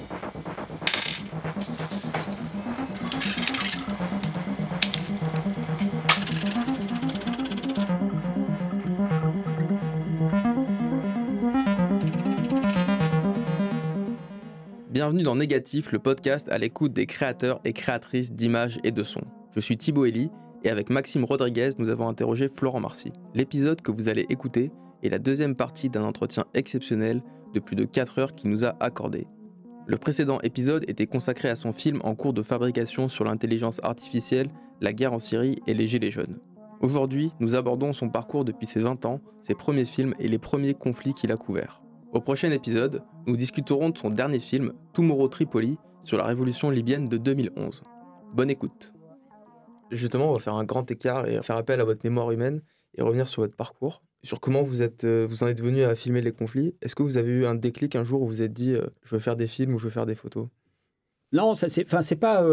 Bienvenue dans Négatif, le podcast à l'écoute des créateurs et créatrices d'images et de sons. Je suis Thibaut Elie et avec Maxime Rodriguez, nous avons interrogé Florent Marcy. L'épisode que vous allez écouter est la deuxième partie d'un entretien exceptionnel de plus de 4 heures qu'il nous a accordé. Le précédent épisode était consacré à son film en cours de fabrication sur l'intelligence artificielle, la guerre en Syrie et les Gilets jaunes. Aujourd'hui, nous abordons son parcours depuis ses 20 ans, ses premiers films et les premiers conflits qu'il a couverts. Au prochain épisode, nous discuterons de son dernier film, Tomorrow Tripoli, sur la révolution libyenne de 2011. Bonne écoute. Justement, on va faire un grand écart et faire appel à votre mémoire humaine et revenir sur votre parcours, sur comment vous en êtes venu à filmer les conflits. Est-ce que vous avez eu un déclic un jour où vous vous êtes dit je veux faire des films ou je veux faire des photos ? Non, c'est pas...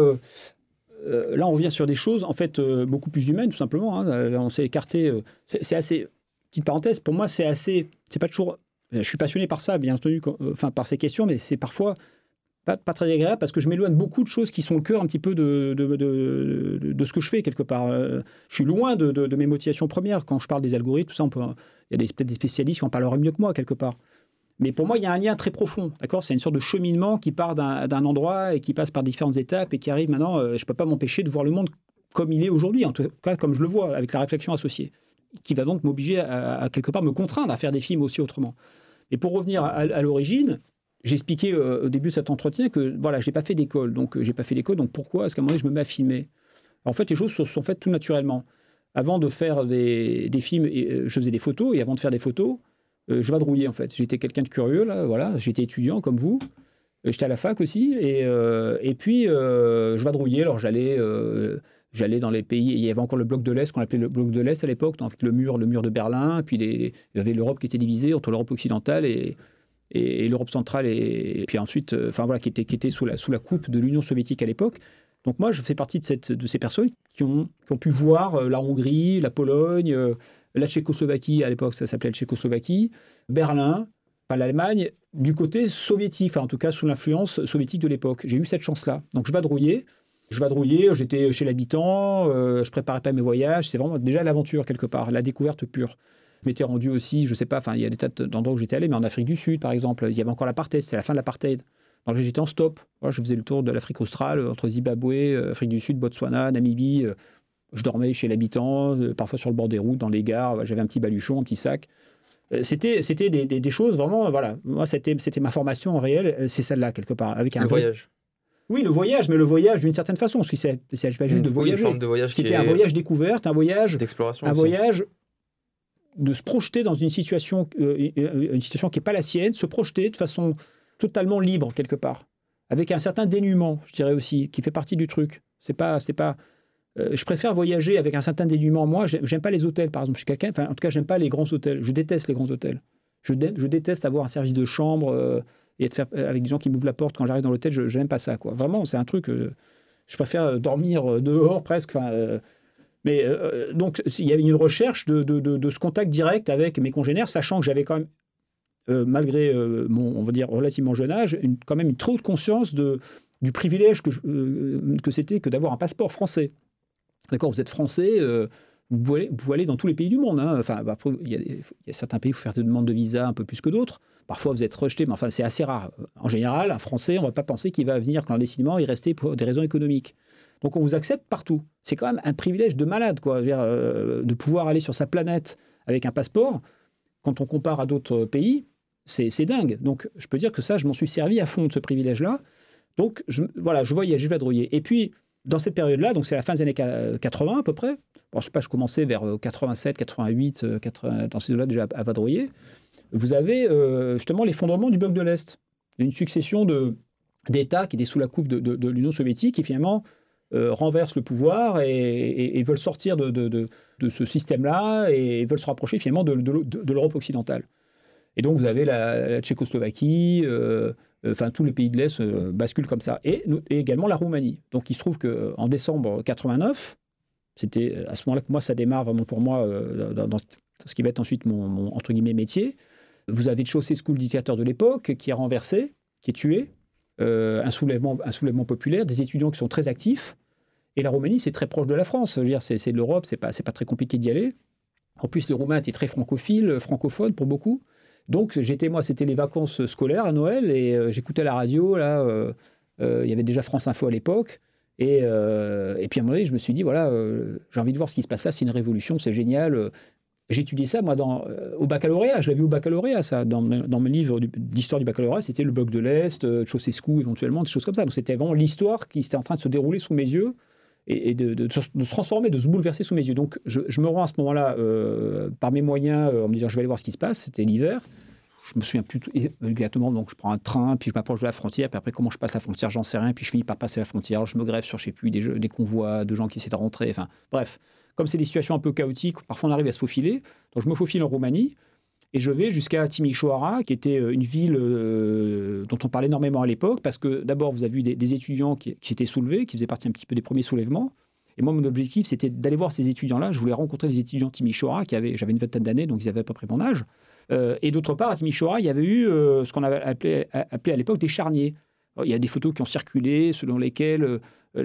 là, on revient sur des choses en fait beaucoup plus humaines, tout simplement. On s'est écarté. C'est assez... Petite parenthèse, pour moi, c'est pas toujours... Je suis passionné par ça, bien entendu, par ces questions, mais c'est parfois pas très agréable parce que je m'éloigne beaucoup de choses qui sont le cœur un petit peu de ce que je fais, quelque part. Je suis loin de mes motivations premières. Quand je parle des algorithmes, tout ça, il y a peut-être des spécialistes qui en parleraient mieux que moi, quelque part. Mais pour moi, il y a un lien très profond, d'accord ? C'est une sorte de cheminement qui part d'un endroit et qui passe par différentes étapes et qui arrive maintenant. Je ne peux pas m'empêcher de voir le monde comme il est aujourd'hui, en tout cas comme je le vois, avec la réflexion associée, qui va donc m'obliger à quelque part me contraindre à faire des films aussi autrement. Et pour revenir à l'origine, j'expliquais au début de cet entretien que voilà, je n'ai pas fait d'école. Donc pourquoi est-ce qu'à un moment donné, je me mets à filmer ? En fait, les choses se sont faites tout naturellement. Avant de faire des films, je faisais des photos, et avant de faire des photos, je vadrouillais en fait. J'étais quelqu'un de curieux, là, voilà. J'étais étudiant comme vous. J'étais à la fac aussi, et puis je vadrouillais. Alors j'allais dans les pays. Il y avait encore le bloc de l'Est, qu'on appelait le bloc de l'Est à l'époque, donc avec le mur de Berlin. Et puis il y avait l'Europe qui était divisée entre l'Europe occidentale et l'Europe centrale. Et puis ensuite, qui était sous la coupe de l'Union soviétique à l'époque. Donc moi, je fais partie de ces personnes qui ont pu voir la Hongrie, la Pologne, la Tchécoslovaquie, à l'époque ça s'appelait la Tchécoslovaquie, Berlin, l'Allemagne, du côté soviétique, en tout cas sous l'influence soviétique de l'époque. J'ai eu cette chance-là. Donc je vadrouillais, j'étais chez l'habitant, je préparais pas mes voyages, c'est vraiment déjà l'aventure quelque part, la découverte pure. Je m'étais rendu aussi, je sais pas, il y a des tas d'endroits où j'étais allé, mais en Afrique du Sud par exemple, il y avait encore l'apartheid, c'est la fin de l'apartheid. Donc j'étais en stop, voilà, je faisais le tour de l'Afrique australe, entre Zimbabwe, Afrique du Sud, Botswana, Namibie, je dormais chez l'habitant, parfois sur le bord des routes, dans les gares, j'avais un petit baluchon, un petit sac. C'était des choses vraiment, voilà, moi c'était ma formation en réel, c'est celle-là quelque part. Avec un voyage. Oui, le voyage, mais le voyage d'une certaine façon, parce qu'il ne s'agit pas juste de voyager. Une forme de voyage. C'était un voyage découverte, un voyage d'exploration. Un voyage de se projeter dans une situation qui n'est pas la sienne, se projeter de façon totalement libre quelque part, avec un certain dénuement, je dirais aussi, qui fait partie du truc. C'est pas. Je préfère voyager avec un certain dénuement. Moi, j'aime pas les hôtels, par exemple. Je suis quelqu'un. En tout cas, j'aime pas les grands hôtels. Je déteste les grands hôtels. Je déteste avoir un service de chambre et être avec des gens qui m'ouvrent la porte quand j'arrive dans l'hôtel. Je n'aime pas ça, quoi. Vraiment, c'est un truc. Je préfère dormir dehors presque. Donc, il y avait une recherche de ce contact direct avec mes congénères, sachant que j'avais quand même, malgré mon, on va dire, relativement jeune âge, quand même une trop haute conscience du privilège que c'était que d'avoir un passeport français. D'accord, vous êtes français, vous pouvez aller dans tous les pays du monde. Hein. Il y a certains pays où il faut faire des demandes de visa un peu plus que d'autres. Parfois, vous êtes rejeté, mais c'est assez rare. En général, un Français, on ne va pas penser qu'il va venir clandestinement y rester pour des raisons économiques. Donc, on vous accepte partout. C'est quand même un privilège de malade, quoi, de pouvoir aller sur sa planète avec un passeport. Quand on compare à d'autres pays, c'est dingue. Donc, je peux dire que ça, je m'en suis servi à fond de ce privilège-là. Donc, je voyais, je vadrouillais. Et puis, dans cette période-là, donc c'est la fin des années 80 à peu près, je sais pas, je commençais vers 87, 88, dans ces eaux-là déjà à vadrouiller, vous avez justement l'effondrement du bloc de l'Est. Une succession d'États qui étaient sous la coupe de l'Union soviétique qui finalement renversent le pouvoir et veulent sortir de ce système-là et veulent se rapprocher finalement de l'Europe occidentale. Et donc vous avez la Tchécoslovaquie, tous les pays de l'Est basculent comme ça, et également la Roumanie. Donc il se trouve qu'en décembre 89, c'était à ce moment-là que moi ça démarre vraiment pour moi dans ce qui va être ensuite mon entre guillemets métier. Vous avez Ceausescu, le dictateur de l'époque, qui est renversé, qui est tué. un soulèvement populaire, des étudiants qui sont très actifs. Et la Roumanie, c'est très proche de la France. Je veux dire, c'est de l'Europe, c'est pas très compliqué d'y aller. En plus, les Roumains étaient très francophones pour beaucoup. Donc, c'était les vacances scolaires à Noël et j'écoutais la radio. Là, il y avait déjà France Info à l'époque. Et puis, à un moment donné, je me suis dit, voilà, j'ai envie de voir ce qui se passe là. C'est une révolution, c'est génial. J'ai étudié ça, moi, au baccalauréat. Je l'ai vu au baccalauréat, ça. Dans mes livres d'histoire du baccalauréat, c'était le bloc de l'Est, Ceausescu, éventuellement, des choses comme ça. Donc, c'était vraiment l'histoire qui était en train de se dérouler sous mes yeux et de se transformer, de se bouleverser sous mes yeux. Donc, je me rends à ce moment-là, par mes moyens, en me disant, je vais aller voir ce qui se passe. C'était l'hiver. Je me souviens plus exactement, donc je prends un train, puis je m'approche de la frontière, puis après, comment je passe la frontière, j'en sais rien, puis je finis par passer la frontière. Je me greffe sur, je sais plus, des convois de gens qui essaient de rentrer. Enfin, bref. Comme c'est des situations un peu chaotiques, parfois on arrive à se faufiler. Donc je me faufile en Roumanie et je vais jusqu'à Timișoara, qui était une ville dont on parlait énormément à l'époque, parce que d'abord vous avez vu des étudiants qui s'étaient soulevés, qui faisaient partie un petit peu des premiers soulèvements. Et moi, mon objectif, c'était d'aller voir ces étudiants-là. Je voulais rencontrer les étudiants de Timișoara, j'avais une vingtaine d'années, donc ils avaient à peu près mon âge. Et d'autre part, à Timișoara, il y avait eu ce qu'on avait appelé à l'époque des charniers. Alors, il y a des photos qui ont circulé, selon lesquelles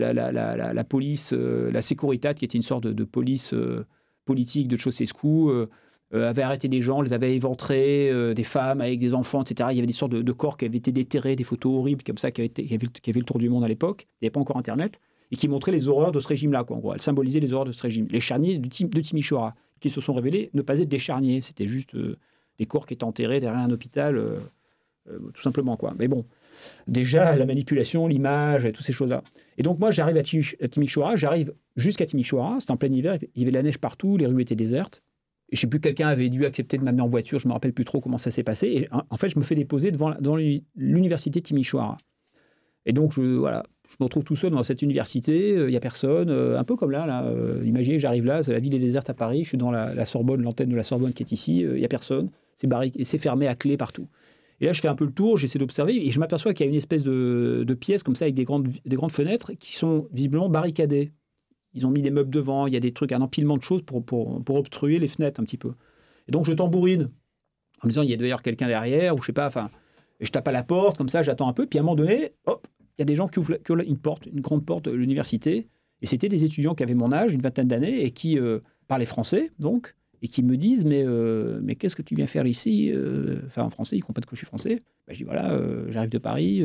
la police, la Securitate, qui était une sorte de police politique de Ceausescu, avait arrêté des gens, les avait éventrés, des femmes avec des enfants, etc. Il y avait des sortes de corps qui avaient été déterrés, des photos horribles comme ça qui avaient le tour du monde à l'époque. Il n'y avait pas encore Internet. Et qui montraient les horreurs de ce régime-là, quoi, en gros. Elles symbolisaient les horreurs de ce régime. Les charniers de Timișoara, qui se sont révélés ne pas être des charniers. C'était juste des corps qui étaient enterrés derrière un hôpital, tout simplement, quoi. Mais bon, déjà, la manipulation, l'image, toutes ces choses-là. Et donc, moi, j'arrive à Timișoara, j'arrive jusqu'à Timișoara, c'était en plein hiver, il y avait de la neige partout, les rues étaient désertes. Et je ne sais plus, quelqu'un avait dû accepter de m'amener en voiture, je ne me rappelle plus trop comment ça s'est passé. Et en fait, je me fais déposer devant l'université de Timișoara. Et donc, je me retrouve tout seul dans cette université, il n'y a personne, un peu comme là. Imaginez, j'arrive là, la ville est déserte à Paris, je suis dans la Sorbonne, l'antenne de la Sorbonne qui est ici, il n'y a personne, c'est fermé à clé partout. Et là, je fais un peu le tour, j'essaie d'observer, et je m'aperçois qu'il y a une espèce de pièce comme ça, avec des grandes fenêtres, qui sont visiblement barricadées. Ils ont mis des meubles devant, il y a des trucs, un empilement de choses pour obstruer les fenêtres un petit peu. Et donc, je tambourine, en me disant, il y a d'ailleurs quelqu'un derrière, ou je sais pas, enfin, je tape à la porte, comme ça, j'attends un peu, puis à un moment donné, hop, il y a des gens qui ouvrent une grande porte de l'université, et c'était des étudiants qui avaient mon âge, une vingtaine d'années, et qui parlaient français, donc, et qui me disent, mais qu'est-ce que tu viens faire ici Enfin, en français, ils comprennent que je suis français. Ben, je dis, voilà, j'arrive de Paris,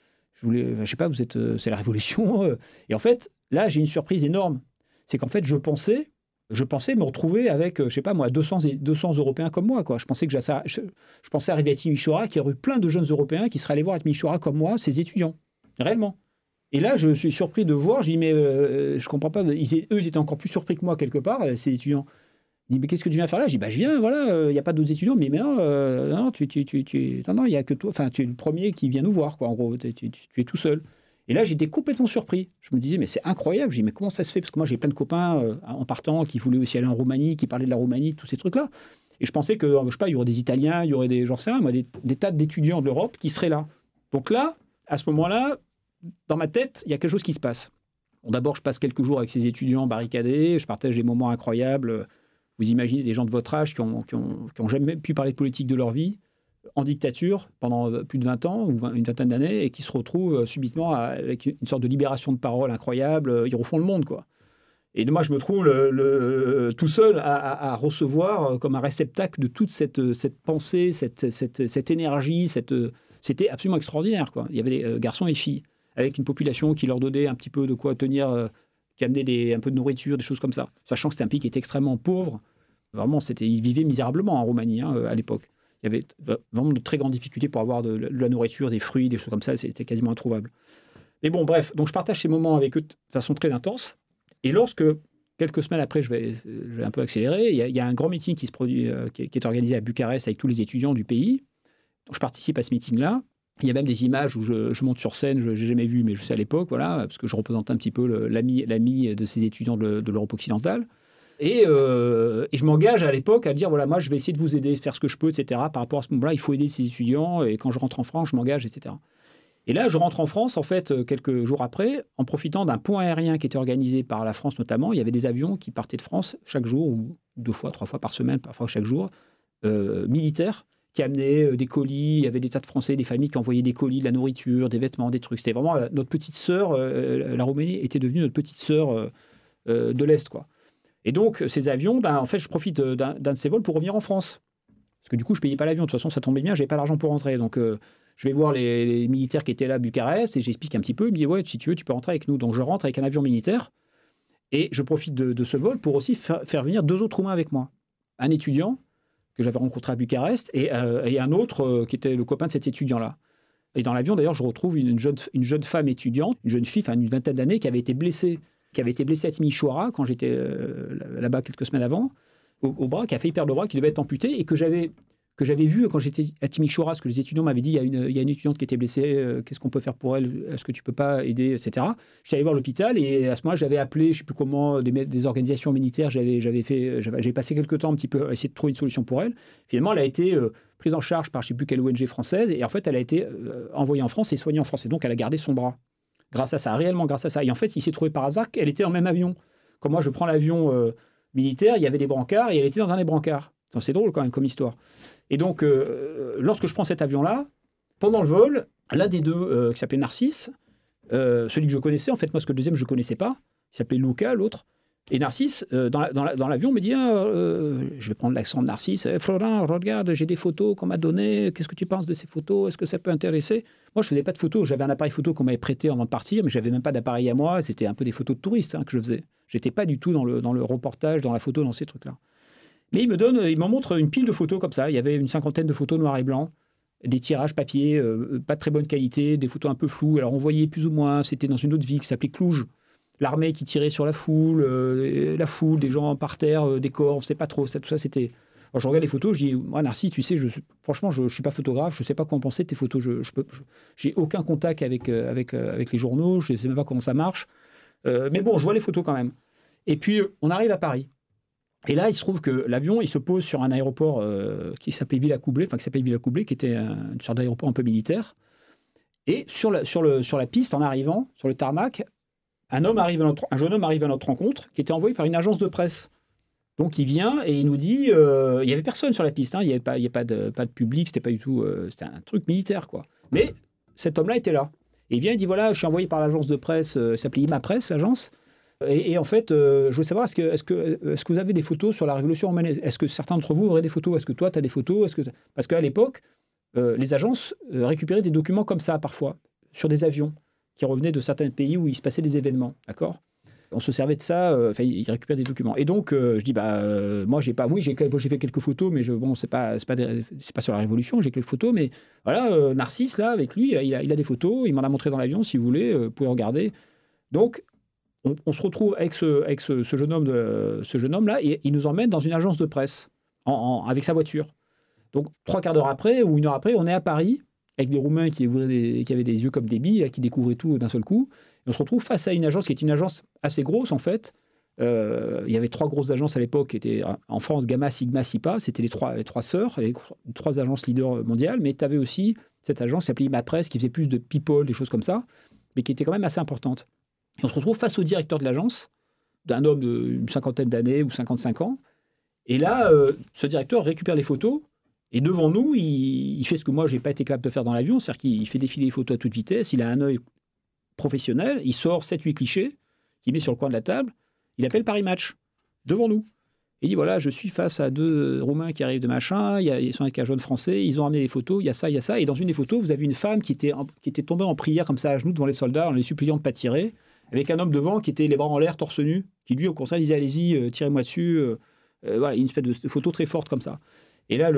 je sais pas, c'est la Révolution. Et en fait, là, j'ai une surprise énorme. C'est qu'en fait, je pensais me retrouver avec, je sais pas moi, 200 Européens comme moi, quoi. Je pensais arriver à Timișoara, qu'il y aurait eu plein de jeunes Européens qui seraient allés voir à Timișoara comme moi, ces étudiants. Réellement. Et là, je suis surpris de voir, je dis, mais je comprends pas, eux, ils étaient encore plus surpris que moi, quelque part, ces étudiants. Ils disent, mais qu'est-ce que tu viens faire là? Je dis, bah, je viens, voilà, il n'y a pas d'autres étudiants, mais non, non, il n'y a que toi, enfin, tu es le premier qui vient nous voir, quoi, en gros, tu es tout seul. Et là, j'étais complètement surpris. Je me disais, mais c'est incroyable. Je dis, mais comment ça se fait? Parce que moi, j'ai plein de copains en partant qui voulaient aussi aller en Roumanie, qui parlaient de la Roumanie, tous ces trucs-là. Et je pensais que, je sais pas, il y aurait des Italiens, il y aurait j'en sais rien, moi, des tas d'étudiants de l'Europe qui seraient là. Donc là, à ce moment-là, dans ma tête, il y a quelque chose qui se passe. Bon, d'abord, je passe quelques jours avec ces étudiants barricadés, je partage des moments incroyables. Vous imaginez des gens de votre âge qui ont jamais pu parler de politique de leur vie, en dictature, pendant plus de 20 ans, ou une vingtaine d'années, et qui se retrouvent subitement avec une sorte de libération de parole incroyable. Ils refont le monde, quoi. Et moi, je me trouve tout seul à recevoir comme un réceptacle de toute cette pensée, cette énergie. C'était absolument extraordinaire, quoi. Il y avait des garçons et filles, avec une population qui leur donnait un petit peu de quoi tenir, qui amenait un peu de nourriture, des choses comme ça. Sachant que c'était un pays qui était extrêmement pauvre. Vraiment, ils vivaient misérablement en Roumanie, à l'époque. Il y avait vraiment de très grandes difficultés pour avoir de la nourriture, des fruits, des choses comme ça. C'était quasiment introuvable. Mais bon, bref. Donc, je partage ces moments avec eux de façon très intense. Et lorsque, quelques semaines après, je vais un peu accélérer, il y a un grand meeting qui se produit, qui est organisé à Bucarest avec tous les étudiants du pays. Donc, je participe à ce meeting-là. Il y a même des images où je monte sur scène, je n'ai jamais vu, mais je sais à l'époque, voilà, parce que je représente un petit peu l'ami de ces étudiants de l'Europe occidentale. Et je m'engage à l'époque à dire, voilà, moi, je vais essayer de vous aider, faire ce que je peux, etc. Par rapport à ce moment-là, il faut aider ces étudiants, et quand je rentre en France, je m'engage, etc. Et là, je rentre en France, en fait, quelques jours après, en profitant d'un pont aérien qui était organisé par la France notamment. Il y avait des avions qui partaient de France chaque jour, ou 2 fois, 3 fois par semaine, parfois chaque jour, militaires, qui amenaient des colis. Il y avait des tas de Français, des familles qui envoyaient des colis, de la nourriture, des vêtements, des trucs. C'était vraiment notre petite sœur. La Roumanie était devenue notre petite sœur de l'Est, quoi. Et donc, ces avions, en fait, je profite d'un de ces vols pour revenir en France. Parce que du coup, je ne payais pas l'avion. De toute façon, ça tombait bien, je n'avais pas l'argent pour rentrer. Donc, je vais voir les militaires qui étaient là à Bucarest et j'explique un petit peu. Ils me disent, ouais, si tu veux, tu peux rentrer avec nous. Donc, je rentre avec un avion militaire et je profite de ce vol pour aussi faire venir 2 autres Roumains avec moi. Un étudiant que j'avais rencontré à Bucarest et un autre qui était le copain de cet étudiant-là. Et dans l'avion, d'ailleurs, je retrouve une jeune femme étudiante, une jeune fille, une vingtaine d'années, qui avait été blessée à Timișoara quand j'étais là-bas quelques semaines avant, au bras, qui a failli perdre le bras, qui devait être amputé, et que j'avais vu quand j'étais à Timișoara, parce que les étudiants m'avaient dit, il y a une étudiante qui était blessée, qu'est-ce qu'on peut faire pour elle, est-ce que tu peux pas aider, etc. J'étais allé voir l'hôpital, et à ce moment-là, j'avais appelé, je ne sais plus comment, des organisations militaires, j'avais passé quelques temps un petit peu à essayer de trouver une solution pour elle. Finalement, elle a été prise en charge par je ne sais plus quelle ONG française, et en fait, elle a été envoyée en France et soignée en France, et donc elle a gardé son bras. Grâce à ça, réellement grâce à ça. Et en fait, il s'est trouvé par hasard qu'elle était en même avion. Comme moi, je prends l'avion militaire, il y avait des brancards et elle était dans un des brancards. C'est drôle quand même comme histoire. Et donc, lorsque je prends cet avion-là, pendant le vol, l'un des deux, qui s'appelait Narcisse, celui que je connaissais, en fait, moi, ce que le deuxième, je ne connaissais pas, il s'appelait Luca, l'autre. Et Narcisse, dans l'avion, me dit je vais prendre l'accent de Narcisse. Florent, regarde, j'ai des photos qu'on m'a données. Qu'est-ce que tu penses de ces photos? Est-ce que ça peut intéresser? Moi, je ne faisais pas de photos. J'avais un appareil photo qu'on m'avait prêté avant de partir, mais je n'avais même pas d'appareil à moi. C'était un peu des photos de touristes que je faisais. Je n'étais pas du tout dans le reportage, dans la photo, dans ces trucs-là. Mais il me montre une pile de photos comme ça. Il y avait une 50aine de photos noir et blanc, des tirages papier, pas de très bonne qualité, des photos un peu floues. Alors, on voyait plus ou moins, c'était dans une autre ville qui s'appelait Cluj. L'armée qui tirait sur la foule, des gens par terre, des corps, on ne sait pas trop. Tout ça, c'était... Alors, je regarde les photos, je dis, moi, Narcisse, tu sais, franchement, je ne suis pas photographe, je ne sais pas quoi en penser de tes photos. J'ai aucun contact avec les journaux, je ne sais même pas comment ça marche. Mais bon, je vois les photos quand même. Et puis, on arrive à Paris. Et là, il se trouve que l'avion, il se pose sur un aéroport qui s'appelait Villacoublay, qui était une sorte d'aéroport un peu militaire. Et sur la piste, en arrivant, sur le tarmac, un jeune homme arrive à notre rencontre, qui était envoyé par une agence de presse. Donc, il vient et il nous dit... il n'y avait personne sur la piste, il n'y avait pas de public, c'était pas du tout... c'était un truc militaire, quoi. Mais cet homme-là était là. Et il vient et dit, voilà, je suis envoyé par l'agence de presse, ça s'appelait Ima Presse, l'agence. Et en fait, je voulais savoir, est-ce que vous avez des photos sur la Révolution romaine? Est-ce que certains d'entre vous auraient des photos? Est-ce que toi, tu as des photos? Parce qu'à l'époque, les agences récupéraient des documents comme ça, parfois, sur des avions qui revenaient de certains pays où il se passait des événements, d'accord? On se servait de ça, ils récupèrent des documents. Et donc, je dis, moi, j'ai fait quelques photos, mais c'est pas sur la Révolution, j'ai quelques photos, mais voilà, Narcisse, là, avec lui, il a des photos, il m'en a montré dans l'avion, si vous voulez, vous pouvez regarder. Donc, on se retrouve avec ce jeune homme-là, et il nous emmène dans une agence de presse, avec sa voiture. Donc, 3/4 d'heure après, ou 1 heure après, on est à Paris, avec des Roumains qui avaient des yeux comme des billes, qui découvraient tout d'un seul coup. Et on se retrouve face à une agence qui est une agence assez grosse, en fait. Il y avait 3 grosses agences à l'époque, qui étaient en France, Gamma, Sigma, Sipa. C'était les trois sœurs, les 3 agences leaders mondiales. Mais tu avais aussi cette agence qui s'appelait Ima Presse, qui faisait plus de people, des choses comme ça, mais qui était quand même assez importante. Et on se retrouve face au directeur de l'agence, d'un homme d'une 50aine d'années ou 55 ans. Et là, ce directeur récupère les photos. Et devant nous, il fait ce que moi, je n'ai pas été capable de faire dans l'avion, c'est-à-dire qu'il fait défiler les photos à toute vitesse, il a un œil professionnel, il sort 7-8 clichés, qu'il met sur le coin de la table, il appelle Paris Match, devant nous. Il dit, voilà, je suis face à 2 Roumains qui arrivent de machin, ils sont avec un jeune Français, ils ont ramené les photos, il y a ça, et dans une des photos, vous avez une femme qui était tombée en prière comme ça, à genoux devant les soldats, en les suppliant de ne pas tirer, avec un homme devant qui était les bras en l'air, torse nu, qui lui, au contraire, disait, allez-y, tirez-moi dessus. Voilà, une espèce de photo très forte comme ça. Et là,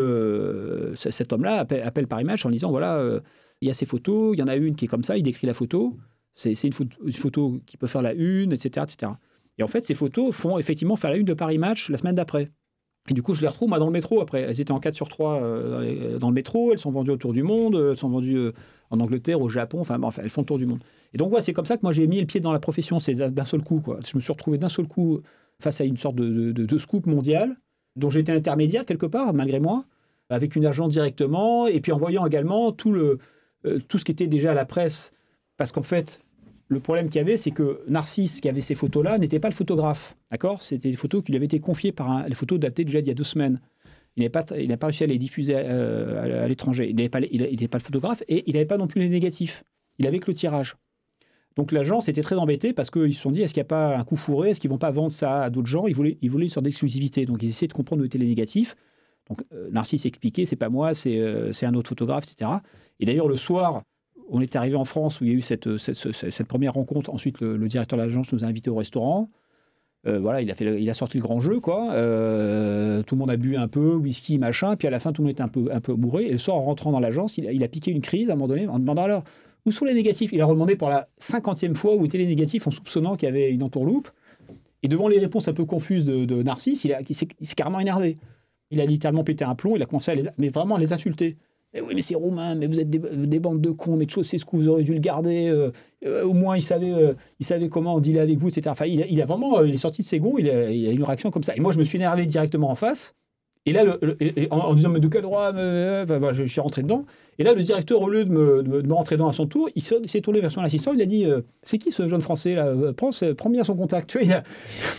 cet homme-là appelle Paris Match en disant, voilà, il y a ces photos, il y en a une qui est comme ça, il décrit la photo, c'est une photo qui peut faire la une, etc., etc. Et en fait, ces photos font effectivement faire la une de Paris Match la semaine d'après. Et du coup, je les retrouve, moi, dans le métro après. Elles étaient en 4/3 dans le métro, elles sont vendues autour du monde, elles sont vendues en Angleterre, au Japon, enfin, elles font le tour du monde. Et donc, c'est comme ça que moi, j'ai mis le pied dans la profession, c'est d'un seul coup, quoi. Je me suis retrouvé d'un seul coup face à une sorte de scoop mondial, dont j'étais intermédiaire quelque part, malgré moi, avec une agence directement, et puis en voyant également tout ce qui était déjà à la presse. Parce qu'en fait, le problème qu'il y avait, c'est que Narcisse, qui avait ces photos-là, n'était pas le photographe. D'accord ? C'était des photos qui lui avaient été confiées les photos datées déjà d'il y a 2 semaines. il n'avait pas réussi à les diffuser à l'étranger. Il n'avait pas le photographe et il n'avait pas non plus les négatifs. Il avait que le tirage. Donc l'agence était très embêtée parce qu'ils se sont dit, est-ce qu'il n'y a pas un coup fourré? Est-ce qu'ils ne vont pas vendre ça à d'autres gens? Ils voulaient une sorte d'exclusivité. Donc ils essayaient de comprendre où étaient les négatifs. Donc Narcisse expliquait, c'est pas moi, c'est un autre photographe, etc. Et d'ailleurs, le soir, on est arrivé en France où il y a eu cette première rencontre. Ensuite, le directeur de l'agence nous a invités au restaurant. Voilà, il a sorti le grand jeu, quoi. Tout le monde a bu un peu, whisky, machin. Puis à la fin, tout le monde était un peu bourré. Et le soir, en rentrant dans l'agence, il a piqué une crise à un moment donné en demandant alors où sont les négatifs. Il a redemandé pour la 50e fois où étaient les négatifs en soupçonnant qu'il y avait une entourloupe. Et devant les réponses un peu confuses de Narcisse, il s'est carrément énervé. Il a littéralement pété un plomb. Il a commencé mais vraiment à les insulter. Mais oui, mais c'est roumain, mais vous êtes des bandes de cons, mais de choses, c'est ce que vous auriez dû le garder. Au moins, il savait comment dealer avec vous, etc. Enfin, il est sorti de ses gonds, il a eu une réaction comme ça. Et moi, je me suis énervé directement en face. Et là, en disant, mais de quel droit je suis rentré dedans. Et là, le directeur, au lieu de me rentrer dedans à son tour, il s'est tourné vers son assistant, il a dit, c'est qui ce jeune Français là? Prends bien son contact. Tu vois,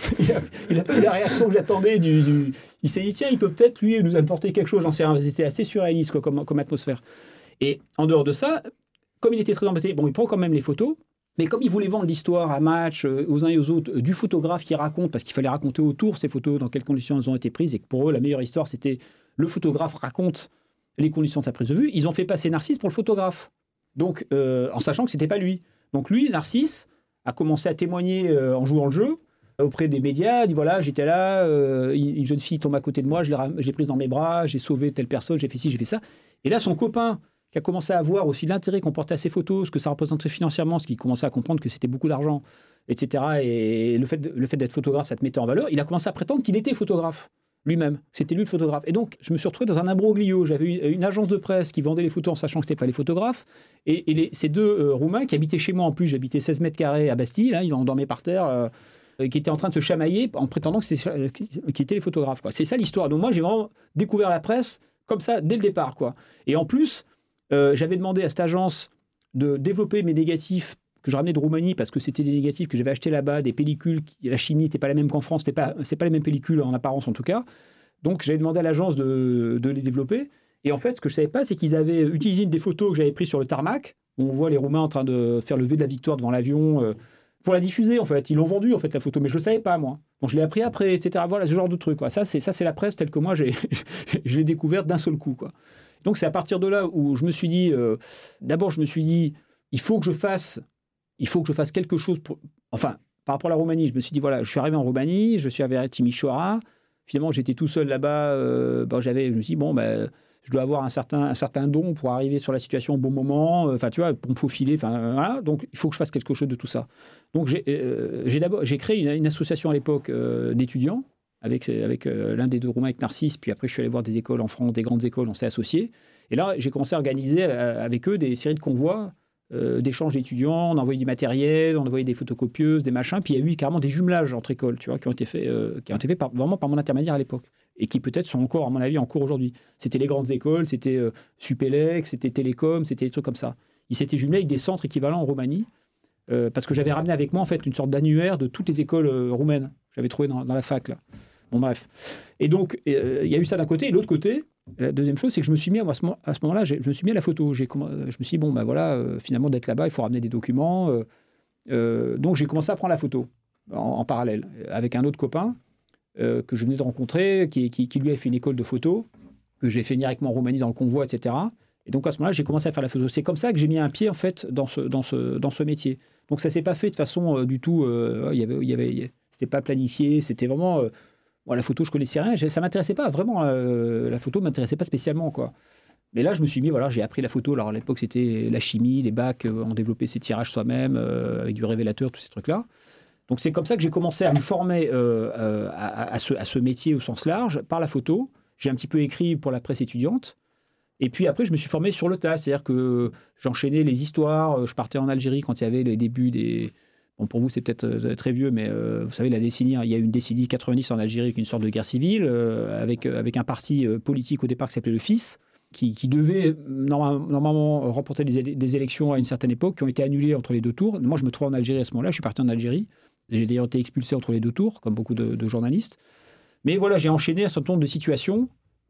il n'a pas eu la réaction que j'attendais. Il s'est dit, tiens, il peut peut-être, lui, nous apporter quelque chose. J'en sais rien. C'était assez surréaliste quoi, comme atmosphère. Et en dehors de ça, comme il était très embêté, il prend quand même les photos. Mais comme il voulait vendre l'histoire à Match, aux uns et aux autres, du photographe qui raconte, parce qu'il fallait raconter autour ces photos, dans quelles conditions elles ont été prises, et que pour eux, la meilleure histoire, c'était le photographe raconte les conditions de sa prise de vue, ils ont fait passer Narcisse pour le photographe. Donc, en sachant que c'était pas lui. Donc lui, Narcisse, a commencé à témoigner en jouant le jeu, auprès des médias, il dit voilà, j'étais là, une jeune fille tombe à côté de moi, je l'ai prise dans mes bras, j'ai sauvé telle personne, j'ai fait ci, j'ai fait ça. Et là, son copain, qui a commencé à voir aussi l'intérêt qu'on portait à ces photos, ce que ça représentait financièrement, ce qui commençait à comprendre que c'était beaucoup d'argent, etc. Et le fait d'être photographe, ça te mettait en valeur. Il a commencé à prétendre qu'il était photographe lui-même. C'était lui le photographe. Et donc, je me suis retrouvé dans un imbroglio. J'avais une agence de presse qui vendait les photos en sachant que ce n'étaient pas les photographes. Et ces deux Roumains qui habitaient chez moi, en plus, j'habitais 16 mètres carrés à Bastille, là, ils dormaient par terre, qui étaient en train de se chamailler en prétendant qu'ils étaient les photographes, quoi. C'est ça l'histoire. Donc moi, j'ai vraiment découvert la presse comme ça, dès le départ, quoi. Et en plus, j'avais demandé à cette agence de développer mes négatifs que je ramenais de Roumanie parce que c'était des négatifs que j'avais achetés là-bas, des pellicules, la chimie n'était pas la même qu'en France, c'est pas les mêmes pellicules en apparence en tout cas. Donc j'avais demandé à l'agence de les développer. Et en fait, ce que je savais pas, c'est qu'ils avaient utilisé une des photos que j'avais prises sur le tarmac, où on voit les Roumains en train de faire le V de la victoire devant l'avion, pour la diffuser en fait. Ils l'ont vendue en fait la photo, mais je le savais pas moi. Donc je l'ai appris après, etc. Voilà, ce genre de truc, quoi. Ça c'est la presse telle que moi je l'ai découverte d'un seul coup, quoi. Donc c'est à partir de là où je me suis dit, d'abord je me suis dit, il faut que je fasse quelque chose pour... Enfin, par rapport à la Roumanie, je me suis dit, voilà, je suis arrivé en Roumanie, je suis arrivé à Timișoara, finalement j'étais tout seul là-bas, je me suis dit, je dois avoir un certain don pour arriver sur la situation au bon moment, tu vois, pour me faufiler, voilà, donc il faut que je fasse quelque chose de tout ça. Donc j'ai créé une association à l'époque d'étudiants, avec l'un des deux Roumains, avec Narcisse, puis après je suis allé voir des écoles en France, des grandes écoles, on s'est associés. Et là, j'ai commencé à organiser avec eux des séries de convois, d'échanges d'étudiants, on envoyait du matériel, on envoyait des photocopieuses, des machins, puis il y a eu carrément des jumelages entre écoles, tu vois, qui ont été faits vraiment par mon intermédiaire à l'époque, et qui peut-être sont encore, à mon avis, en cours aujourd'hui. C'était les grandes écoles, c'était Supélec, c'était Télécom, c'était des trucs comme ça. Ils s'étaient jumelés avec des centres équivalents en Roumanie, parce que j'avais ramené avec moi en fait une sorte d'annuaire de toutes les écoles roumaines. J'avais trouvé dans la fac, là. Bon, bref. Et donc, il y a eu ça d'un côté. Et de l'autre côté, la deuxième chose, c'est que je me suis mis, à ce moment-là, je me suis mis à la photo. Je me suis dit, finalement, d'être là-bas, il faut ramener des documents. Donc, j'ai commencé à prendre la photo en parallèle, avec un autre copain que je venais de rencontrer, qui lui avait fait une école de photo, que j'ai fait venir avec moi en Roumanie dans le convoi, etc. Et donc, à ce moment-là, j'ai commencé à faire la photo. C'est comme ça que j'ai mis un pied, en fait, dans ce métier. Donc, ça ne s'est pas fait de façon du tout... c'était pas planifié, c'était vraiment... la photo, je connaissais rien, ça m'intéressait pas, vraiment, la photo m'intéressait pas spécialement, quoi. Mais là, je me suis mis, j'ai appris la photo. Alors, à l'époque, c'était la chimie, les bacs, on développait ses tirages soi-même, avec du révélateur, tous ces trucs-là. Donc, c'est comme ça que j'ai commencé à me former à ce métier au sens large, par la photo. J'ai un petit peu écrit pour la presse étudiante. Et puis après, je me suis formé sur le tas, c'est-à-dire que j'enchaînais les histoires. Je partais en Algérie quand il y avait les débuts des... Bon, pour vous, c'est peut-être très vieux, mais vous savez, il y a eu une décennie 90 en Algérie avec une sorte de guerre civile, avec un parti politique au départ qui s'appelait le FIS, qui devait normalement remporter des élections à une certaine époque, qui ont été annulées entre les deux tours. Moi, je me trouvais en Algérie à ce moment-là, je suis parti en Algérie. J'ai d'ailleurs été expulsé entre les deux tours, comme beaucoup de journalistes. Mais voilà, j'ai enchaîné un certain nombre de situations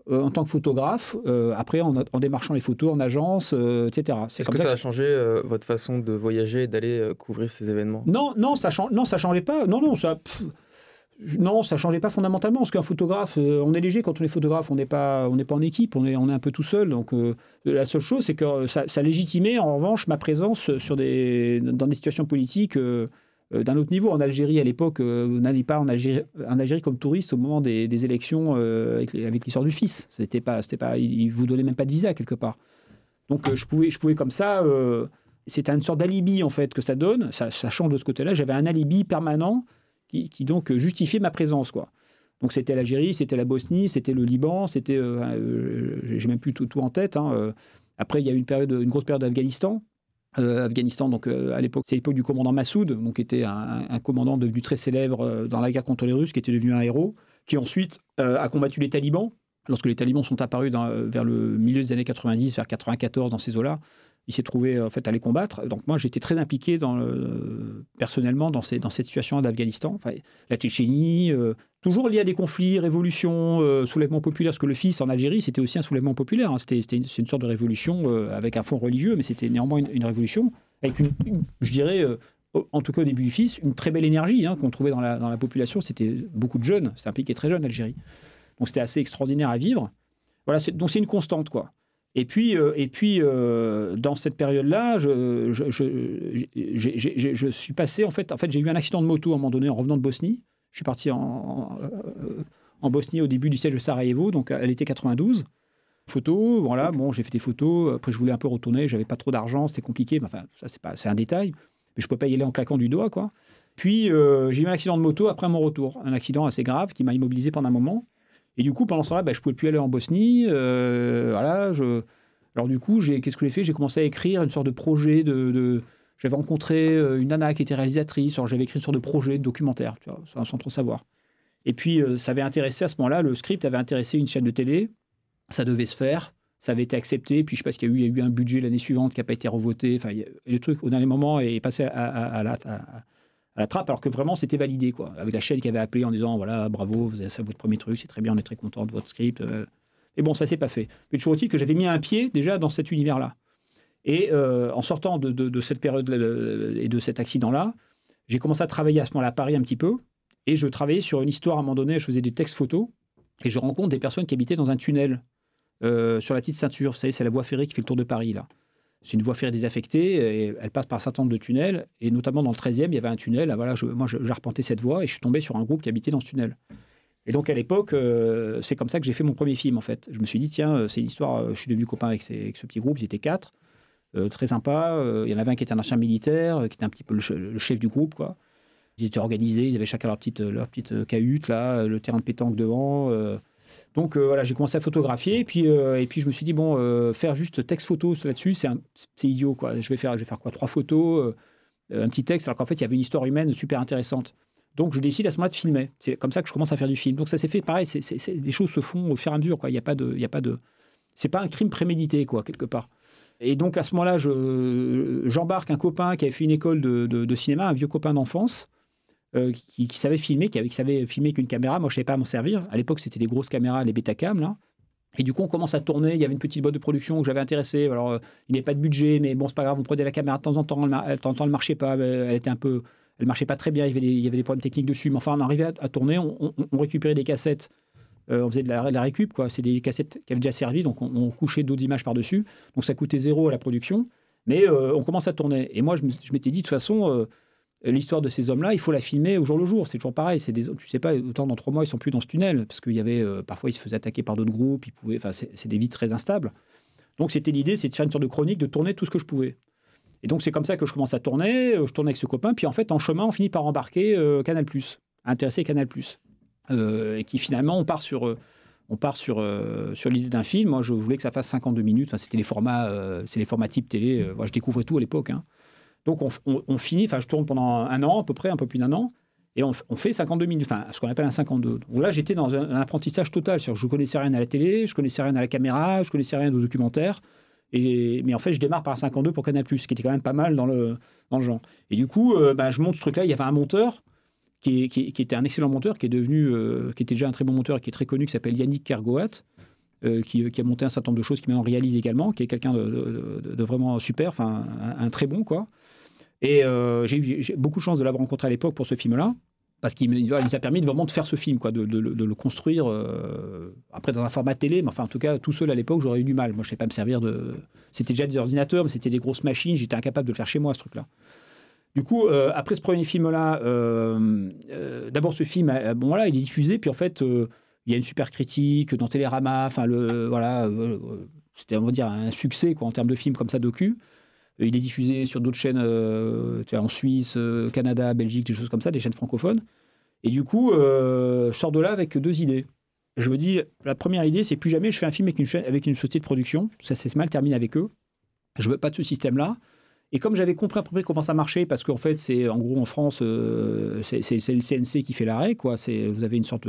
en tant que photographe, après en démarchant les photos en agence, etc. Est-ce que ça a changé votre façon de voyager et d'aller couvrir ces événements ? Non, ça changeait pas. Non, ça changeait pas fondamentalement. Parce qu'un photographe, on est léger quand on est photographe, on n'est pas en équipe, on est un peu tout seul. Donc la seule chose, c'est que ça légitimait en revanche ma présence dans des situations politiques d'un autre niveau. En Algérie, à l'époque, vous n'allez pas en Algérie comme touriste au moment des élections avec l'histoire du fils. C'était pas, ils vous donnaient même pas de visa quelque part. Donc je pouvais comme ça. C'était une sorte d'alibi en fait que ça donne. Ça change de ce côté-là. J'avais un alibi permanent qui donc justifiait ma présence, quoi. Donc c'était l'Algérie, c'était la Bosnie, c'était le Liban, c'était, j'ai même plus tout en tête. Après, il y a eu une grosse période d'Afghanistan. Afghanistan, donc à l'époque, c'est l'époque du commandant Massoud, donc qui était un commandant devenu très célèbre dans la guerre contre les Russes, qui était devenu un héros, qui ensuite a combattu les talibans. Lorsque les talibans sont apparus vers le milieu des années 90, vers 94, dans ces eaux-là, il s'est trouvé en fait à les combattre. Donc moi, j'étais très impliqué personnellement dans cette situation situation d'Afghanistan. Enfin, la Tchétchénie, toujours lié à des conflits, révolutions, soulèvement populaire. Parce que le fils en Algérie, c'était aussi un soulèvement populaire. C'était une sorte de révolution avec un fond religieux, mais c'était néanmoins une révolution avec je dirais, en tout cas au début du fils, une très belle énergie qu'on trouvait dans la population. C'était beaucoup de jeunes. C'était un pays qui est très jeune, l'Algérie. Donc c'était assez extraordinaire à vivre. Voilà, donc c'est une constante, quoi. Et puis dans cette période-là, je suis passé, en fait, j'ai eu un accident de moto à un moment donné en revenant de Bosnie. Je suis parti en Bosnie au début du siège de Sarajevo, donc à l'été 92. Photos, voilà, bon, j'ai fait des photos. Après, je voulais un peu retourner, j'avais pas trop d'argent, c'était compliqué. Mais enfin, ça, c'est un détail. Mais je peux pas y aller en claquant du doigt, quoi. Puis, j'ai eu un accident de moto après mon retour. Un accident assez grave qui m'a immobilisé pendant un moment. Et du coup, pendant ce temps-là, je ne pouvais plus aller en Bosnie. Voilà, alors du coup, qu'est-ce que j'ai fait ? J'ai commencé à écrire une sorte de projet J'avais rencontré une nana qui était réalisatrice. Alors j'avais écrit une sorte de projet, de documentaire, tu vois, sans trop savoir. Et puis, ça avait intéressé à ce moment-là, le script avait intéressé une chaîne de télé. Ça devait se faire. Ça avait été accepté. Puis je sais pas qu'il y a eu un budget l'année suivante qui n'a pas été revoté. Enfin, le truc, au dernier moment, est passé à la trappe, alors que vraiment c'était validé, quoi. Avec la chaîne qui avait appelé en disant voilà, bravo, vous avez fait votre premier truc, c'est très bien, on est très content de votre script. Et bon, ça s'est pas fait. Mais toujours est-il que j'avais mis un pied déjà dans cet univers-là. Et en sortant de cette période et de cet accident-là, j'ai commencé à travailler à ce moment-là à Paris un petit peu. Et je travaillais sur une histoire à un moment donné, je faisais des textes photos. Et je rencontre des personnes qui habitaient dans un tunnel sur la petite ceinture. Vous savez, c'est la voie ferrée qui fait le tour de Paris, là. C'est une voie ferrée désaffectée, et elle passe par un certain nombre de tunnels, et notamment dans le 13e, il y avait un tunnel. Voilà, j'arpentais cette voie, et je suis tombé sur un groupe qui habitait dans ce tunnel. Et donc, à l'époque, c'est comme ça que j'ai fait mon premier film, en fait. Je me suis dit, tiens, c'est une histoire, je suis devenu copain avec ce petit groupe, ils étaient 4, très sympa. Il y en avait un qui était un ancien militaire, qui était un petit peu le chef du groupe, quoi. Ils étaient organisés, ils avaient chacun leur petite cahute, là, le terrain de pétanque devant. Donc voilà, j'ai commencé à photographier, et puis je me suis dit, bon, faire juste texte photo là-dessus, c'est idiot, quoi. Je vais faire quoi, 3 photos, un petit texte, alors qu'en fait, il y avait une histoire humaine super intéressante. Donc je décide à ce moment-là de filmer. C'est comme ça que je commence à faire du film. Donc ça s'est fait pareil, les choses se font au fur et à mesure, quoi. Il y a pas de c'est pas un crime prémédité, quoi, quelque part. Et donc à ce moment-là, j'embarque un copain qui avait fait une école de cinéma, un vieux copain d'enfance, qui savait filmer, qui savait filmer avec une caméra. Moi, je ne savais pas m'en servir. À l'époque, c'était des grosses caméras, les Betacam, là. Et du coup, on commence à tourner. Il y avait une petite boîte de production que j'avais intéressée. Alors, il n'y avait pas de budget, mais bon, c'est pas grave. On prenait la caméra de temps en temps. Elle ne marchait pas. Elle marchait pas très bien. Il y avait des problèmes techniques dessus. Mais enfin, on arrivait à tourner. On récupérait des cassettes. On faisait de la récup, quoi. C'est des cassettes qui avaient déjà servi. Donc, on couchait d'autres images par-dessus. Donc, ça coûtait 0 à la production. Mais on commence à tourner. Et moi, je m'étais dit, de toute façon... l'histoire de ces hommes-là, il faut la filmer au jour le jour. C'est toujours pareil. Tu sais pas, autant dans 3 mois, ils sont plus dans ce tunnel, parce qu'il y avait parfois ils se faisaient attaquer par d'autres groupes. C'est des vies très instables. Donc l'idée, c'est de faire une sorte de chronique, de tourner tout ce que je pouvais. Et donc c'est comme ça que je commence à tourner. Je tourne avec ce copain, puis en fait en chemin, on finit par embarquer Canal+, intéresser Canal+. Et qui finalement, on part sur l'idée d'un film. Moi, je voulais que ça fasse 52 minutes. Enfin, c'était les formats type télé. Moi, je découvrais tout à l'époque. Donc, on finit, je tourne pendant un an, à peu près, un peu plus d'1 an, et on fait 52 minutes, ce qu'on appelle un 52. Donc là, j'étais dans un apprentissage total. C'est-à-dire que je ne connaissais rien à la télé, je ne connaissais rien à la caméra, je ne connaissais rien au documentaire. Mais en fait, je démarre par un 52 pour Canal+, ce qui était quand même pas mal dans le genre. Et du coup, je monte ce truc-là. Il y avait un monteur qui était un excellent monteur, qui était déjà un très bon monteur, qui est très connu, qui s'appelle Yannick Kergoat, qui a monté un certain nombre de choses, qui maintenant réalise également, qui est quelqu'un de vraiment super, enfin un très bon, quoi. Et j'ai beaucoup de chance de l'avoir rencontré à l'époque pour ce film-là, parce qu'il nous a permis vraiment de faire ce film, quoi, de le construire, après dans un format télé, mais enfin en tout cas tout seul à l'époque j'aurais eu du mal. Moi je ne sais pas me servir de... C'était déjà des ordinateurs, mais c'était des grosses machines, j'étais incapable de le faire chez moi ce truc-là. Du coup, après ce premier film-là, d'abord ce film, bon voilà, il est diffusé, puis en fait il y a une super critique dans Télérama, enfin c'était on va dire un succès quoi, en termes de film comme ça docu. Il est diffusé sur d'autres chaînes en Suisse, Canada, Belgique, des choses comme ça, des chaînes francophones. Et du coup, je sors de là avec 2 idées. Je me dis, la première idée, c'est plus jamais je fais un film avec une société de production. Ça s'est mal terminé avec eux. Je veux pas de ce système-là. Et comme j'avais compris à peu près comment ça marchait, parce qu'en fait, c'est en gros en France, c'est le CNC qui fait l'arrêt, quoi. Vous avez une sorte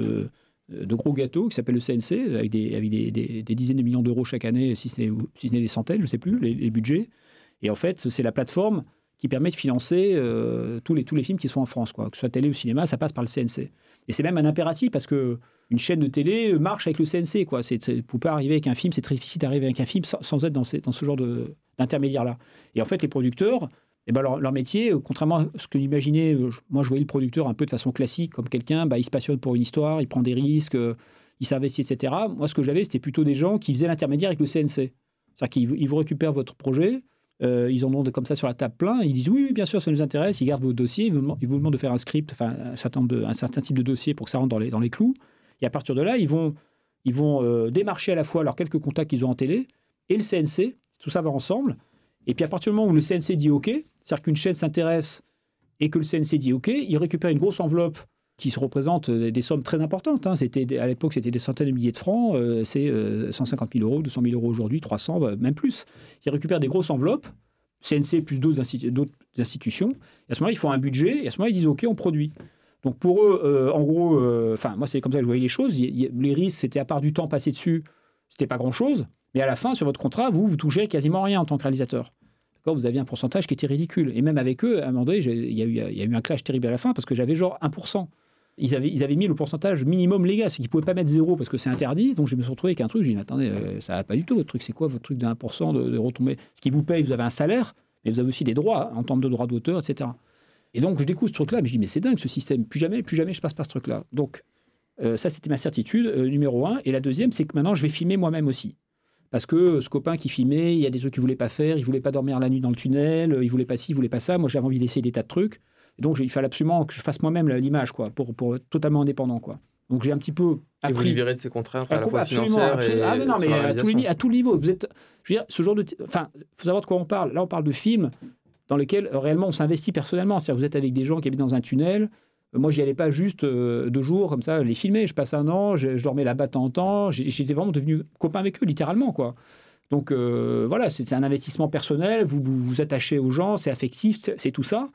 de gros gâteau qui s'appelle le CNC, avec des dizaines de millions d'euros chaque année, si ce n'est des centaines, je ne sais plus, les budgets. Et en fait, c'est la plateforme qui permet de financer tous les films qui sont en France, quoi. Que ce soit télé ou cinéma, ça passe par le CNC. Et c'est même un impératif parce qu'une chaîne de télé marche avec le CNC, quoi. Pour ne pas arriver avec un film, c'est très difficile d'arriver avec un film sans être dans ce genre d'intermédiaire-là. Et en fait, les producteurs, leur métier, contrairement à ce que j'imaginais, moi je voyais le producteur un peu de façon classique, comme quelqu'un, il se passionne pour une histoire, il prend des risques, il s'investit, etc. Moi, ce que j'avais, c'était plutôt des gens qui faisaient l'intermédiaire avec le CNC. C'est-à-dire qu'ils vous récupèrent votre projet, ils en ont comme ça sur la table plein, ils disent oui, bien sûr, ça nous intéresse, ils gardent vos dossiers, ils vous demandent de faire un script, enfin un certain type de dossier pour que ça rentre dans les clous. Et à partir de là, ils vont démarcher à la fois leurs quelques contacts qu'ils ont en télé et le CNC, tout ça va ensemble. Et puis à partir du moment où le CNC dit OK, c'est-à-dire qu'une chaîne s'intéresse et que le CNC dit OK, ils récupèrent une grosse enveloppe qui se représente des sommes très importantes. Hein. À l'époque, c'était des centaines de milliers de francs, c'est 150 000 euros, 200 000 euros aujourd'hui, 300, même plus. Ils récupèrent des grosses enveloppes, CNC plus d'autres institutions. Et à ce moment-là, ils font un budget, et à ce moment-là, ils disent OK, on produit. Donc pour eux, en gros, moi, c'est comme ça que je voyais les choses. Les risques, c'était à part du temps passé dessus, c'était pas grand-chose. Mais à la fin, sur votre contrat, vous touchez quasiment rien en tant que réalisateur. D'accord, vous aviez un pourcentage qui était ridicule. Et même avec eux, à un moment donné, il y a eu un clash terrible à la fin parce que j'avais genre 1%. Ils avaient mis le pourcentage minimum légal, c'est qu'ils ne pouvaient pas mettre 0 parce que c'est interdit. Donc je me suis retrouvé avec un truc, j'ai dit, attendez, ça va pas du tout votre truc. C'est quoi votre truc de 1% de retombée? Ce qui vous paye, vous avez un salaire, mais vous avez aussi des droits en termes de droits d'auteur, etc. Et donc je découvre ce truc-là, mais je dis, mais c'est dingue ce système. Plus jamais je passe par ce truc-là. Donc ça, c'était ma certitude, numéro 1. Et la deuxième, c'est que maintenant, je vais filmer moi-même aussi. Parce que ce copain qui filmait, il y a des trucs qu'il ne voulait pas faire, il ne voulait pas dormir la nuit dans le tunnel, il ne voulait pas ci, il ne voulait pas ça. Moi, j'avais envie d'essayer des tas de trucs. Et donc, il fallait absolument que je fasse moi-même l'image, quoi, pour être totasalement indépendant, quoi. Donc, j'ai un petit peu appris... Et vous libérez de ces contraintes à la fois financières et Ah non, mais à tout niveau. Vous êtes, je veux dire, ce genre de... Enfin, il faut savoir de quoi on parle. Là, on parle de films dans lesquels, réellement, on s'investit personnellement. C'est-à-dire, vous êtes avec des gens qui habitent dans un tunnel. Moi, j'y allais pas juste 2 jours, comme ça, les filmer. Je passe 1 an, je dormais là-bas de temps en temps. J'étais vraiment devenu copain avec eux, littéralement, quoi. Donc, voilà, c'est un investissement personnel. Vous attachez aux gens, c'est affectif, c'est tout ça.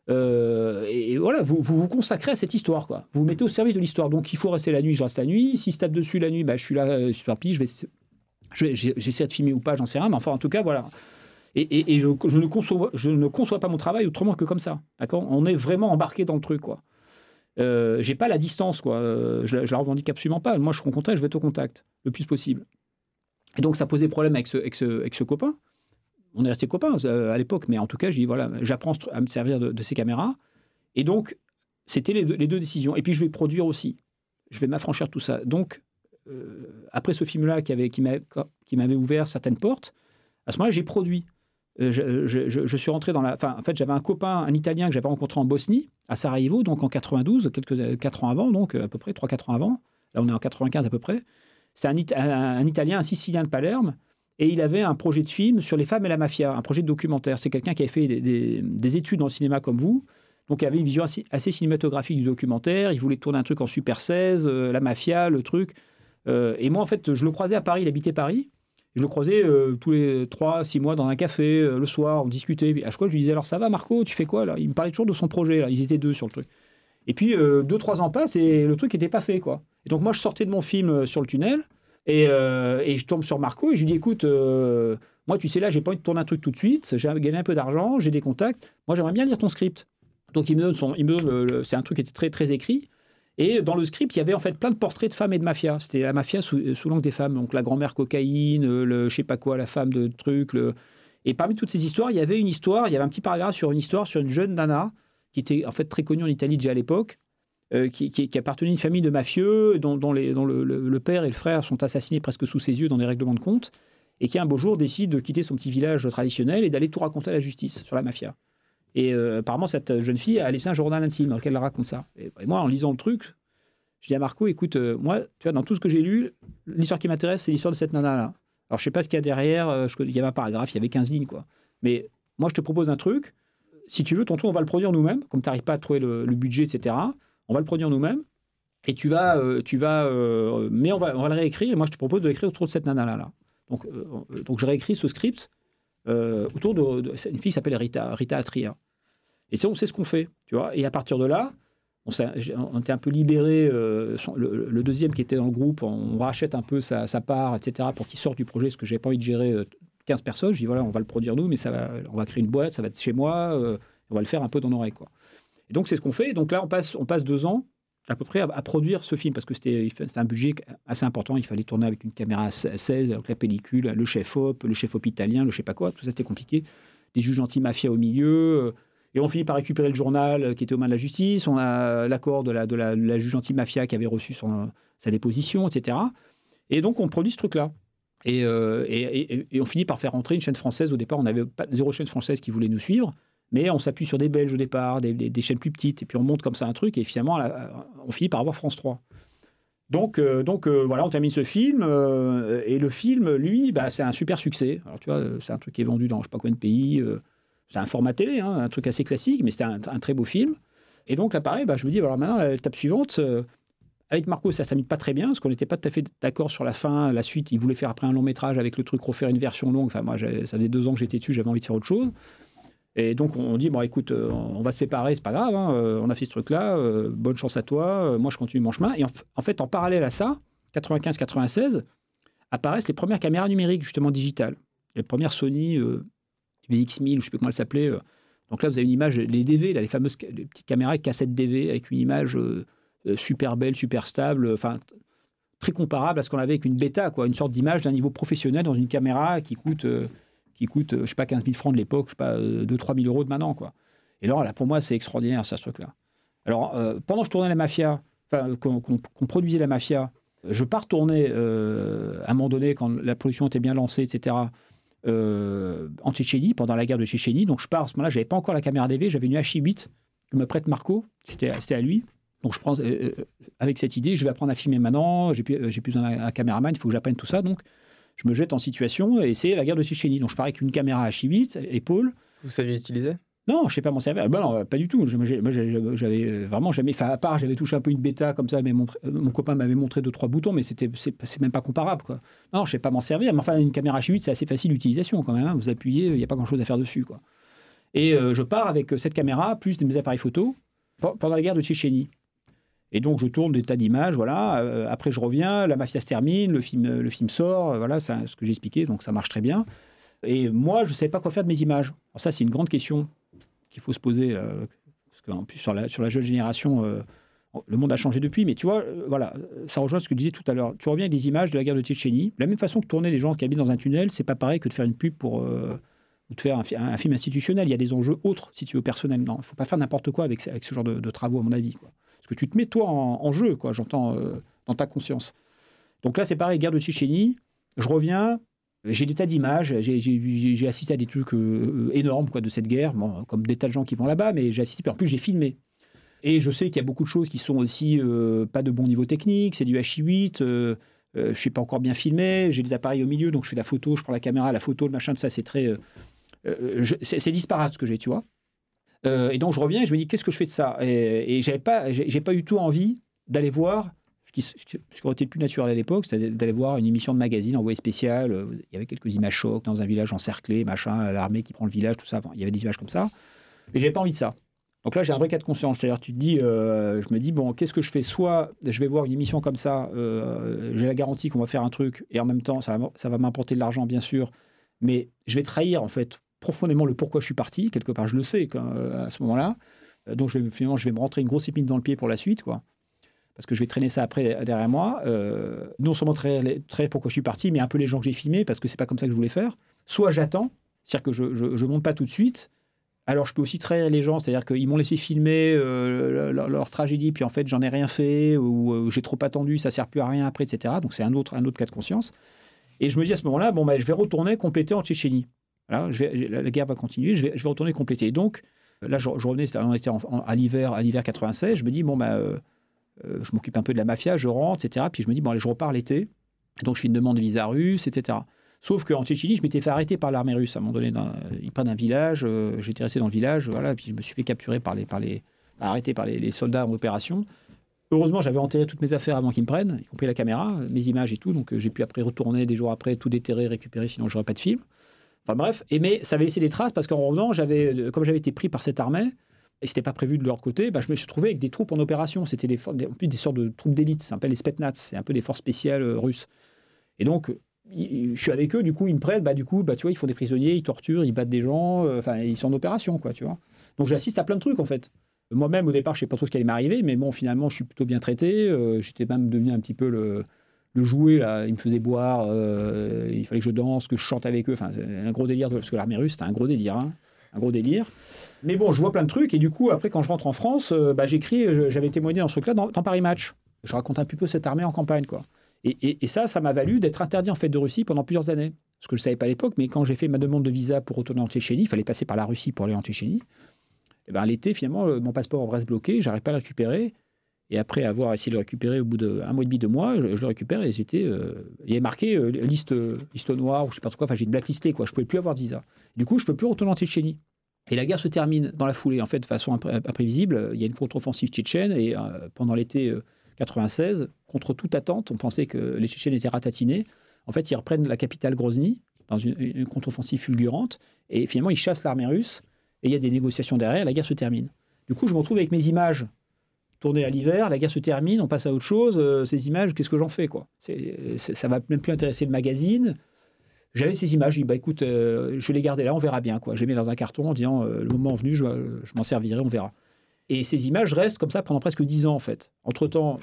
Et voilà, vous consacrez à cette histoire, quoi. Vous vous mettez au service de l'histoire. Donc, il faut rester la nuit, je reste la nuit. Si se tape dessus la nuit, je suis là, super pige, j'essaie de filmer ou pas, j'en sais rien. Mais enfin, en tout cas, voilà. Et je ne conçois pas mon travail autrement que comme ça. D'accord ? On est vraiment embarqué dans le truc, quoi. J'ai pas la distance, quoi. Je la revendique absolument pas. Moi, je suis en contact, je vais être au contact le plus possible. Et donc, ça posait problème avec ce copain. On est resté copains à l'époque, mais en tout cas, je dis voilà, j'apprends à me servir de ces caméras. Et donc, c'était les deux décisions. Et puis, je vais produire aussi. Je vais m'affranchir de tout ça. Donc, après ce film-là qui m'avait ouvert certaines portes, à ce moment-là, j'ai produit. Je suis rentré dans la... Enfin, en fait, j'avais un copain, un Italien que j'avais rencontré en Bosnie, à Sarajevo, donc en 92, 4 ans avant, donc à peu près 3-4 ans avant. Là, on est en 95 à peu près. C'est un Italien, un Sicilien de Palerme, et il avait un projet de film sur les femmes et la mafia, un projet de documentaire. C'est quelqu'un qui avait fait des études dans le cinéma comme vous, donc il avait une vision assez cinématographique du documentaire. Il voulait tourner un truc en Super 16, la mafia, le truc. Et moi, en fait, je le croisais à Paris, il habitait Paris. Je le croisais tous les 3-6 mois dans un café, le soir, on discutait. À chaque fois, je lui disais, alors ça va Marco, tu fais quoi là ? Il me parlait toujours de son projet, là. Ils étaient 2 sur le truc. Et puis, 2-3 ans passent et le truc n'était pas fait, quoi. Et donc, moi, je sortais de mon film sur le tunnel et je tombe sur Marco et je lui dis, écoute, moi, tu sais, là, j'ai pas envie de tourner un truc tout de suite, j'ai gagné un peu d'argent, j'ai des contacts, moi, j'aimerais bien lire ton script. Donc, il me donne c'est un truc qui était très, très écrit. Et dans le script, il y avait en fait plein de portraits de femmes et de mafia. C'était la mafia sous l'angle des femmes. Donc la grand-mère cocaïne, le je sais pas quoi, la femme de truc. Et parmi toutes ces histoires, il y avait une histoire, il y avait un petit paragraphe sur une histoire sur une jeune nana qui était en fait très connue en Italie déjà à l'époque, qui appartenait à une famille de mafieux dont le père et le frère sont assassinés presque sous ses yeux dans des règlements de compte, et qui un beau jour décide de quitter son petit village traditionnel et d'aller tout raconter à la justice sur la mafia. Et apparemment, cette jeune fille a laissé un journal intime dans lequel elle raconte ça. Et moi, en lisant le truc, je dis à Marco, écoute, moi, tu vois, dans tout ce que j'ai lu, l'histoire qui m'intéresse, c'est l'histoire de cette nana-là. Alors, je sais pas ce qu'il y a derrière, il y avait un paragraphe, il y avait 15 lignes, quoi. Mais moi, je te propose un truc. Si tu veux, ton tour, on va le produire nous-mêmes. Comme tu n'arrives pas à trouver le budget, etc., on va le produire nous-mêmes. Et mais on va le réécrire. Et moi, je te propose de l'écrire autour de cette nana-là. Donc, je réécris ce script autour d'une fille qui s'appelle Rita Atria. Et on sait ce qu'on fait, tu vois. Et à partir de là, on était un peu libéré. Le deuxième qui était dans le groupe, on rachète un peu sa part, etc., pour qu'il sorte du projet, parce que je n'avais pas envie de gérer 15 personnes. Je dis, voilà, on va le produire nous, mais on va créer une boîte, ça va être chez moi, on va le faire un peu dans nos règles, quoi. Et donc, c'est ce qu'on fait. Donc là, on passe 2 ans à peu près à produire ce film, parce que c'était un budget assez important. Il fallait tourner avec une caméra 16, avec la pellicule, le chef-op italien, le je sais pas quoi, tout ça c'était compliqué. Des juges anti-mafia au milieu. Et on finit par récupérer le journal qui était aux mains de la justice. On a l'accord de la juge anti-mafia qui avait reçu sa déposition, etc. Et donc, on produit ce truc-là. Et on finit par faire rentrer une chaîne française. Au départ, on avait pas 0 chaîne française qui voulait nous suivre. Mais on s'appuie sur des Belges au départ, des chaînes plus petites. Et puis, on monte comme ça un truc. Et finalement, on finit par avoir France 3. Donc voilà, on termine ce film. Et le film, lui, c'est un super succès. Alors, tu vois, c'est un truc qui est vendu dans je ne sais pas combien de pays. C'est un format télé, hein, un truc assez classique, mais c'était un très beau film. Et donc là, pareil, je me dis, alors maintenant, l'étape suivante, avec Marco, ça ne s'amuse pas très bien, parce qu'on n'était pas tout à fait d'accord sur la fin, la suite. Il voulait faire après un long métrage avec le truc, refaire une version longue. Enfin, moi, ça faisait 2 ans que j'étais dessus, j'avais envie de faire autre chose. Et donc, on dit, bon, écoute, on va se séparer, c'est pas grave, hein, on a fait ce truc-là, bonne chance à toi, moi, je continue mon chemin. Et en fait, en parallèle à ça, 95-96, apparaissent les premières caméras numériques, justement, digitales. Les premières Sony VX1000, ou je ne sais plus comment elle s'appelait. Donc là, vous avez une image, les DV, là, les petites caméras avec cassette DV, avec une image super belle, super stable, enfin, très comparable à ce qu'on avait avec une bêta, quoi, une sorte d'image d'un niveau professionnel dans une caméra qui coûte je ne sais pas, 15 000 francs de l'époque, je sais pas, 2-3 000 euros de maintenant, quoi. Et alors, là, pour moi, c'est extraordinaire, ça, ce truc-là. Alors, pendant que je tournais la Mafia, qu'on produisait la Mafia, je pars tourner, à un moment donné, quand la production était bien lancée, etc., en Tchétchénie, pendant la guerre de Tchétchénie. Donc, je pars, à ce moment-là, je n'avais pas encore la caméra DV, j'avais une H8 que me prête Marco, c'était à lui. Donc, je prends, avec cette idée, je vais apprendre à filmer maintenant, j'ai plus besoin d'un caméraman, il faut que j'apprenne tout ça, donc je me jette en situation et c'est la guerre de Tchétchénie. Donc je pars avec une caméra H8, épaule. Vous saviez utiliser ? Non, je ne sais pas m'en servir. Non, pas du tout. Moi, j'avais vraiment jamais... Enfin, à part, j'avais touché un peu une bêta comme ça, mais mon copain m'avait montré 2-3 boutons, mais c'est même pas comparable, quoi. Non, je ne sais pas m'en servir. Mais enfin, une caméra H8, c'est assez facile d'utilisation quand même, hein. Vous appuyez, il n'y a pas grand-chose à faire dessus, quoi. Et je pars avec cette caméra, plus mes appareils photo, pendant la guerre de Tchétchénie. Et donc, je tourne des tas d'images, voilà. Après, je reviens, la mafia se termine, le film sort, voilà, c'est ce que j'ai expliqué, donc ça marche très bien. Et moi, je ne savais pas quoi faire de mes images. Alors ça, c'est une grande question qu'il faut se poser, parce qu'en plus, sur la jeune génération, le monde a changé depuis, mais tu vois, voilà, ça rejoint ce que je disais tout à l'heure. Tu reviens avec des images de la guerre de Tchétchénie. De la même façon que tourner les gens qui habitent dans un tunnel, c'est pas pareil que de faire une pub ou de faire un film institutionnel. Il y a des enjeux autres, si tu veux, personnels. Non, il ne faut pas faire n'importe quoi avec ce genre de travaux, à mon avis, quoi. Parce que tu te mets, toi, en jeu, quoi, j'entends, dans ta conscience. Donc là, c'est pareil, guerre de Tchétchénie. Je reviens, j'ai des tas d'images, j'ai assisté à des trucs énormes, quoi, de cette guerre, bon, comme des tas de gens qui vont là-bas, mais j'ai assisté, en plus, j'ai filmé. Et je sais qu'il y a beaucoup de choses qui sont aussi pas de bon niveau technique, c'est du H8, je ne suis pas encore bien filmé, j'ai des appareils au milieu, donc je fais la photo, je prends la caméra, la photo, le machin, tout ça, c'est très... c'est disparate, ce que j'ai, tu vois. Et donc je reviens et je me dis qu'est-ce que je fais de ça, et j'ai pas du tout envie d'aller voir ce qui aurait été le plus naturel à l'époque, c'est d'aller voir une émission de magazine envoyée spéciale. Il y avait quelques images chocs dans un village encerclé, machin, l'armée qui prend le village, tout ça. Enfin, il y avait des images comme ça, mais j'avais pas envie de ça. Donc là j'ai un vrai cas de conscience, c'est-à-dire tu te dis, je me dis bon, qu'est-ce que je fais, soit je vais voir une émission comme ça, j'ai la garantie qu'on va faire un truc et en même temps ça va m'apporter de l'argent bien sûr, mais je vais trahir en fait profondément le pourquoi je suis parti, quelque part je le sais à ce moment-là, donc finalement je vais me rentrer une grosse épine dans le pied pour la suite, quoi. parce que je vais traîner ça après derrière moi. Non seulement trahir pourquoi je suis parti, mais un peu les gens que j'ai filmés, parce que c'est pas comme ça que je voulais faire. Soit j'attends, c'est-à-dire que je monte pas tout de suite. Alors je peux aussi trahir les gens, c'est-à-dire qu'ils m'ont laissé filmer leur tragédie, puis en fait j'en ai rien fait, ou j'ai trop attendu, ça sert plus à rien après, etc. Donc c'est un autre cas de conscience. Et je me dis à ce moment-là, je vais retourner compléter en Tchétchénie. Voilà, la guerre va continuer, je vais retourner compléter. Et donc là je revenais, on était à l'hiver 96, je me dis je m'occupe un peu de la mafia, je rentre, etc. Puis je me dis allez, je repars l'été. Donc je fais une demande de visa russe, etc. Sauf qu'en Tchétchénie, je m'étais fait arrêter par l'armée russe. À un moment donné, ils prennent un village, j'étais resté dans le village, voilà, puis je me suis fait capturer arrêté par les soldats en opération. Heureusement, j'avais enterré toutes mes affaires avant qu'ils me prennent, y compris la caméra, mes images et tout, donc j'ai pu après retourner des jours après, tout déterrer, récupérer, sinon je n'aurais pas de film. Enfin bref, mais ça avait laissé des traces parce qu'en revenant, comme j'avais été pris par cette armée, et c'était pas prévu de leur côté, je me suis trouvé avec des troupes en opération. C'était en plus des sortes de troupes d'élite, ça s'appelle les Spetsnaz, c'est un peu des forces spéciales russes. Et donc, je suis avec eux, du coup, ils me prennent, tu vois, ils font des prisonniers, ils torturent, ils battent des gens, ils sont en opération, quoi, tu vois. Donc, j'assiste à plein de trucs, en fait. Moi-même, au départ, je ne sais pas trop ce qui allait m'arriver, mais bon, finalement, je suis plutôt bien traité. J'étais même devenu un petit peu le jouet, là. Ils me faisaient boire, il fallait que je danse, que je chante avec eux. Enfin, c'est un gros délire, parce que l'armée russe, c'était un gros délire, hein. Un gros délire. Mais bon, je vois plein de trucs, et du coup, après, quand je rentre en France, j'écris, j'avais témoigné dans ce truc-là, dans Paris Match. Je raconte un petit peu cette armée en campagne, quoi. Et ça m'a valu d'être interdit en fait de Russie pendant plusieurs années. Ce que je ne savais pas à l'époque, mais quand j'ai fait ma demande de visa pour retourner en Tchétchénie, il fallait passer par la Russie pour aller en Tchétchénie. Et l'été, finalement, mon passeport reste bloqué, j'arrive pas à le récupérer. Et après avoir essayé de le récupérer au bout d'un mois et demi, 2 mois, je le récupère et il y avait marqué liste noire ou je sais pas trop quoi, j'ai blacklisté, quoi. Je pouvais plus avoir de visa. Du coup, je peux plus retourner en Tchétchénie. Et la guerre se termine dans la foulée, en fait, de façon imprévisible. Il y a une contre-offensive tchétchène et pendant l'été 96, contre toute attente, on pensait que les Tchétchènes étaient ratatinés. En fait, ils reprennent la capitale Grozny dans une contre-offensive fulgurante et finalement, ils chassent l'armée russe et il y a des négociations derrière, la guerre se termine. Du coup, je me retrouve avec mes images tournées à l'hiver, la guerre se termine, on passe à autre chose. Ces images, qu'est-ce que j'en fais, quoi ? Ça va même plus intéresser le magazine. J'avais ces images, je dis, écoute, je vais les garder là, on verra bien, quoi. Je les mets dans un carton en disant, le moment venu, je m'en servirai, on verra. Et ces images restent comme ça pendant presque 10 ans, en fait. Entre-temps,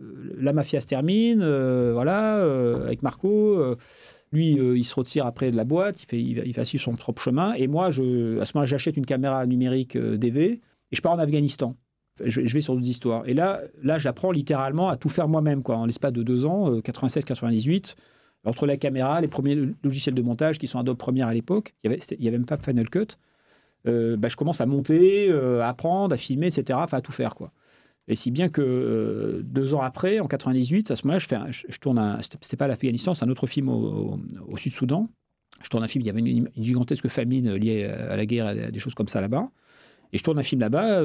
la mafia se termine, avec Marco. Lui, il se retire après de la boîte, il va suivre son propre chemin. Et moi, à ce moment-là, j'achète une caméra numérique DV et je pars en Afghanistan. Je vais sur d'autres histoires. Et là, j'apprends littéralement à tout faire moi-même, quoi. En l'espace de 2 ans, 96-98, entre la caméra, les premiers logiciels de montage qui sont Adobe Premiere à l'époque, il y avait même pas Final Cut. Je commence à monter, à apprendre, à filmer, etc., à tout faire, quoi. Et si bien que 2 ans après, en 98, à ce moment-là, je tourne c'était pas l'Afghanistan, c'est un autre film au Sud-Soudan. Je tourne un film, il y avait une gigantesque famine liée à la guerre, à des choses comme ça là-bas. Et je tourne un film là-bas,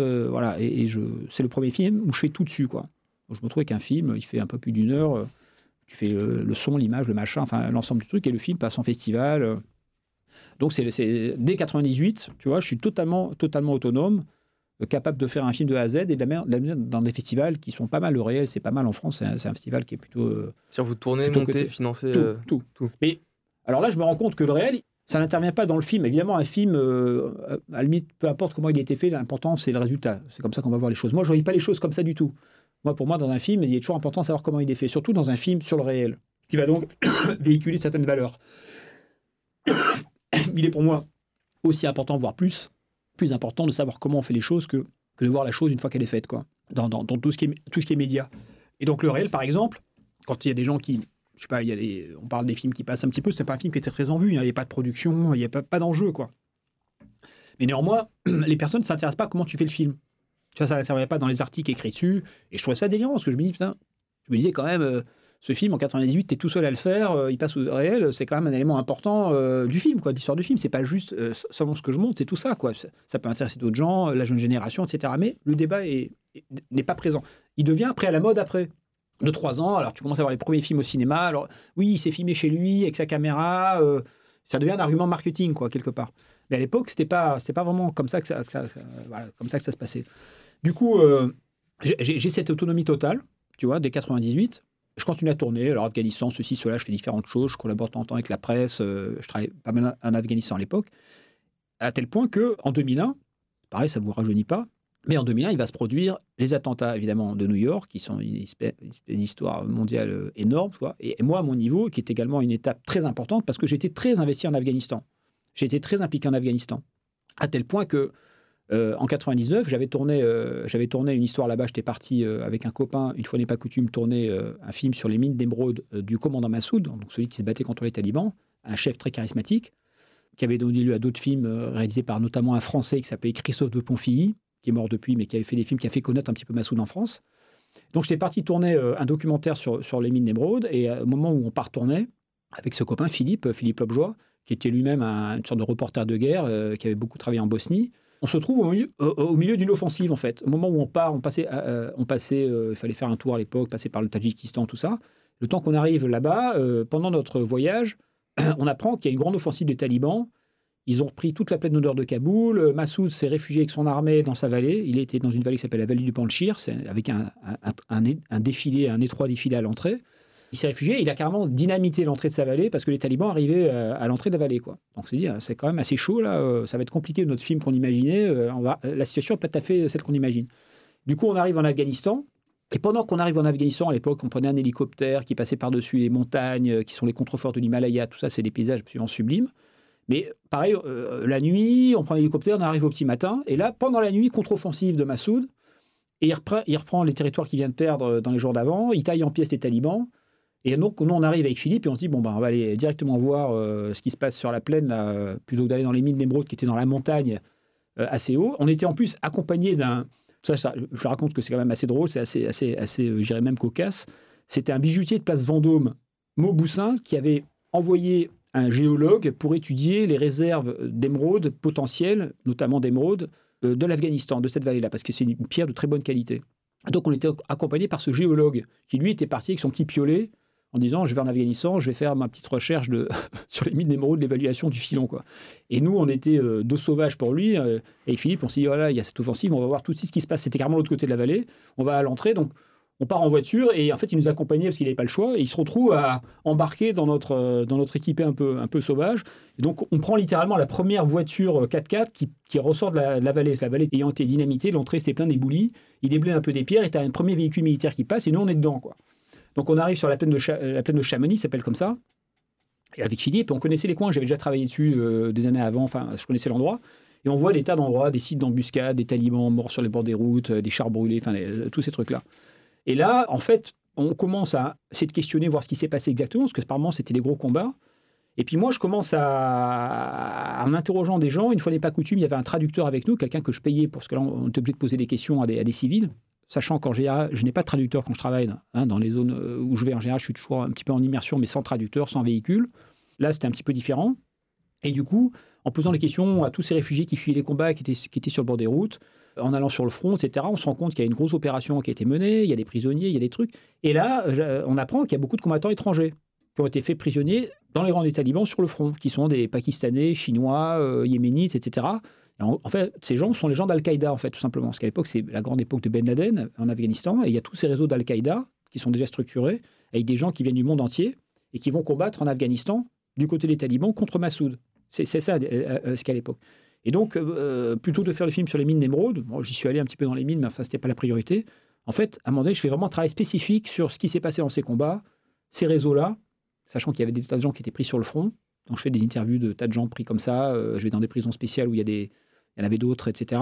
c'est le premier film où je fais tout dessus, quoi. Donc, je me trouve avec un film, il fait un peu plus d'1 heure. Tu fais le son, l'image, le machin, enfin l'ensemble du truc, et le film passe en festival. Donc dès 98, tu vois, je suis totalement autonome, capable de faire un film de A à Z et de la mettre dans des festivals qui sont pas mal. Le Réel, c'est pas mal en France, c'est un festival qui est plutôt... Vous tournez, montez, financez... Tout. Mais alors là, je me rends compte que le Réel, ça n'intervient pas dans le film. Évidemment, un film, à la limite, peu importe comment il a été fait, l'important, c'est le résultat. C'est comme ça qu'on va voir les choses. Moi, je ne voyais pas les choses comme ça du tout. Pour moi, dans un film, il est toujours important de savoir comment il est fait, surtout dans un film sur le réel, qui va donc véhiculer certaines valeurs. Il est pour moi aussi important, voire plus important de savoir comment on fait les choses que de voir la chose une fois qu'elle est faite, quoi, dans tout ce qui est média. Et donc le réel, par exemple, quand il y a des gens qui... Je sais pas, on parle des films qui passent un petit peu, c'est pas un film qui était très en vue, il n'y avait pas de production, il n'y a pas d'enjeu, quoi. Mais néanmoins, les personnes ne s'intéressent pas à comment tu fais le film. Ça n'intervenait pas dans les articles écrits dessus. Et je trouvais ça délirant, parce que je me disais quand même, ce film en 98, t'es tout seul à le faire, il passe au réel, c'est quand même un élément important du film, quoi, de l'histoire du film. C'est pas juste seulement ce que je montre, c'est tout ça, quoi. Ça peut intéresser d'autres gens, la jeune génération, etc. Mais le débat n'est pas présent. Il devient après à la mode après. De 3 ans, alors tu commences à voir les premiers films au cinéma. Alors oui, il s'est filmé chez lui avec sa caméra. Ça devient un argument marketing, quoi, quelque part. Mais à l'époque, c'était pas vraiment comme ça que ça se passait. Du coup, j'ai cette autonomie totale, tu vois, dès 98. Je continue à tourner. Alors, Afghanistan, ceci, cela, je fais différentes choses. Je collabore de temps en temps avec la presse. Je travaille pas mal en Afghanistan à l'époque. À tel point qu'en 2001, pareil, ça ne vous rajeunit pas, Mais en 2001, il va se produire les attentats, évidemment, de New York, qui sont une espèce d'histoire mondiale énorme. Quoi. Et moi, à mon niveau, qui est également une étape très importante, parce que j'étais très investi en Afghanistan. J'étais très impliqué en Afghanistan. À tel point que, en 99, j'avais tourné une histoire là-bas. J'étais parti avec un copain, une fois n'est pas coutume, tourner un film sur les mines d'émeraude du commandant Massoud, donc celui qui se battait contre les talibans, un chef très charismatique, qui avait donné lieu à d'autres films réalisés par notamment un Français qui s'appelait Christophe de Ponfilly, qui est mort depuis, mais qui avait fait des films qui a fait connaître un petit peu Massoud en France. Donc j'étais parti tourner un documentaire sur les mines d'émeraude, et au moment où on part tourner, avec ce copain Philippe Lobjoie, qui était lui-même une sorte de reporter de guerre, qui avait beaucoup travaillé en Bosnie, on se trouve au milieu d'une offensive, en fait. Au moment où on part, il fallait faire un tour à l'époque, passer par le Tadjikistan, tout ça. Le temps qu'on arrive là-bas, pendant notre voyage, on apprend qu'il y a une grande offensive des talibans. Ils ont repris toute la plaine nord de Kaboul. Massoud s'est réfugié avec son armée dans sa vallée. Il était dans une vallée qui s'appelle la vallée du Panchir, avec un défilé, un étroit défilé à l'entrée. Il s'est réfugié, il a carrément dynamité l'entrée de sa vallée parce que les talibans arrivaient à l'entrée de la vallée. Quoi. Donc c'est dit, c'est quand même assez chaud, là. Ça va être compliqué de notre film qu'on imaginait. La situation n'est pas tout à fait celle qu'on imagine. Du coup, on arrive en Afghanistan. Et pendant qu'on arrive en Afghanistan, à l'époque, on prenait un hélicoptère qui passait par-dessus les montagnes, qui sont les contreforts de l'Himalaya. Tout ça, c'est des paysages absolument sublimes. Mais pareil, la nuit, on prend l'hélicoptère, on arrive au petit matin. Et là, pendant la nuit, contre-offensive de Massoud. Et il reprend les territoires qu'il vient de perdre dans les jours d'avant. Il taille en pièces les talibans. Et donc, nous, on arrive avec Philippe et on se dit, on va aller directement voir ce qui se passe sur la plaine, là, plutôt que d'aller dans les mines d'émeraude qui étaient dans la montagne assez haut. On était en plus accompagné d'un... Ça, je raconte que c'est quand même assez drôle, c'est assez je dirais même cocasse. C'était un bijoutier de place Vendôme, Mauboussin, qui avait envoyé un géologue pour étudier les réserves d'émeraude potentielles, notamment d'émeraude, de l'Afghanistan, de cette vallée-là, parce que c'est une pierre de très bonne qualité. Donc, on était accompagné par ce géologue qui, lui, était parti avec son petit piolet en disant, je vais en Afghanistan, je vais faire ma petite recherche sur les mines d'émeraude, l'évaluation du filon. Quoi. Et nous, on était deux sauvages pour lui. Et Philippe, on s'est dit, voilà, il y a cette offensive, on va voir tout de suite ce qui se passe. C'était carrément l'autre côté de la vallée. On va à l'entrée, donc on part en voiture. Et en fait, il nous accompagnait parce qu'il n'avait pas le choix. Et il se retrouve à embarquer dans notre équipée un peu sauvage. Et donc, on prend littéralement la première voiture 4x4 qui ressort de la vallée. La vallée ayant été dynamitée, l'entrée, c'était plein d'éboulis. Il déblaye un peu des pierres et tu as un premier véhicule militaire qui passe. Et nous, on est dedans, quoi. Donc, on arrive sur la plaine de Chamonix, ça s'appelle comme ça, et avec Philippe, on connaissait les coins, j'avais déjà travaillé dessus des années avant, enfin, je connaissais l'endroit, et on voit des tas d'endroits, des sites d'embuscade, des talibans morts sur les bords des routes, des chars brûlés, enfin, tous ces trucs-là. Et là, en fait, on commence à essayer de questionner, voir ce qui s'est passé exactement, parce que par moments, c'était des gros combats. Et puis moi, je commence en interrogeant des gens, une fois n'est pas coutume, il y avait un traducteur avec nous, quelqu'un que je payais, parce que là, on était obligé de poser des questions à des civils. Sachant qu'en général, je n'ai pas de traducteur quand je travaille. Dans les zones où je vais, en général, je suis toujours un petit peu en immersion, mais sans traducteur, sans véhicule. Là, c'était un petit peu différent. Et du coup, en posant les questions à tous ces réfugiés qui fuyaient les combats, qui étaient sur le bord des routes, en allant sur le front, etc., on se rend compte qu'il y a une grosse opération qui a été menée, il y a des prisonniers, il y a des trucs. Et là, on apprend qu'il y a beaucoup de combattants étrangers qui ont été faits prisonniers dans les rangs des talibans sur le front, qui sont des Pakistanais, Chinois, Yéménites, etc., en fait, ces gens sont les gens d'Al-Qaïda, en fait, tout simplement. Parce qu'à l'époque, c'est la grande époque de Ben Laden en Afghanistan. Et il y a tous ces réseaux d'Al-Qaïda qui sont déjà structurés, avec des gens qui viennent du monde entier et qui vont combattre en Afghanistan du côté des talibans contre Massoud. C'est ça ce qu'à l'époque. Et donc, plutôt que de faire le film sur les mines d'émeraude, j'y suis allé un petit peu dans les mines, mais enfin, ce n'était pas la priorité. En fait, à un moment donné, je fais vraiment un travail spécifique sur ce qui s'est passé dans ces combats, ces réseaux-là, sachant qu'il y avait des tas de gens qui étaient pris sur le front. Donc, je fais des interviews de tas de gens pris comme ça. Je vais dans des prisons spéciales où il y en avait d'autres, etc.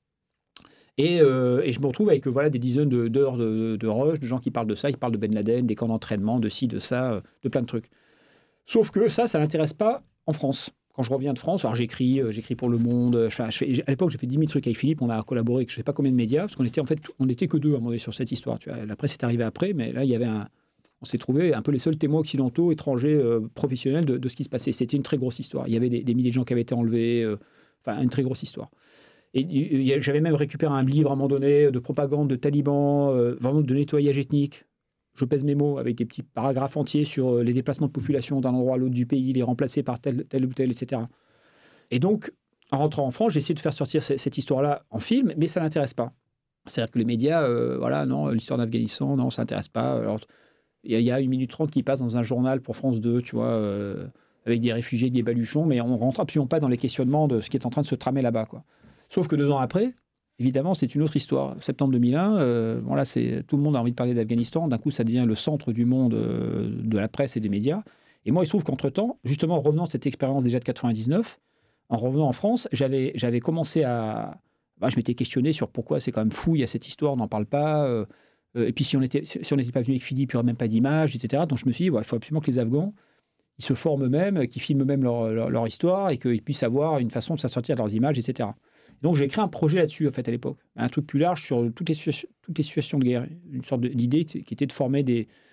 Et je me retrouve avec des dizaines d'heures de rush, de gens qui parlent de ça, ils parlent de Ben Laden, des camps d'entraînement, de ci, de ça, de plein de trucs. Sauf que ça ne l'intéresse pas en France. Quand je reviens de France, alors j'écris pour Le Monde. À l'époque, j'ai fait 10 000 trucs avec Philippe, on a collaboré avec je ne sais pas combien de médias, parce qu'on était que deux à un moment donné sur cette histoire. Tu vois. La presse est arrivée après, mais là, il y avait on s'est trouvé un peu les seuls témoins occidentaux, étrangers, professionnels de ce qui se passait. C'était une très grosse histoire. Il y avait des milliers de gens qui avaient été enlevés, une très grosse histoire. Et j'avais même récupéré un livre à un moment donné de propagande de talibans, vraiment de nettoyage ethnique. Je pèse mes mots avec des petits paragraphes entiers sur les déplacements de population d'un endroit à l'autre du pays, les remplacer par tel ou tel, etc. Et donc, en rentrant en France, j'ai essayé de faire sortir cette histoire-là en film, mais ça ne l'intéresse pas. C'est-à-dire que les médias, non, l'histoire d'Afghanistan, non, ça n'intéresse pas. Alors, il y a 1 minute 30 qui passe dans un journal pour France 2, tu vois, avec des réfugiés, des baluchons, mais on ne rentre absolument pas dans les questionnements de ce qui est en train de se tramer là-bas, quoi. Sauf que 2 ans après, évidemment, c'est une autre histoire. Septembre 2001, bon là, tout le monde a envie de parler d'Afghanistan. D'un coup, ça devient le centre du monde de la presse et des médias. Et moi, il se trouve qu'entre-temps, justement, en revenant de cette expérience déjà de 99, en revenant en France, j'avais commencé à... je m'étais questionné sur pourquoi c'est quand même fou, il y a cette histoire, on n'en parle pas. Et puis, si on n'était pas venu avec Philippe, il n'y aurait même pas d'image, etc. Donc, je me suis dit, il faut absolument que les Afghans, ils se forment eux-mêmes, qu'ils filment eux-mêmes leur histoire et qu'ils puissent avoir une façon de s'assortir de leurs images, etc. Donc, j'ai créé un projet là-dessus, en fait, à l'époque. Un truc plus large sur toutes les situations de guerre. Une sorte d'idée qui était de former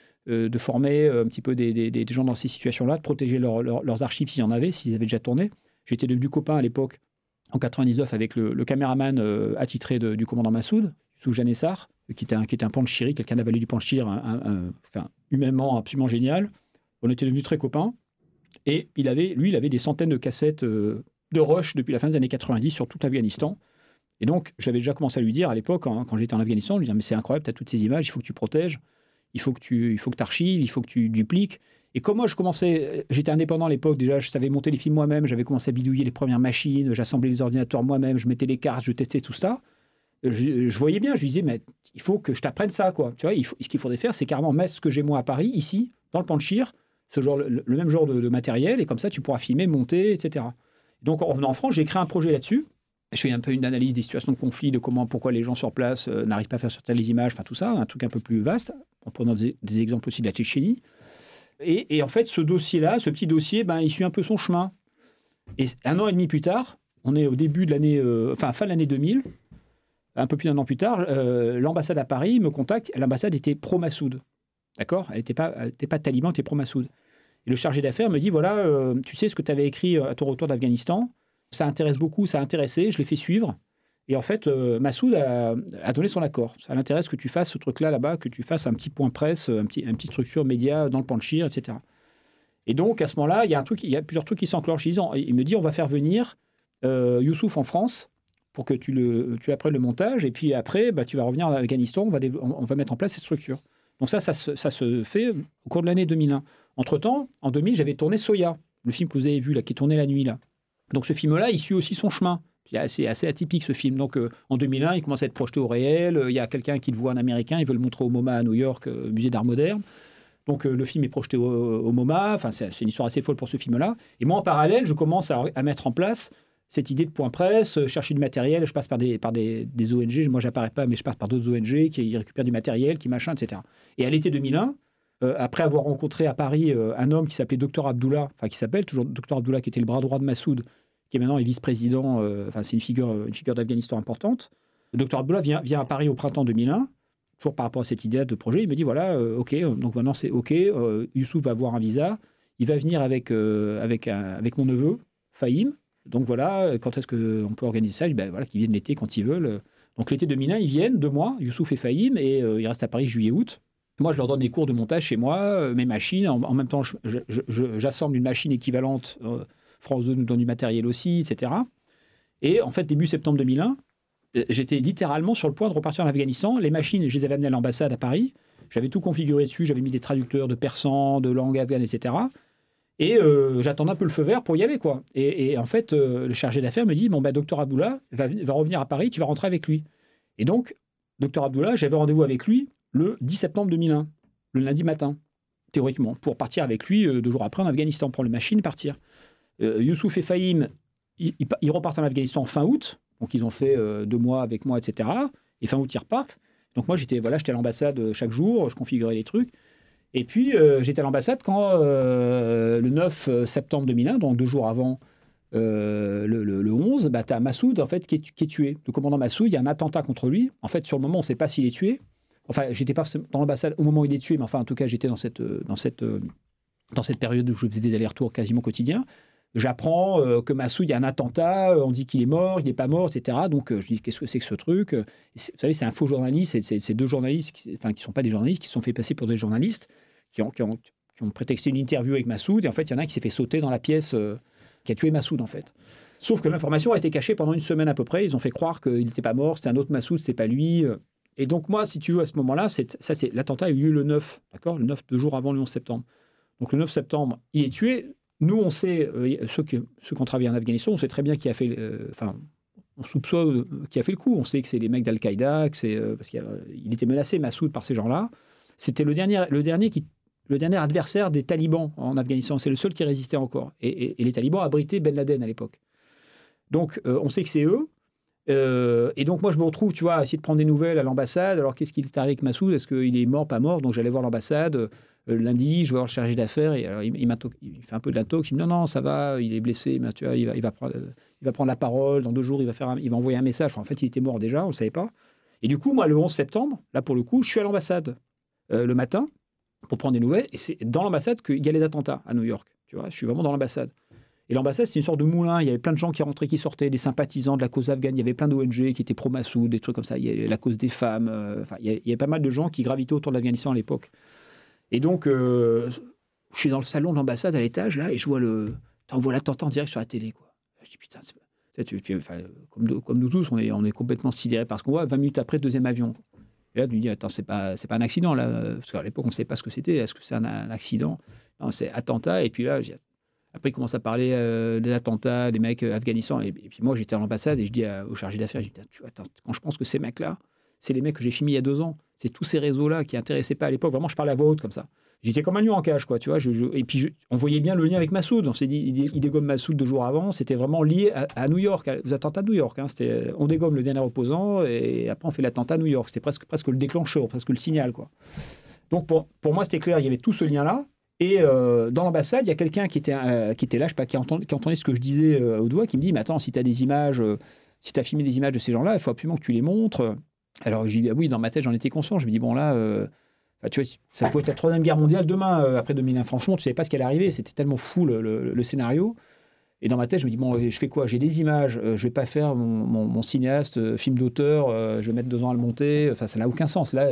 un petit peu des gens dans ces situations-là, de protéger leurs archives s'il y en avait, s'ils avaient déjà tourné. J'étais devenu copain à l'époque, en 99, avec le caméraman attitré du commandant Massoud, Youssouf Janessar, qui était un panchiri, quelqu'un d'avalé du panchir, humainement absolument génial. On était devenus très copains. Et il avait des centaines de cassettes de rush depuis la fin des années 90 sur tout l'Afghanistan. Et donc, j'avais déjà commencé à lui dire à l'époque, quand j'étais en Afghanistan, lui dire, mais c'est incroyable, tu as toutes ces images, il faut que tu protèges, il faut que tu archives, il faut que tu dupliques. Et comme moi, j'étais indépendant à l'époque, déjà, je savais monter les films moi-même, j'avais commencé à bidouiller les premières machines, j'assemblais les ordinateurs moi-même, je mettais les cartes, je testais tout ça. Je voyais bien, je lui disais, mais il faut que je t'apprenne ça, quoi. Tu vois, ce qu'il faudrait faire, c'est carrément mettre ce que j'ai moi à Paris, ici, dans le Panchir, le même genre de matériel, et comme ça, tu pourras filmer, monter, etc. Donc, en venant en France, j'ai créé un projet là-dessus. Je fais un peu une analyse des situations de conflit, de pourquoi les gens sur place n'arrivent pas à faire sortir les images, enfin tout ça, un truc un peu plus vaste, en prenant des exemples aussi de la Tchétchénie. Et en fait, ce dossier-là, ce petit dossier, il suit un peu son chemin. Et 1 an et demi plus tard, on est au début de l'année, fin de l'année 2000, un peu plus d'1 an plus tard, l'ambassade à Paris me contacte. L'ambassade était pro-Massoud. D'accord ? Elle n'était pas taliban, elle était pro-Massoud. Et le chargé d'affaires me dit, voilà, tu sais ce que tu avais écrit à ton retour d'Afghanistan, ça intéresse beaucoup, ça a intéressé, je l'ai fait suivre. Et en fait, Massoud a donné son accord. Ça l'intéresse que tu fasses ce truc-là, là-bas, que tu fasses un petit point presse, un petit structure média dans le Panchir, etc. Et donc, à ce moment-là, il y a plusieurs trucs qui s'enclenchent. Il me dit, on va faire venir Youssouf en France pour que tu apprennes le montage. Et puis après, tu vas revenir en Afghanistan, on va mettre en place cette structure. Donc ça se fait au cours de l'année 2001. Entre-temps, en 2000, j'avais tourné Soya, le film que vous avez vu, là, qui est tourné la nuit, là. Donc ce film-là, il suit aussi son chemin. C'est assez atypique, ce film. Donc en 2001, il commence à être projeté au réel. Il y a quelqu'un qui le voit, un Américain, il veut le montrer au MoMA à New York, musée d'art moderne. Donc le film est projeté au MoMA. Enfin, c'est une histoire assez folle pour ce film-là. Et moi, en parallèle, je commence à mettre en place cette idée de point presse, chercher du matériel. Je passe par des ONG. Moi, j'apparais pas, mais je passe par d'autres ONG qui récupèrent du matériel, qui machin, etc. Et à l'été 2001, après avoir rencontré à Paris un homme qui s'appelait Dr Abdullah, enfin qui s'appelle toujours Dr Abdullah, qui était le bras droit de Massoud, qui est maintenant vice-président, c'est une figure d'Afghanistan importante. Le Dr Abdullah vient à Paris au printemps 2001, toujours par rapport à cette idée de projet. Il me dit, voilà, OK, donc maintenant c'est OK, Youssouf va avoir un visa, il va venir avec mon neveu, Fahim. Donc voilà, quand est-ce qu'on peut organiser ça? Je dis, voilà, qu'ils viennent l'été quand ils veulent. Donc l'été 2001, ils viennent, 2 mois, Youssouf et Fahim, et ils restent à Paris juillet-août. Moi, je leur donne des cours de montage chez moi, mes machines. En même temps, j'assemble une machine équivalente. France 2 nous donne du matériel aussi, etc. Et en fait, début septembre 2001, j'étais littéralement sur le point de repartir en Afghanistan. Les machines, je les avais amenées à l'ambassade à Paris. J'avais tout configuré dessus. J'avais mis des traducteurs de persan, de langue afghane, etc. Et j'attendais un peu le feu vert pour y aller, quoi. Et en fait, le chargé d'affaires me dit, Dr Abdullah va revenir à Paris, tu vas rentrer avec lui. Et donc, Dr Abdullah, j'avais rendez-vous avec lui le 10 septembre 2001, le lundi matin, théoriquement, pour partir avec lui 2 jours après en Afghanistan, prendre les machines, partir. Youssouf et Fahim, ils repartent en Afghanistan fin août, donc ils ont fait 2 mois avec moi, etc. Et fin août, ils repartent. Donc moi, j'étais à l'ambassade chaque jour, je configurais les trucs. Et puis, j'étais à l'ambassade quand, le 9 septembre 2001, donc 2 jours avant le 11, tu as Massoud, en fait, qui est tué. Le commandant Massoud, il y a un attentat contre lui. En fait, sur le moment, on ne sait pas s'il est tué. Enfin, j'étais pas dans l'ambassade au moment où il est tué, mais enfin, en tout cas, j'étais dans cette période où je faisais des allers-retours quasiment quotidiens. J'apprends que Massoud, il y a un attentat, on dit qu'il est mort, il n'est pas mort, etc. Donc, je dis, qu'est-ce que c'est que ce truc? Vous savez, c'est un faux journaliste, c'est 2 journalistes, qui ne sont pas des journalistes, qui se sont fait passer pour des journalistes, qui ont prétexté une interview avec Massoud, et en fait, il y en a un qui s'est fait sauter dans la pièce, qui a tué Massoud, en fait. Sauf que l'information a été cachée pendant 1 semaine à peu près. Ils ont fait croire qu'il n'était pas mort, c'était un autre Massoud, c'était pas lui. Et donc, moi, si tu veux, à ce moment-là, l'attentat a eu lieu le 9, d'accord? Le 9, 2 jours avant le 11 septembre. Donc, le 9 septembre, il est tué. Nous, on sait, ceux qui ont travaillé en Afghanistan, on sait très bien qui a fait... on soupçonne qui a fait le coup. On sait que c'est les mecs d'Al-Qaïda, parce qu'il était menacé, Massoud, par ces gens-là. C'était le dernier adversaire des talibans en Afghanistan. C'est le seul qui résistait encore. Et les talibans abritaient Ben Laden à l'époque. Donc, on sait que c'est eux. Et donc, moi, je me retrouve, tu vois, à essayer de prendre des nouvelles à l'ambassade. Alors, qu'est-ce qu'il est arrivé avec Massoud ? Est-ce qu'il est mort, pas mort ? Donc, j'allais voir l'ambassade. Lundi, je vais voir le chargé d'affaires. Et alors, il fait un peu de la talk. Il me dit non, ça va, il est blessé. Mais, tu vois, il va prendre la parole. Dans 2 jours, il va envoyer un message. Enfin, en fait, il était mort déjà, on ne le savait pas. Et du coup, moi, le 11 septembre, là, pour le coup, je suis à l'ambassade le matin pour prendre des nouvelles. Et c'est dans l'ambassade qu'il y a les attentats à New York. Tu vois, je suis vraiment dans l'ambassade. Et l'ambassade, c'est une sorte de moulin. Il y avait plein de gens qui rentraient, qui sortaient, des sympathisants de la cause afghane. Il y avait plein d'ONG qui étaient pro-Massoud, des trucs comme ça. Il y avait la cause des femmes. Il y avait pas mal de gens qui gravitaient autour de l'Afghanistan à l'époque. Et donc, je suis dans le salon de l'ambassade à l'étage, là, et je vois on voit l'attentat en direct sur la télé, quoi. Je dis, putain, comme nous tous, on est complètement sidérés par ce qu'on voit. 20 minutes après, 2e avion. Et là, tu me dis, attends, c'est pas un accident, là. Parce qu'à l'époque, on ne savait pas ce que c'était. Est-ce que c'est un accident ? Non, c'est attentat. Et puis là, après, il commence à parler des attentats, des mecs Afghanistan. Et puis moi, j'étais à l'ambassade et je dis au chargé d'affaires, je dis, tu vois, quand je pense que ces mecs-là, c'est les mecs que j'ai filmés il y a 2 ans. C'est tous ces réseaux-là qui n'intéressaient pas à l'époque. Vraiment, je parle à voix haute comme ça. J'étais comme un lion en cage, quoi, tu vois. Et puis, on voyait bien le lien avec Massoud. On s'est dit, il dégomme Massoud 2 jours avant. C'était vraiment lié à New York, aux attentats de New York. Hein. On dégomme le dernier opposant et après, on fait l'attentat à New York. C'était presque le déclencheur, presque le signal, quoi. Donc, pour moi, c'était clair. Il y avait tout ce lien-là. Et dans l'ambassade, il y a quelqu'un qui était là, je sais pas, qui entendait ce que je disais à haute voix, qui me dit, mais attends, si tu as des images, si tu as filmé des images de ces gens-là, il faut absolument que tu les montres. Alors, j'ai dit, ah oui, dans ma tête, j'en étais conscient. Je me dis, bon, là, tu vois, ça pouvait être la 3e guerre mondiale demain, après 2001. Franchement, tu ne savais pas ce qui allait arriver. C'était tellement fou, le scénario. Et dans ma tête, je me dis, bon, je fais quoi ? J'ai des images, je ne vais pas faire mon cinéaste, film d'auteur, je vais mettre 2 ans à le monter. Enfin, ça n'a aucun sens. Là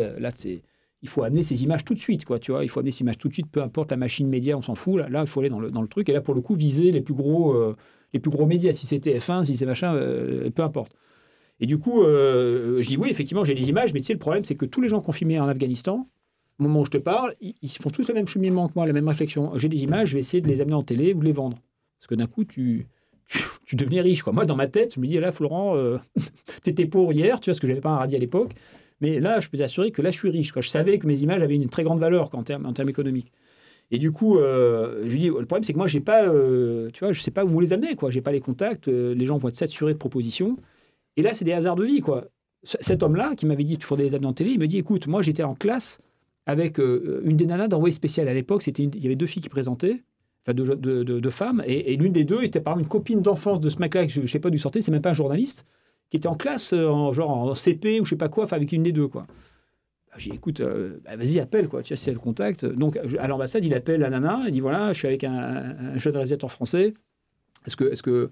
il faut amener ces images tout de suite, quoi, tu vois. Il faut amener ces images tout de suite, peu importe la machine média, on s'en fout. Là, il faut aller dans le truc. Et là, pour le coup, viser les plus gros médias. Si c'est TF1, si c'est machin, peu importe. Et du coup, je dis oui, effectivement, j'ai des images, mais tu sais, le problème, c'est que tous les gens qui ont filmé en Afghanistan, au moment où je te parle, ils font tous le même cheminement que moi, la même réflexion. J'ai des images, je vais essayer de les amener en télé ou de les vendre. Parce que d'un coup, tu devenais riche, quoi. Moi, dans ma tête, je me dis, là, Florent, t'étais pauvre hier, tu vois, parce que j'avais pas un radis à l'époque. Mais là, je peux t'assurer que là, je suis riche, quoi. Je savais que mes images avaient une très grande valeur en termes économiques. Et du coup, je lui dis, le problème, c'est que moi, j'ai pas, tu vois, je sais pas où vous les amener, quoi. J'ai pas les contacts, les gens vont être saturés de propositions. Et là, c'est des hasards de vie, quoi. Cet homme-là, qui m'avait dit, tu faudrait les amener en télé, il me dit, écoute, moi, j'étais en classe avec une des nanas d'envoyé spécial. À l'époque, il y avait 2 filles qui présentaient, enfin, 2 femmes, et l'une des 2 était par une copine d'enfance de ce mec-là, que je sais pas d'où sortait, c'est même pas un journaliste, qui était en classe, en CP ou je sais pas quoi, enfin, avec une des 2, quoi. J'ai dit, écoute, vas-y, appelle, quoi, tu vois, si elle le contact. Donc, à l'ambassade, il appelle la nana, il dit, voilà, je suis avec un jeune réalisateur français, est-ce que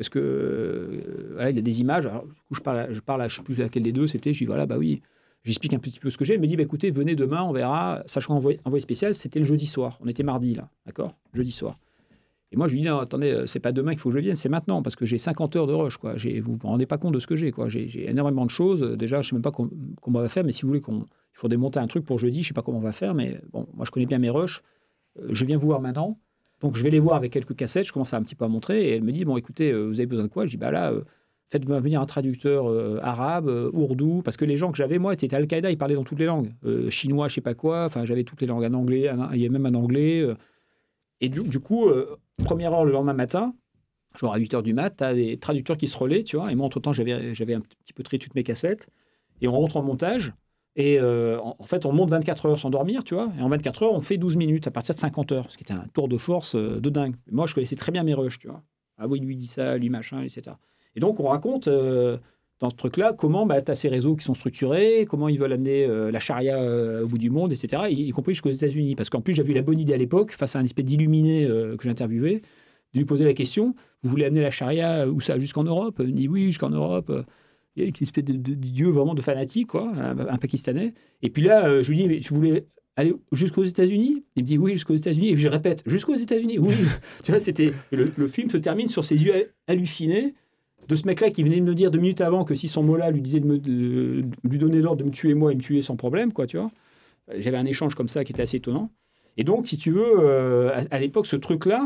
voilà, il y a des images. Alors, du coup, je parle à je ne sais plus laquelle des 2 c'était. Je dis voilà, bah oui, j'explique un petit peu ce que j'ai. Elle me dit bah, écoutez, venez demain, on verra. Sachant envoyé spécial, c'était le jeudi soir. On était mardi, là, d'accord ? Jeudi soir. Et moi, je lui dis non, attendez, c'est pas demain qu'il faut que je vienne, c'est maintenant, parce que j'ai 50 heures de rush, quoi. Vous ne vous rendez pas compte de ce que j'ai, quoi. J'ai énormément de choses. Déjà, je ne sais même pas comment on va faire, mais si vous voulez il faut démonter un truc pour jeudi, je ne sais pas comment on va faire, mais bon, moi, je connais bien mes rushs. Je viens vous voir maintenant. Donc, je vais les voir avec quelques cassettes, je commence un petit peu à montrer, et elle me dit, bon, écoutez, vous avez besoin de quoi ? Je dis, bah là, faites-moi venir un traducteur arabe, ourdou, parce que les gens que j'avais, moi, étaient Al-Qaïda, ils parlaient dans toutes les langues. Chinois, je sais pas quoi, enfin, j'avais toutes les langues, en anglais, il y a même un anglais. Et du coup, première heure le lendemain matin, genre à 8h du mat, tu as des traducteurs qui se relaient, tu vois, et moi, entre-temps, j'avais un petit peu trié toutes mes cassettes, et on rentre en montage. Et en fait, on monte 24 heures sans dormir, tu vois. Et en 24 heures, on fait 12 minutes à partir de 50 heures, ce qui était un tour de force de dingue. Moi, je connaissais très bien mes rushs, tu vois. Ah oui, lui dit ça, lui machin, etc. Et donc, on raconte dans ce truc-là comment tu as ces réseaux qui sont structurés, comment ils veulent amener la charia au bout du monde, etc., y compris jusqu'aux États-Unis. Parce qu'en plus, j'avais eu la bonne idée à l'époque, face à un espèce d'illuminé que j'interviewais, de lui poser la question, vous voulez amener la charia où ça, jusqu'en Europe ? Il me dit oui, jusqu'en Europe. Il y a une espèce de dieu vraiment de fanatique, quoi, un Pakistanais. Et puis là, je lui dis, mais tu voulais aller jusqu'aux États-Unis ? Il me dit, oui, jusqu'aux États-Unis. Et je répète, jusqu'aux États-Unis, oui. Tu vois, c'était le film se termine sur ces yeux hallucinés de ce mec-là qui venait de me dire 2 minutes avant que si son mollah lui disait de lui donner l'ordre de me tuer moi, il me tuait sans problème, quoi, tu vois. J'avais un échange comme ça qui était assez étonnant. Et donc, si tu veux, à l'époque, ce truc-là,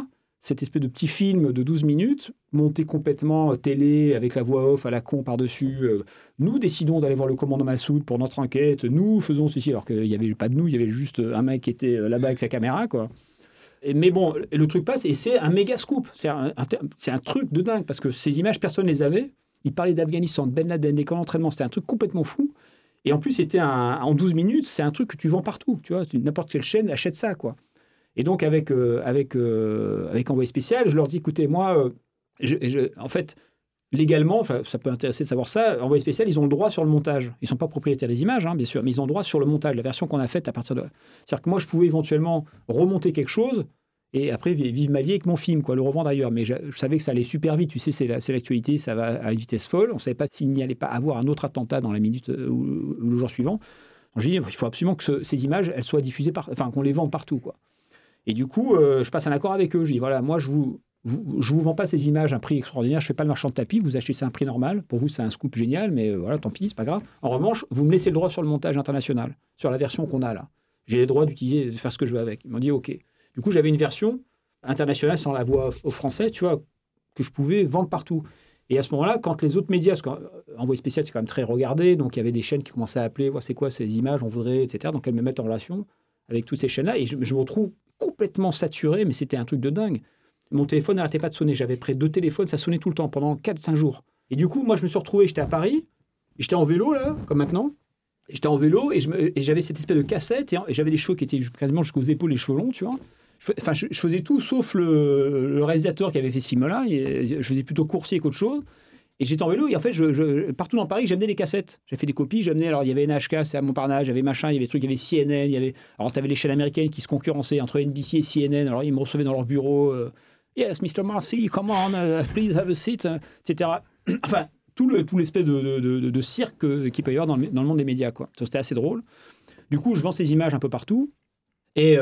cette espèce de petit film de 12 minutes, monté complètement télé, avec la voix off à la con par-dessus. Nous décidons d'aller voir le commandant Massoud pour notre enquête. Nous faisons ceci, alors qu'il n'y avait pas de nous, il y avait juste un mec qui était là-bas avec sa caméra, quoi. Mais bon, le truc passe et c'est un méga scoop. C'est un truc de dingue, parce que ces images, personne ne les avait. Ils parlaient d'Afghanistan, de Ben Laden, des camps d'entraînement. C'était un truc complètement fou. Et en plus, c'était en 12 minutes, c'est un truc que tu vends partout. Tu vois, n'importe quelle chaîne achète ça, quoi. Et donc, avec Envoyé spécial, je leur dis, écoutez, moi, en fait, légalement, ça peut intéresser de savoir ça, Envoyé spécial, ils ont le droit sur le montage. Ils ne sont pas propriétaires des images, hein, bien sûr, mais ils ont le droit sur le montage, la version qu'on a faite à partir de... C'est-à-dire que moi, je pouvais éventuellement remonter quelque chose et après vivre ma vie avec mon film, quoi, le revendre ailleurs. Mais je savais que ça allait super vite. Tu sais, c'est l'actualité, ça va à une vitesse folle. On ne savait pas s'il n'y allait pas avoir un autre attentat dans la minute ou le jour suivant. Donc, je dis, il faut absolument que ces images, elles soient diffusées, qu'on les vende partout, quoi. Et du coup, je passe un accord avec eux. Je dis, voilà, moi, je vous vends pas ces images à un prix extraordinaire. Je fais pas le marchand de tapis. Vous achetez ça à un prix normal. Pour vous, c'est un scoop génial, mais voilà, tant pis, c'est pas grave. En revanche, vous me laissez le droit sur le montage international, sur la version qu'on a là. J'ai le droit d'utiliser, de faire ce que je veux avec. Ils m'ont dit, OK. Du coup, j'avais une version internationale sans la voix au français, tu vois, que je pouvais vendre partout. Et à ce moment-là, quand les autres médias, parce qu'Envoyé spécial, c'est quand même très regardé, donc il y avait des chaînes qui commençaient à appeler, c'est quoi ces images, on voudrait, etc. Donc elles me mettent en relation avec toutes ces chaînes-là, et je me retrouve complètement saturé, mais c'était un truc de dingue. Mon téléphone n'arrêtait pas de sonner. J'avais près de 2 téléphones, ça sonnait tout le temps, pendant 4-5 jours. Et du coup, moi, je me suis retrouvé, j'étais à Paris, et j'étais en vélo, là, comme maintenant. Et j'étais en vélo, et j'avais cette espèce de cassette, et j'avais les cheveux qui étaient quasiment jusqu'aux épaules, les cheveux longs, tu vois. Je faisais tout, sauf le réalisateur qui avait fait ce film-là. Je faisais plutôt coursier qu'autre chose. Et j'étais en vélo, et en fait, partout dans Paris, j'amenais les cassettes. J'ai fait des copies, alors il y avait NHK, c'est à Montparnasse, j'avais machin, il y avait des trucs, il y avait CNN, alors tu avais les chaînes américaines qui se concurrençaient entre NBC et CNN, alors ils me recevaient dans leur bureau, Yes, Mr. Marcy, come on, please have a seat, etc. Enfin, tout l'espèce de cirque qu'il peut y avoir dans le monde des médias, quoi. C'était assez drôle. Du coup, je vends ces images un peu partout. Et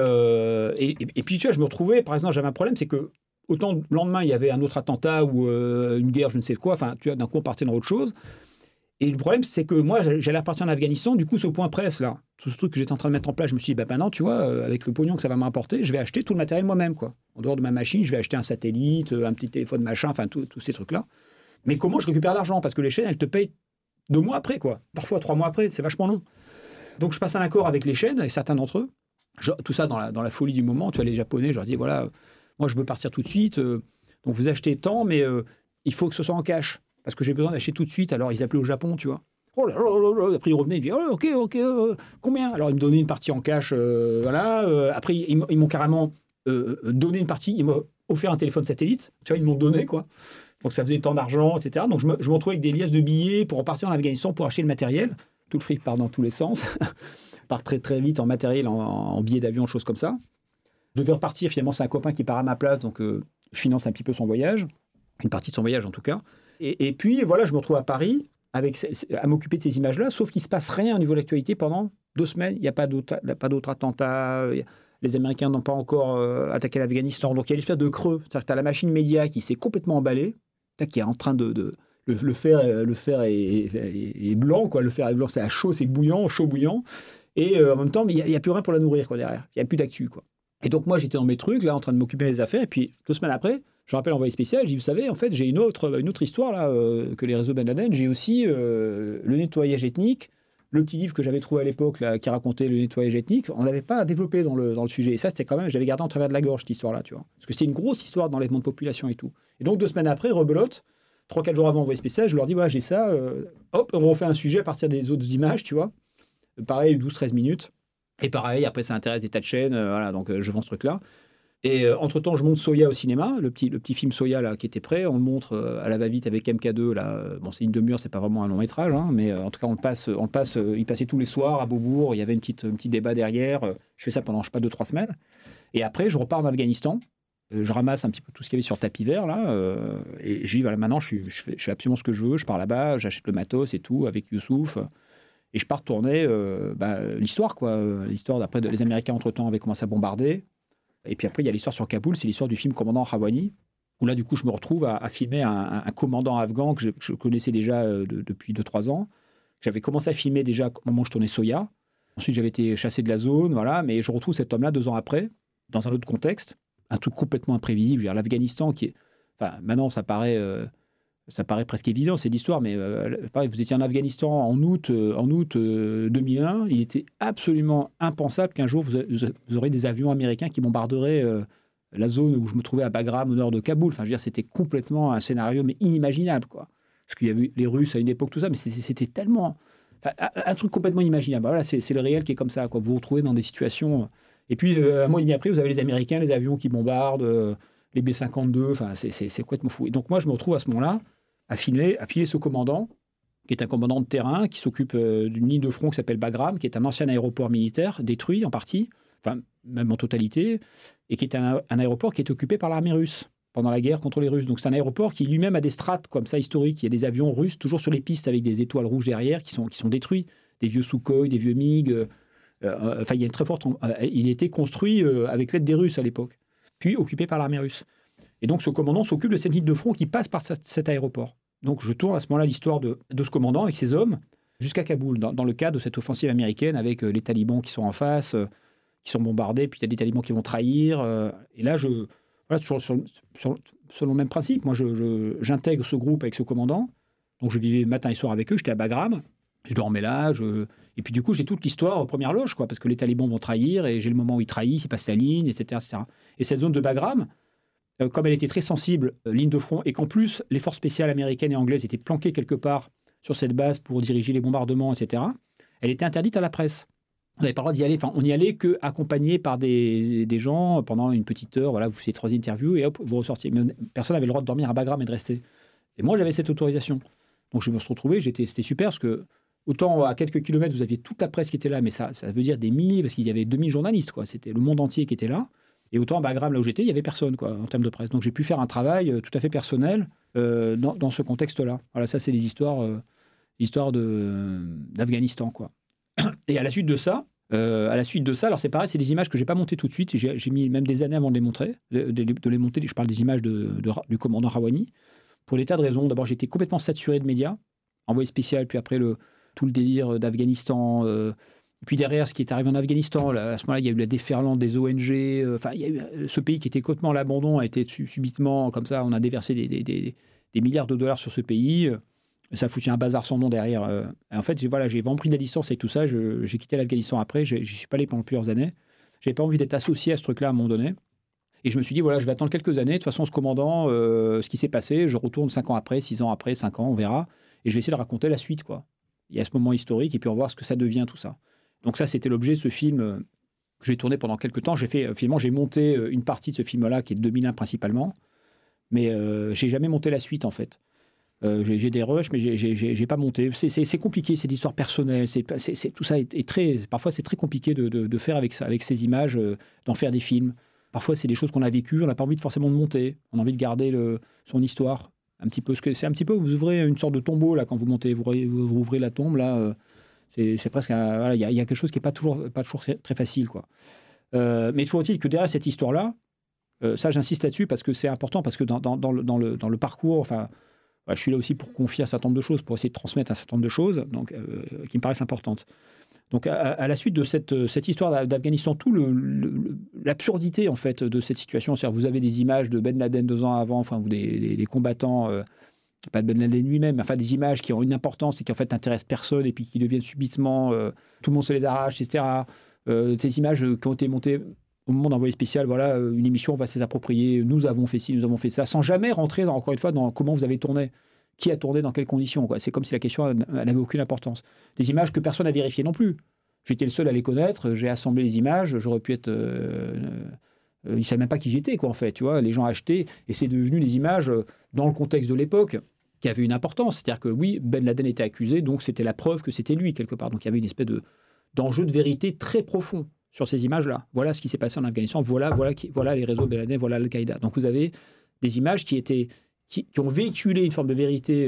puis, tu vois, je me retrouvais, par exemple, j'avais un problème, c'est que autant le lendemain, il y avait un autre attentat ou une guerre, je ne sais quoi. Enfin, tu vois, d'un coup, on partait dans autre chose. Et le problème, c'est que moi, j'allais partir en Afghanistan. Du coup, ce point presse, là, tout ce truc que j'étais en train de mettre en place, je me suis dit, maintenant, tu vois, avec le pognon que ça va me rapporter, je vais acheter tout le matériel moi-même, quoi. En dehors de ma machine, je vais acheter un satellite, un petit téléphone, machin, enfin, tous ces trucs-là. Mais comment je récupère l'argent? Parce que les chaînes, elles te payent 2 mois après, quoi. Parfois 3 mois après, c'est vachement long. Donc, je passe un accord avec les chaînes, avec certains d'entre eux. Tout ça dans la folie du moment. Tu vois, les Japonais, je leur dis, voilà, moi, je veux partir tout de suite. Donc, vous achetez tant, mais il faut que ce soit en cash. Parce que j'ai besoin d'acheter tout de suite. Alors, ils appelaient au Japon, tu vois. Oh là là là là. Après, ils revenaient, ils disaient, oh, OK, combien? Alors, ils me donnaient une partie en cash, voilà. Après, ils m'ont carrément donné une partie. Ils m'ont offert un téléphone satellite. Tu vois, ils m'ont donné, quoi. Donc, ça faisait tant d'argent, etc. Donc, je me retrouvais avec des liasses de billets pour repartir en Afghanistan pour acheter le matériel. Tout le fric part dans tous les sens. Part très, très vite en matériel, en billets d'avion, choses comme ça. Je devais repartir. Finalement, c'est un copain qui part à ma place. Donc, je finance un petit peu son voyage. Une partie de son voyage, en tout cas. Et puis, voilà, je me retrouve à Paris à m'occuper de ces images-là, sauf qu'il ne se passe rien au niveau de l'actualité pendant 2 semaines. Il n'y a pas d'autres attentats. Les Américains n'ont pas encore attaqué l'Afghanistan. Donc, il y a une espèce de creux. C'est-à-dire que tu as la machine média qui s'est complètement emballée, qui est en train le fer est blanc, quoi. Le fer est blanc, c'est à chaud, c'est bouillant, chaud bouillant. Et en même temps, il n'y a plus rien pour la nourrir, quoi, derrière. Il n'y a plus d'actu, quoi. Et donc, moi, j'étais dans mes trucs, là, en train de m'occuper des affaires. Et puis, 2 semaines après, je rappelle Envoyé spécial. Je dis, vous savez, en fait, j'ai une autre histoire, là, que les réseaux Ben Laden. J'ai aussi le nettoyage ethnique. Le petit livre que j'avais trouvé à l'époque, là, qui racontait le nettoyage ethnique, on ne l'avait pas développé dans le sujet. Et ça, c'était quand même, j'avais gardé en travers de la gorge, cette histoire-là, tu vois. Parce que c'était une grosse histoire d'enlèvement de population et tout. Et donc, 2 semaines après, rebelote, 3-4 jours avant Envoyé spécial, je leur dis, voilà, j'ai ça. Hop, on refait un sujet à partir des autres images, tu vois. Pareil, 12-13 minutes. Et pareil, après, ça intéresse des tas de chaînes. Voilà, donc je vends ce truc-là. Et entre-temps, je monte Soya au cinéma, le petit film Soya là, qui était prêt. On le montre à la va-vite avec MK2. Là. Bon, c'est une demi-heure, c'est pas vraiment un long métrage, hein, mais en tout cas, on le passe. Il passait tous les soirs à Beaubourg. Il y avait un petit débat derrière. Je fais ça pendant, je sais pas, 2-3 semaines. Et après, je repars en Afghanistan. Je ramasse un petit peu tout ce qu'il y avait sur tapis vert, là. Et je dis, voilà, maintenant, je fais absolument ce que je veux. Je pars là-bas, j'achète le matos et tout, avec Youssouf. Et je pars tourner l'histoire, quoi. L'histoire d'après, les Américains, entre-temps, avaient commencé à bombarder. Et puis après, il y a l'histoire sur Kaboul, c'est l'histoire du film Commandant Rawani, où là, du coup, je me retrouve à filmer un commandant afghan que je connaissais déjà depuis 2-3 ans. J'avais commencé à filmer déjà au moment où je tournais Soya. Ensuite, j'avais été chassé de la zone, voilà. Mais je retrouve cet homme-là 2 ans après, dans un autre contexte, un truc complètement imprévisible. Je veux dire, l'Afghanistan, maintenant, ça paraît presque évident, c'est l'histoire, mais pareil, vous étiez en Afghanistan en août 2001, il était absolument impensable qu'un jour, vous aurez des avions américains qui bombarderaient la zone où je me trouvais à Bagram, au nord de Kaboul. Enfin, je veux dire, c'était complètement un scénario, mais inimaginable, quoi. Parce qu'il y avait les Russes à une époque, tout ça, mais c'était tellement... un truc complètement inimaginable. Voilà, c'est le réel qui est comme ça, quoi. Vous vous retrouvez dans des situations... Et puis, un mois et demi après, vous avez les Américains, les avions qui bombardent, les B-52, enfin, c'est complètement fou. Et donc, moi, je me retrouve à ce moment-là à filer ce commandant, qui est un commandant de terrain, qui s'occupe d'une ligne de front qui s'appelle Bagram, qui est un ancien aéroport militaire, détruit en partie, enfin, même en totalité, et qui est un aéroport qui est occupé par l'armée russe pendant la guerre contre les Russes. Donc c'est un aéroport qui lui-même a des strates comme ça historiques. Il y a des avions russes toujours sur les pistes avec des étoiles rouges derrière qui sont détruits, des vieux Sukhoi, des vieux MiG. Enfin, il y a une très forte. Il a été construit avec l'aide des Russes à l'époque, puis occupé par l'armée russe. Et donc ce commandant s'occupe de cette ligne de front qui passe par cet aéroport. Donc je tourne à ce moment-là l'histoire de ce commandant avec ses hommes jusqu'à Kaboul, dans le cadre de cette offensive américaine avec les talibans qui sont en face, qui sont bombardés, puis il y a des talibans qui vont trahir. Et là, toujours selon le même principe, moi j'intègre ce groupe avec ce commandant. Donc je vivais matin et soir avec eux, j'étais à Bagram, je dormais là, et puis du coup j'ai toute l'histoire première loge, quoi, parce que les talibans vont trahir, et j'ai le moment où ils trahissent, ils passent la ligne, etc. etc. Et cette zone de Bagram, comme elle était très sensible, ligne de front, et qu'en plus les forces spéciales américaines et anglaises étaient planquées quelque part sur cette base pour diriger les bombardements, etc., elle était interdite à la presse. On n'avait pas le droit d'y aller. Enfin, on n'y allait qu'accompagné par des gens pendant une petite heure. Voilà, vous faisiez 3 interviews et hop, vous ressortiez. Mais personne n'avait le droit de dormir à Bagram et de rester. Et moi, j'avais cette autorisation. Donc, je me suis retrouvé. C'était super parce que, autant à quelques kilomètres, vous aviez toute la presse qui était là, mais ça veut dire des milliers, parce qu'il y avait 2000 journalistes, quoi. C'était le monde entier qui était là. Et autant à Bagram, là où j'étais, il n'y avait personne, quoi, en termes de presse. Donc, j'ai pu faire un travail tout à fait personnel dans ce contexte-là. Voilà, ça, c'est les histoires d'Afghanistan, quoi. Et à la suite de ça, alors c'est pareil, c'est des images que j'ai pas montées tout de suite. J'ai mis même des années avant de les montrer, de les monter. Je parle des images du commandant Rawani pour des tas de raisons. D'abord, j'étais complètement saturé de médias, envoyé spécial, puis après tout le délire d'Afghanistan. Et puis derrière, ce qui est arrivé en Afghanistan, là, à ce moment-là, il y a eu la déferlante des ONG. Enfin, il y a eu ce pays qui était complètement à l'abandon, a été subitement comme ça. On a déversé des milliards de dollars sur ce pays. Ça a foutu un bazar sans nom derrière. En fait, j'ai vraiment pris de la distance avec tout ça. J'ai quitté l'Afghanistan après. J'y suis pas allé pendant plusieurs années. J'avais pas envie d'être associé à ce truc-là à un moment donné. Et je me suis dit, voilà, je vais attendre quelques années. De toute façon, ce commandant, ce qui s'est passé, je retourne 5 ans après, 6 ans après, 5 ans, on verra. Et je vais essayer de raconter la suite, quoi. Il y a ce moment historique et puis on va voir ce que ça devient, tout ça. Donc ça, c'était l'objet de ce film que j'ai tourné pendant quelques temps. Finalement, j'ai monté une partie de ce film-là, qui est de 2001 principalement. Mais j'ai jamais monté la suite, en fait. J'ai des rushs, mais j'ai pas monté. C'est compliqué, c'est d'histoire personnelle. Tout ça est très... Parfois, c'est très compliqué de faire avec ces images, d'en faire des films. Parfois, c'est des choses qu'on a vécues, on n'a pas envie forcément de monter. On a envie de garder son histoire. Un petit peu, c'est un petit peu, vous ouvrez une sorte de tombeau, là, quand vous montez. Vous ouvrez la tombe, là. C'est presque... Voilà, il y a quelque chose qui n'est pas toujours très facile, quoi. Mais toujours est-il que derrière cette histoire-là, ça, j'insiste là-dessus, parce que c'est important, parce que dans le parcours... Enfin, je suis là aussi pour confier un certain nombre de choses, pour essayer de transmettre un certain nombre de choses donc, qui me paraissent importantes. Donc, à la suite de cette histoire d'Afghanistan, l'absurdité, en fait, de cette situation, c'est-à-dire vous avez des images de Ben Laden 2 ans avant, enfin, ou des combattants, pas de Ben Laden lui-même, mais enfin, des images qui ont une importance et qui, en fait, n'intéressent personne et puis qui deviennent subitement, tout le monde se les arrache, etc. Ces images qui ont été montées au moment d'envoyer spécial, voilà, une émission, on va se les approprier, nous avons fait ci, nous avons fait ça, sans jamais rentrer, encore une fois, dans comment vous avez tourné, qui a tourné, dans quelles conditions, quoi. C'est comme si la question n'avait aucune importance. Des images que personne n'a vérifiées non plus. J'étais le seul à les connaître, j'ai assemblé les images, j'aurais pu être... ils ne savaient même pas qui j'étais, quoi, en fait, tu vois, les gens achetaient, et c'est devenu des images, dans le contexte de l'époque, qui avaient une importance. C'est-à-dire que, oui, Ben Laden était accusé, donc c'était la preuve que c'était lui, quelque part. Donc il y avait une espèce d'enjeu de vérité très profond sur ces images-là. Voilà ce qui s'est passé en Afghanistan, voilà les réseaux Ben Laden, voilà Al-Qaïda. Donc vous avez des images qui ont véhiculé une forme de vérité,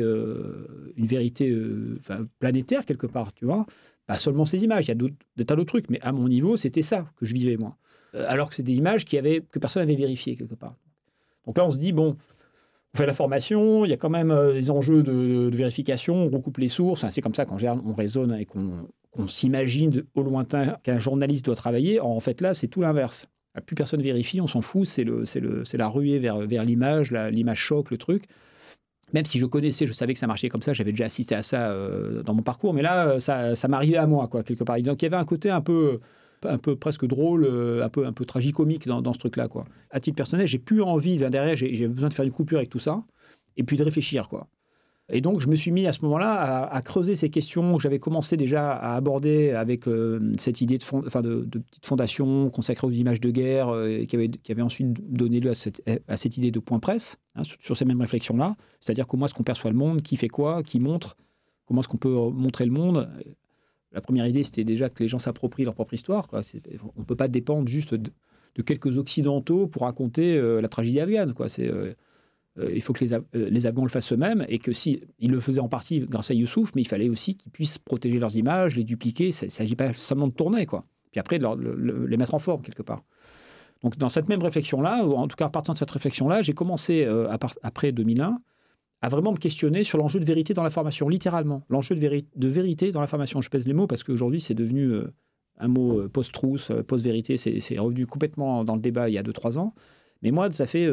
planétaire quelque part, tu vois. Pas seulement ces images, il y a des tas d'autres trucs, mais à mon niveau, c'était ça que je vivais, moi. Alors que c'est des images que personne n'avait vérifiées quelque part. Donc là, on se dit, bon, on fait la formation, il y a quand même des enjeux de vérification, on recoupe les sources, c'est comme ça qu'en général, on raisonne et qu'on s'imagine au lointain qu'un journaliste doit travailler. En fait, là, c'est tout l'inverse. Plus personne vérifie, on s'en fout, c'est la ruée vers l'image, l'image choc, le truc. Même si je savais que ça marchait comme ça, j'avais déjà assisté à ça dans mon parcours, mais là, ça m'arrivait à moi, quoi, quelque part. Donc il y avait un côté un peu presque drôle, un peu tragicomique dans ce truc-là, quoi. À titre personnel, j'ai plus envie, derrière, j'ai besoin de faire une coupure avec tout ça, et puis de réfléchir, quoi. Et donc, je me suis mis à ce moment-là à creuser ces questions que j'avais commencé déjà à aborder avec cette idée de petite fondation consacrée aux images de guerre qui avait ensuite donné lieu à cette idée de point presse, hein, sur ces mêmes réflexions-là. C'est-à-dire comment est-ce qu'on perçoit le monde, qui fait quoi, qui montre, comment est-ce qu'on peut montrer le monde. La première idée, c'était déjà que les gens s'approprient leur propre histoire, quoi. On ne peut pas dépendre juste de quelques Occidentaux pour raconter la tragédie afghane, quoi. Il faut que les Afghans le fassent eux-mêmes, et que si ils le faisaient en partie grâce à Youssouf, mais il fallait aussi qu'ils puissent protéger leurs images, les dupliquer. Il ne s'agit pas seulement de tourner, quoi. Puis après, les mettre en forme, quelque part. Donc, dans cette même réflexion-là, ou en tout cas, en partant de cette réflexion-là, j'ai commencé, après 2001, à vraiment me questionner sur l'enjeu de vérité dans l'information, littéralement. L'enjeu de vérité dans l'information. Je pèse les mots parce qu'aujourd'hui, c'est devenu un mot post-trousse, post-vérité. C'est revenu complètement dans le débat il y a 2-3 ans. Mais moi, ça fait,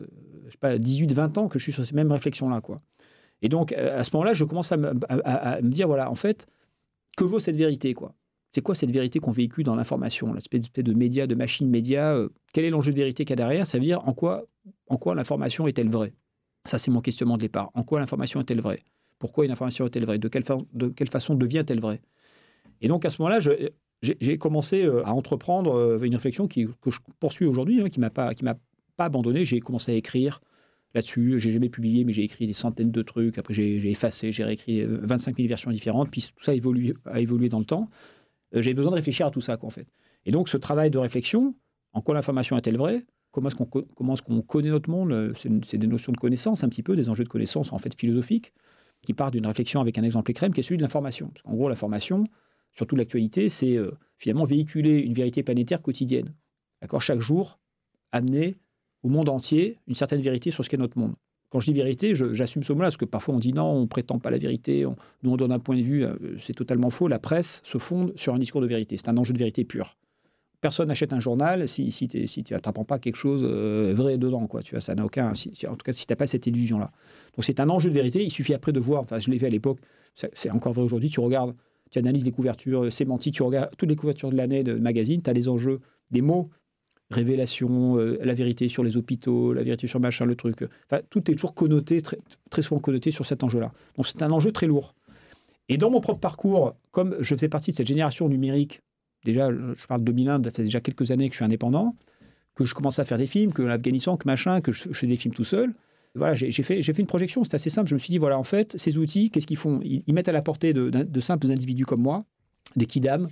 18-20 ans que je suis sur ces mêmes réflexions-là, quoi. Et donc, à ce moment-là, je commence à me dire, voilà, en fait, que vaut cette vérité, quoi? C'est quoi cette vérité qu'on véhicule dans l'information, l'espèce de média, de machine média? Quel est l'enjeu de vérité qu'il y a derrière? Ça veut dire en quoi l'information est-elle vraie? Ça, c'est mon questionnement de départ. En quoi l'information est-elle vraie? Pourquoi une information est-elle vraie? De quelle façon devient-elle vraie? Et donc, à ce moment-là, j'ai commencé à entreprendre une réflexion que je poursuis aujourd'hui, hein, qui m'a pas abandonné. J'ai commencé à écrire là-dessus. J'ai jamais publié, mais j'ai écrit des centaines de trucs. Après, j'ai effacé, j'ai réécrit 25 000 versions différentes. Puis tout ça a évolué dans le temps. J'ai besoin de réfléchir à tout ça, quoi, en fait. Et donc, ce travail de réflexion, en quoi l'information est-elle vraie? Comment est-ce qu'on connaît notre monde? C'est des notions de connaissance, un petit peu, des enjeux de connaissance, en fait, philosophiques, qui partent d'une réflexion avec un exemple extrême, qui est celui de l'information. En gros, l'information, surtout l'actualité, c'est finalement véhiculer une vérité planétaire quotidienne. D'accord? Chaque jour, amener au monde entier une certaine vérité sur ce qu'est notre monde. Quand je dis vérité, j'assume ce mot-là, parce que parfois on dit non, on ne prétend pas la vérité, nous on donne un point de vue, c'est totalement faux. La presse se fonde sur un discours de vérité, c'est un enjeu de vérité pur. Personne n'achète un journal si tu n'apprends pas quelque chose vrai dedans, quoi. Tu vois, ça n'a aucun... en tout cas, si tu n'as pas cette illusion-là. Donc c'est un enjeu de vérité, il suffit après de voir, enfin je l'ai fait à l'époque, c'est encore vrai aujourd'hui, tu regardes, tu analyses les couvertures sémantiques, tu regardes toutes les couvertures de l'année de magazines, tu as des enjeux, des mots, révélation, la vérité sur les hôpitaux, la vérité sur machin, le truc. Enfin, tout est toujours connoté, très souvent connoté sur cet enjeu-là. Donc c'est un enjeu très lourd. Et dans mon propre parcours, comme je faisais partie de cette génération numérique, déjà, je parle de 2001, ça fait déjà quelques années que je suis indépendant, que je commence à faire des films, que l'Afghanistan, que machin, que je fais des films tout seul. Voilà, j'ai fait une projection, c'est assez simple. Je me suis dit, voilà, en fait, ces outils, qu'est-ce qu'ils font? Ils mettent à la portée de simples individus comme moi, des kidams,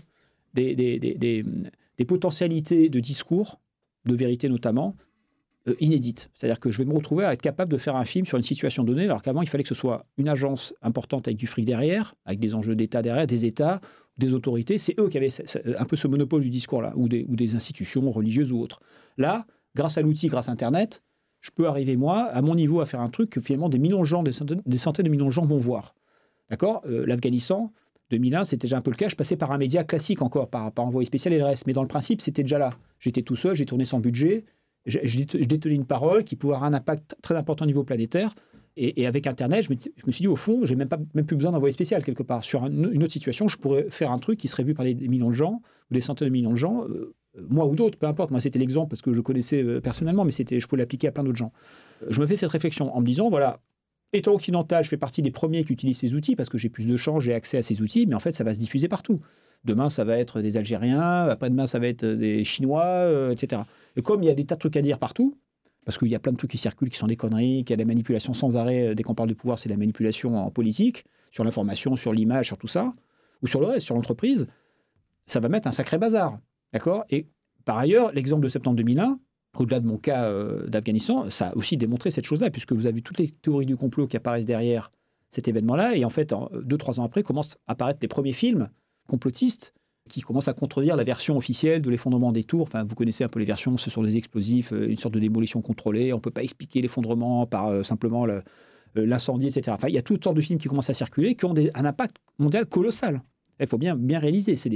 des potentialités de discours, de vérité notamment, inédites. C'est-à-dire que je vais me retrouver à être capable de faire un film sur une situation donnée, alors qu'avant, il fallait que ce soit une agence importante avec du fric derrière, avec des enjeux d'État derrière, des États, des autorités. C'est eux qui avaient un peu ce monopole du discours-là, ou des institutions religieuses ou autres. Là, grâce à l'outil, grâce à Internet, je peux arriver, moi, à mon niveau, à faire un truc que finalement des millions de gens, des centaines de millions de gens vont voir. D'accord? L'Afghanistan, 2001, c'était déjà un peu le cas. Je passais par un média classique encore, par envoyé spécial et le reste. Mais dans le principe, c'était déjà là. J'étais tout seul, j'ai tourné sans budget. Je détenais une parole qui pouvait avoir un impact très important au niveau planétaire. Et avec Internet, je me suis dit, au fond, je n'ai même plus besoin d'envoyé spécial quelque part. Sur une autre situation, je pourrais faire un truc qui serait vu par des millions de gens, ou des centaines de millions de gens, moi ou d'autres, peu importe. Moi, c'était l'exemple parce que je connaissais personnellement, mais je pouvais l'appliquer à plein d'autres gens. Je me fais cette réflexion en me disant, voilà, étant occidental, je fais partie des premiers qui utilisent ces outils parce que j'ai plus de chance, j'ai accès à ces outils, mais en fait, ça va se diffuser partout. Demain, ça va être des Algériens, après-demain, ça va être des Chinois, etc. Et comme il y a des tas de trucs à dire partout, parce qu'il y a plein de trucs qui circulent qui sont des conneries, qu'il y a des manipulations sans arrêt, dès qu'on parle de pouvoir, c'est de la manipulation en politique, sur l'information, sur l'image, sur tout ça, ou sur le reste, sur l'entreprise, ça va mettre un sacré bazar. D'accord? Et par ailleurs, l'exemple de septembre 2001, au-delà de mon cas d'Afghanistan, ça a aussi démontré cette chose-là, puisque vous avez toutes les théories du complot qui apparaissent derrière cet événement-là, et en fait, 2-3 ans après, commencent à apparaître les premiers films complotistes qui commencent à contredire la version officielle de l'effondrement des tours. Enfin, vous connaissez un peu les versions, ce sont des explosifs, une sorte de démolition contrôlée, on ne peut pas expliquer l'effondrement par simplement l'incendie, etc. Enfin, il y a toutes sortes de films qui commencent à circuler, qui ont un impact mondial colossal. Il faut bien réaliser, c'est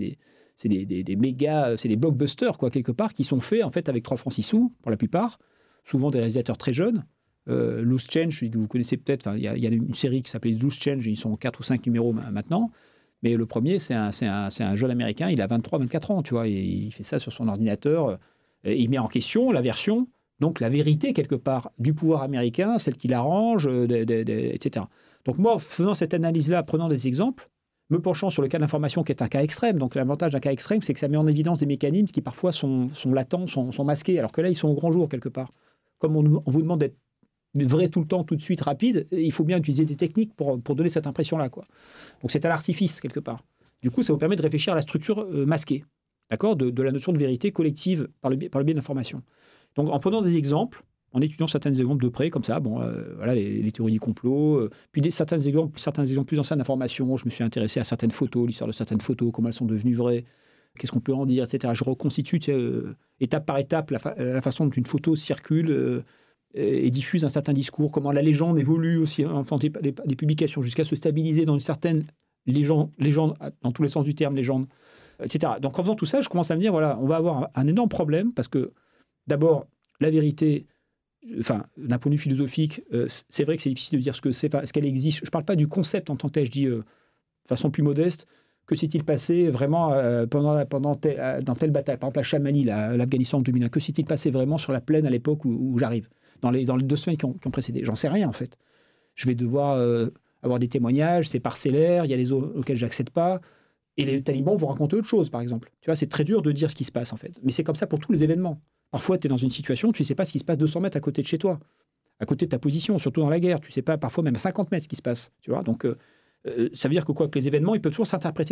des méga, c'est des blockbusters, quoi, quelque part, qui sont faits, en fait, avec 3 francs 6 sous, pour la plupart, souvent des réalisateurs très jeunes. Loose Change, que vous connaissez peut-être, il y a une série qui s'appelait Loose Change, ils sont 4 ou 5 numéros maintenant, mais le premier, c'est un jeune Américain, il a 23-24 ans, tu vois, et il fait ça sur son ordinateur, et il met en question la version, donc la vérité, quelque part, du pouvoir américain, celle qui l'arrange, etc. Donc moi, faisant cette analyse-là, prenant des exemples, me penchant sur le cas d'information qui est un cas extrême, donc l'avantage d'un cas extrême, c'est que ça met en évidence des mécanismes qui parfois sont latents, sont masqués, alors que là, ils sont au grand jour, quelque part. Comme on vous demande d'être vrai tout le temps, tout de suite, rapide, il faut bien utiliser des techniques pour donner cette impression-là, quoi. Donc c'est à l'artifice, quelque part. Du coup, ça vous permet de réfléchir à la structure masquée, d'accord, de la notion de vérité collective par le biais d'information. Donc en prenant des exemples, en étudiant certains exemples de près, comme ça, voilà, les théories du complot, puis certains exemples plus anciens d'information, je me suis intéressé à certaines photos, l'histoire de certaines photos, comment elles sont devenues vraies, qu'est-ce qu'on peut en dire, etc. Je reconstitue étape par étape la façon dont une photo circule et diffuse un certain discours, comment la légende évolue aussi, enfin, des publications, jusqu'à se stabiliser dans une certaine légende, dans tous les sens du terme, légende, etc. Donc en faisant tout ça, je commence à me dire, voilà, on va avoir un énorme problème, parce que d'abord, la vérité, enfin, d'un point de vue philosophique, c'est vrai que c'est difficile de dire ce que c'est, ce qu'elle existe. Je ne parle pas du concept en tant que tel, je dis de façon plus modeste, que s'est-il passé vraiment dans telle bataille, par exemple la Chamali, l'Afghanistan en 2001, que s'est-il passé vraiment sur la plaine à l'époque où j'arrive, dans les 2 semaines qui ont précédé. J'en sais rien, en fait. Je vais devoir avoir des témoignages, c'est parcellaire, il y a les autres auxquels je n'accède pas, et les talibans vont raconter autre chose, par exemple. Tu vois, c'est très dur de dire ce qui se passe, en fait. Mais c'est comme ça pour tous les événements. Parfois, tu es dans une situation, tu ne sais pas ce qui se passe 200 mètres à côté de chez toi, à côté de ta position, surtout dans la guerre. Tu ne sais pas, parfois même à 50 mètres, ce qui se passe. Tu vois, donc, ça veut dire que les événements, ils peuvent toujours s'interpréter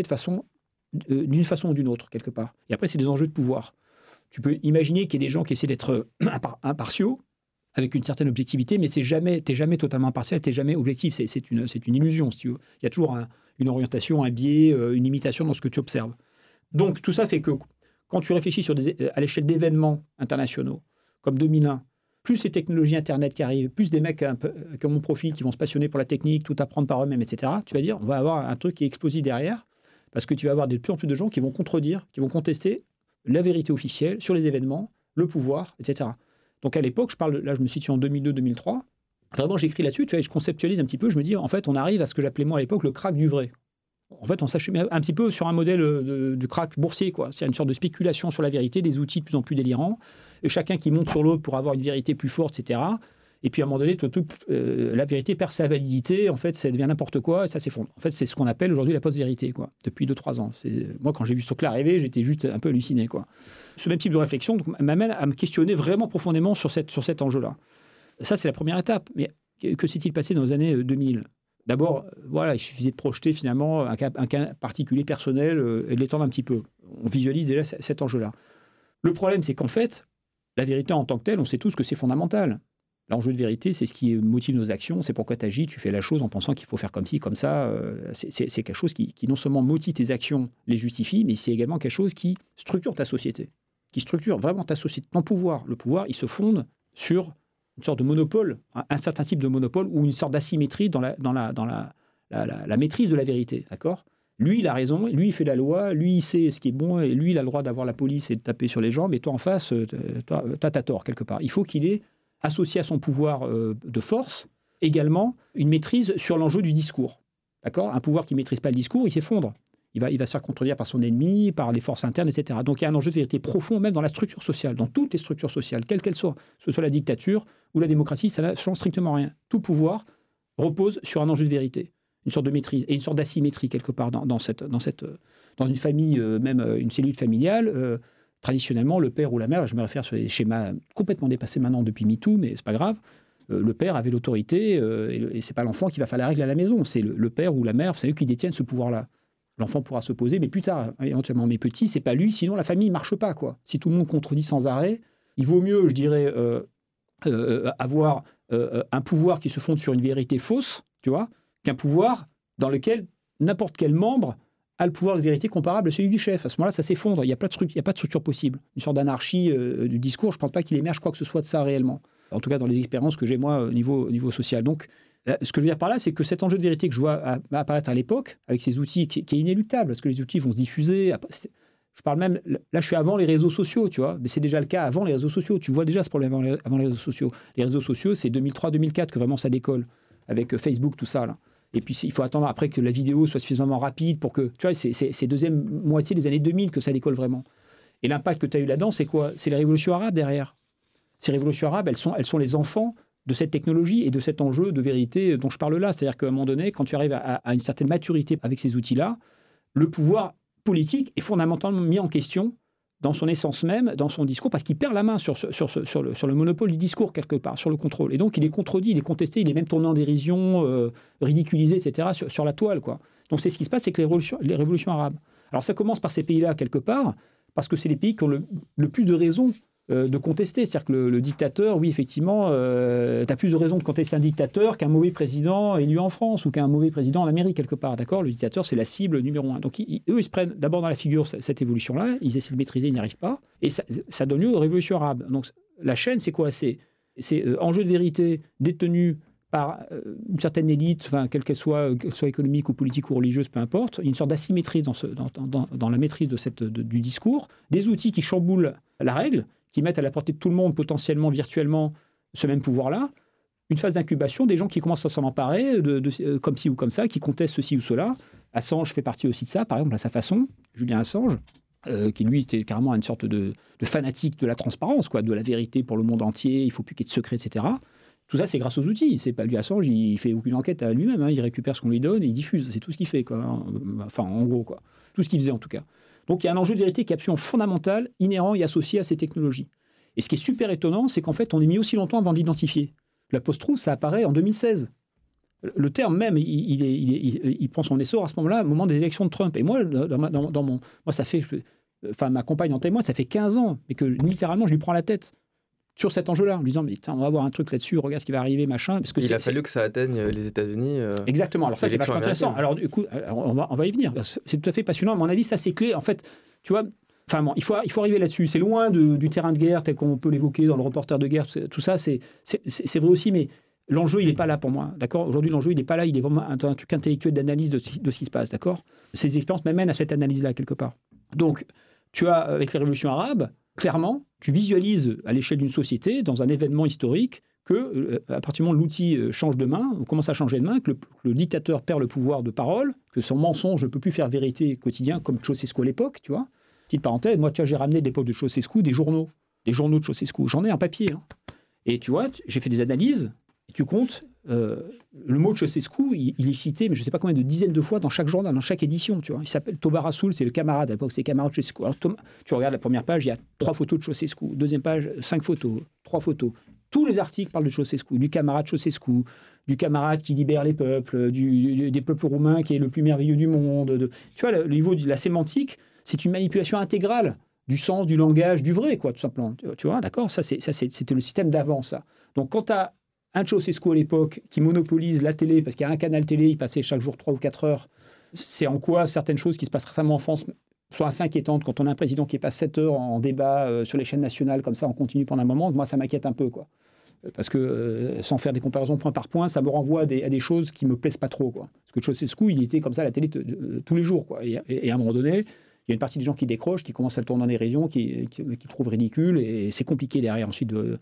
d'une façon ou d'une autre, quelque part. Et après, c'est des enjeux de pouvoir. Tu peux imaginer qu'il y a des gens qui essaient d'être impartiaux, avec une certaine objectivité, mais t'es jamais totalement impartial, t'es jamais objectif. C'est une illusion, si tu veux. Il y a toujours une orientation, un biais, une imitation dans ce que tu observes. Donc, tout ça fait que quand tu réfléchis à l'échelle d'événements internationaux, comme 2001, plus les technologies Internet qui arrivent, plus des mecs qui ont mon profil, qui vont se passionner pour la technique, tout apprendre par eux-mêmes, etc., tu vas dire, on va avoir un truc qui est explosif derrière, parce que tu vas avoir de plus en plus de gens qui vont contredire, qui vont contester la vérité officielle sur les événements, le pouvoir, etc. Donc à l'époque, je me situe en 2002-2003, vraiment j'écris là-dessus, tu vois, je conceptualise un petit peu, je me dis, en fait, on arrive à ce que j'appelais moi à l'époque le crack du vrai. En fait, on s'achemine un petit peu sur un modèle de crack boursier, quoi. C'est une sorte de spéculation sur la vérité, des outils de plus en plus délirants, et chacun qui monte sur l'autre pour avoir une vérité plus forte, etc. Et puis à un moment donné, la vérité perd sa validité, en fait, ça devient n'importe quoi, et ça s'effondre. En fait, c'est ce qu'on appelle aujourd'hui la post-vérité, quoi, depuis 2-3 ans. Moi, quand j'ai vu ce truc-là arriver, j'étais juste un peu halluciné, quoi. Ce même type de réflexion m'amène à me questionner vraiment profondément sur cet enjeu-là. Ça, c'est la première étape. Mais que s'est-il passé dans les années 2000 ? D'abord, voilà, il suffisait de projeter finalement un cas particulier personnel et de l'étendre un petit peu. On visualise déjà cet enjeu-là. Le problème, c'est qu'en fait, la vérité en tant que telle, on sait tous que c'est fondamental. L'enjeu de vérité, c'est ce qui motive nos actions, c'est pourquoi tu agis, tu fais la chose en pensant qu'il faut faire comme ci, comme ça. C'est quelque chose qui non seulement motive tes actions, les justifie, mais c'est également quelque chose qui structure ta société, qui structure vraiment ta société, ton pouvoir. Le pouvoir, il se fonde sur une sorte de monopole, un certain type de monopole ou une sorte d'asymétrie dans la maîtrise de la vérité, d'accord ? Lui, il a raison, lui, il fait la loi, lui, il sait ce qui est bon, et lui, il a le droit d'avoir la police et de taper sur les gens, mais toi, en face, t'as tort, quelque part. Il faut qu'il ait associé à son pouvoir de force, également, une maîtrise sur l'enjeu du discours, d'accord ? Un pouvoir qui ne maîtrise pas le discours, il s'effondre. Il va se faire contredire par son ennemi, par les forces internes, etc. Donc il y a un enjeu de vérité profond, même dans la structure sociale, dans toutes les structures sociales, quelles qu'elles soient, que ce soit la dictature ou la démocratie, ça ne change strictement rien. Tout pouvoir repose sur un enjeu de vérité, une sorte de maîtrise et une sorte d'asymétrie quelque part dans une famille, même une cellule familiale. Traditionnellement, le père ou la mère, je me réfère sur des schémas complètement dépassés maintenant depuis MeToo, mais c'est pas grave. Le père avait l'autorité et c'est pas l'enfant qui va faire la règle à la maison, c'est le père ou la mère, c'est eux qui détiennent ce pouvoir-là. L'enfant pourra s'opposer, mais plus tard, éventuellement. Mais petit, c'est pas lui, sinon la famille ne marche pas, quoi. Si tout le monde contredit sans arrêt, il vaut mieux, je dirais, avoir un pouvoir qui se fonde sur une vérité fausse, tu vois, qu'un pouvoir dans lequel n'importe quel membre a le pouvoir de vérité comparable à celui du chef. À ce moment-là, ça s'effondre. Il n'y a pas de structure possible. Une sorte d'anarchie du discours, je ne pense pas qu'il émerge quoi que ce soit de ça réellement. En tout cas, dans les expériences que j'ai, moi, au niveau social. Donc, ce que je veux dire par là, c'est que cet enjeu de vérité que je vois apparaître à l'époque, avec ces outils, qui est inéluctable, parce que les outils vont se diffuser. Je parle même, là je suis avant les réseaux sociaux, tu vois, mais c'est déjà le cas avant les réseaux sociaux. Tu vois déjà ce problème avant les réseaux sociaux. Les réseaux sociaux, c'est 2003-2004 que vraiment ça décolle, avec Facebook, tout ça, là. Et puis il faut attendre après que la vidéo soit suffisamment rapide pour que, tu vois, c'est deuxième moitié des années 2000 que ça décolle vraiment. Et l'impact que tu as eu là-dedans, c'est quoi? C'est les révolutions arabes derrière. Ces révolutions arabes, elles sont les enfants de cette technologie et de cet enjeu de vérité dont je parle là. C'est-à-dire qu'à un moment donné, quand tu arrives à une certaine maturité avec ces outils-là, le pouvoir politique est fondamentalement mis en question dans son essence même, dans son discours, parce qu'il perd la main sur le monopole du discours quelque part, sur le contrôle. Et donc il est contredit, il est contesté, il est même tourné en dérision, ridiculisé, etc., sur la toile, quoi. Donc c'est ce qui se passe avec les révolutions arabes. Alors ça commence par ces pays-là quelque part, parce que c'est les pays qui ont le plus de raisons de contester. C'est-à-dire que le dictateur, oui, effectivement, tu as plus de raisons de contester un dictateur qu'un mauvais président élu en France ou qu'un mauvais président en Amérique, quelque part. D'accord ? Le dictateur, c'est la cible numéro 1. Donc, eux, ils se prennent d'abord dans la figure cette évolution-là, ils essaient de maîtriser, ils n'y arrivent pas. Et ça donne lieu aux révolutions arabes. Donc, la chaîne, c'est quoi ? C'est enjeu de vérité détenu par une certaine élite, quelle qu'elle soit économique ou politique ou religieuse, peu importe, une sorte d'asymétrie dans la maîtrise du discours, des outils qui chamboulent la règle, qui mettent à la portée de tout le monde, potentiellement, virtuellement, ce même pouvoir-là, une phase d'incubation, des gens qui commencent à s'en emparer, comme ci ou comme ça, qui contestent ceci ou cela. Assange fait partie aussi de ça, par exemple, à sa façon, Julian Assange, qui lui était carrément une sorte de fanatique de la transparence, quoi, de la vérité pour le monde entier, il ne faut plus qu'il y ait de secrets, etc. Tout ça, c'est grâce aux outils. C'est pas lui, Assange, il fait aucune enquête à lui-même, hein, il récupère ce qu'on lui donne et il diffuse. C'est tout ce qu'il fait, quoi. Enfin, en gros, quoi. Tout ce qu'il faisait, en tout cas. Donc, il y a un enjeu de vérité qui est absolument fondamental, inhérent et associé à ces technologies. Et ce qui est super étonnant, c'est qu'en fait, on est mis aussi longtemps avant de l'identifier. La post-truth, ça apparaît en 2016. Le terme même, il prend son essor à ce moment-là, au moment des élections de Trump. Et moi, moi ça fait... Enfin, ma compagne en témoigne, ça fait 15 ans, mais que littéralement, je lui prends la tête sur cet enjeu-là, en lui disant, mais on va avoir un truc là-dessus, regarde ce qui va arriver, machin. Parce que il a fallu que ça atteigne les États-Unis. Exactement, alors ça, c'est vachement intéressant. Alors, du coup, on va y venir. C'est tout à fait passionnant. À mon avis, ça, c'est clé. En fait, tu vois, bon, il faut arriver là-dessus. C'est loin du terrain de guerre, tel qu'on peut l'évoquer dans le reporter de guerre. Tout ça, c'est vrai aussi, mais l'enjeu, il n'est pas là pour moi. D'accord ? Aujourd'hui, l'enjeu, il n'est pas là. Il est vraiment un truc intellectuel d'analyse de ce qui se passe. D'accord ? Ces expériences m'amènent à cette analyse-là, quelque part. Donc, tu as, avec les révolutions arabes, clairement, tu visualises à l'échelle d'une société, dans un événement historique, que à partir du moment où l'outil change de main, on commence à changer de main, que le dictateur perd le pouvoir de parole, que son mensonge ne peut plus faire vérité quotidien, comme Ceausescu à l'époque, tu vois. Petite parenthèse, moi, tu vois, j'ai ramené de l'époque de Ceausescu des journaux de Ceausescu. J'en ai un papier. Hein. Et tu vois, j'ai fait des analyses, et tu comptes, le mot de Ceausescu, il est cité, mais je ne sais pas combien de dizaines de fois dans chaque journal, dans chaque édition. Tu vois. Il s'appelle Toba Rassoul, c'est le camarade. À l'époque, c'est le camarade de Ceausescu. Alors, tu regardes la première page, il y a 3 photos de Ceausescu. Deuxième page, 5 photos, 3 photos. Tous les articles parlent de Ceausescu, du camarade Ceausescu, du camarade qui libère les peuples, des peuples roumains qui est le plus merveilleux du monde. Tu vois, le niveau de la sémantique, c'est une manipulation intégrale du sens, du langage, du vrai, quoi, tout simplement. Tu vois, d'accord ? C'était le système d'avant, ça. Donc, quand tu as un Ceausescu à l'époque qui monopolise la télé, parce qu'il y a un canal télé, il passait chaque jour 3 ou 4 heures, c'est en quoi certaines choses qui se passent récemment en France sont assez inquiétantes quand on a un président qui passe 7 heures en débat sur les chaînes nationales, comme ça, on continue pendant un moment. Moi, ça m'inquiète un peu, quoi. Parce que, sans faire des comparaisons point par point, ça me renvoie à des choses qui ne me plaisent pas trop, quoi. Parce que Ceausescu, il était comme ça à la télé tous les jours, quoi. Et à un moment donné, il y a une partie des gens qui décrochent, qui commencent à le tourner en dérision, qui le trouvent ridicule, et c'est compliqué derrière ensuite de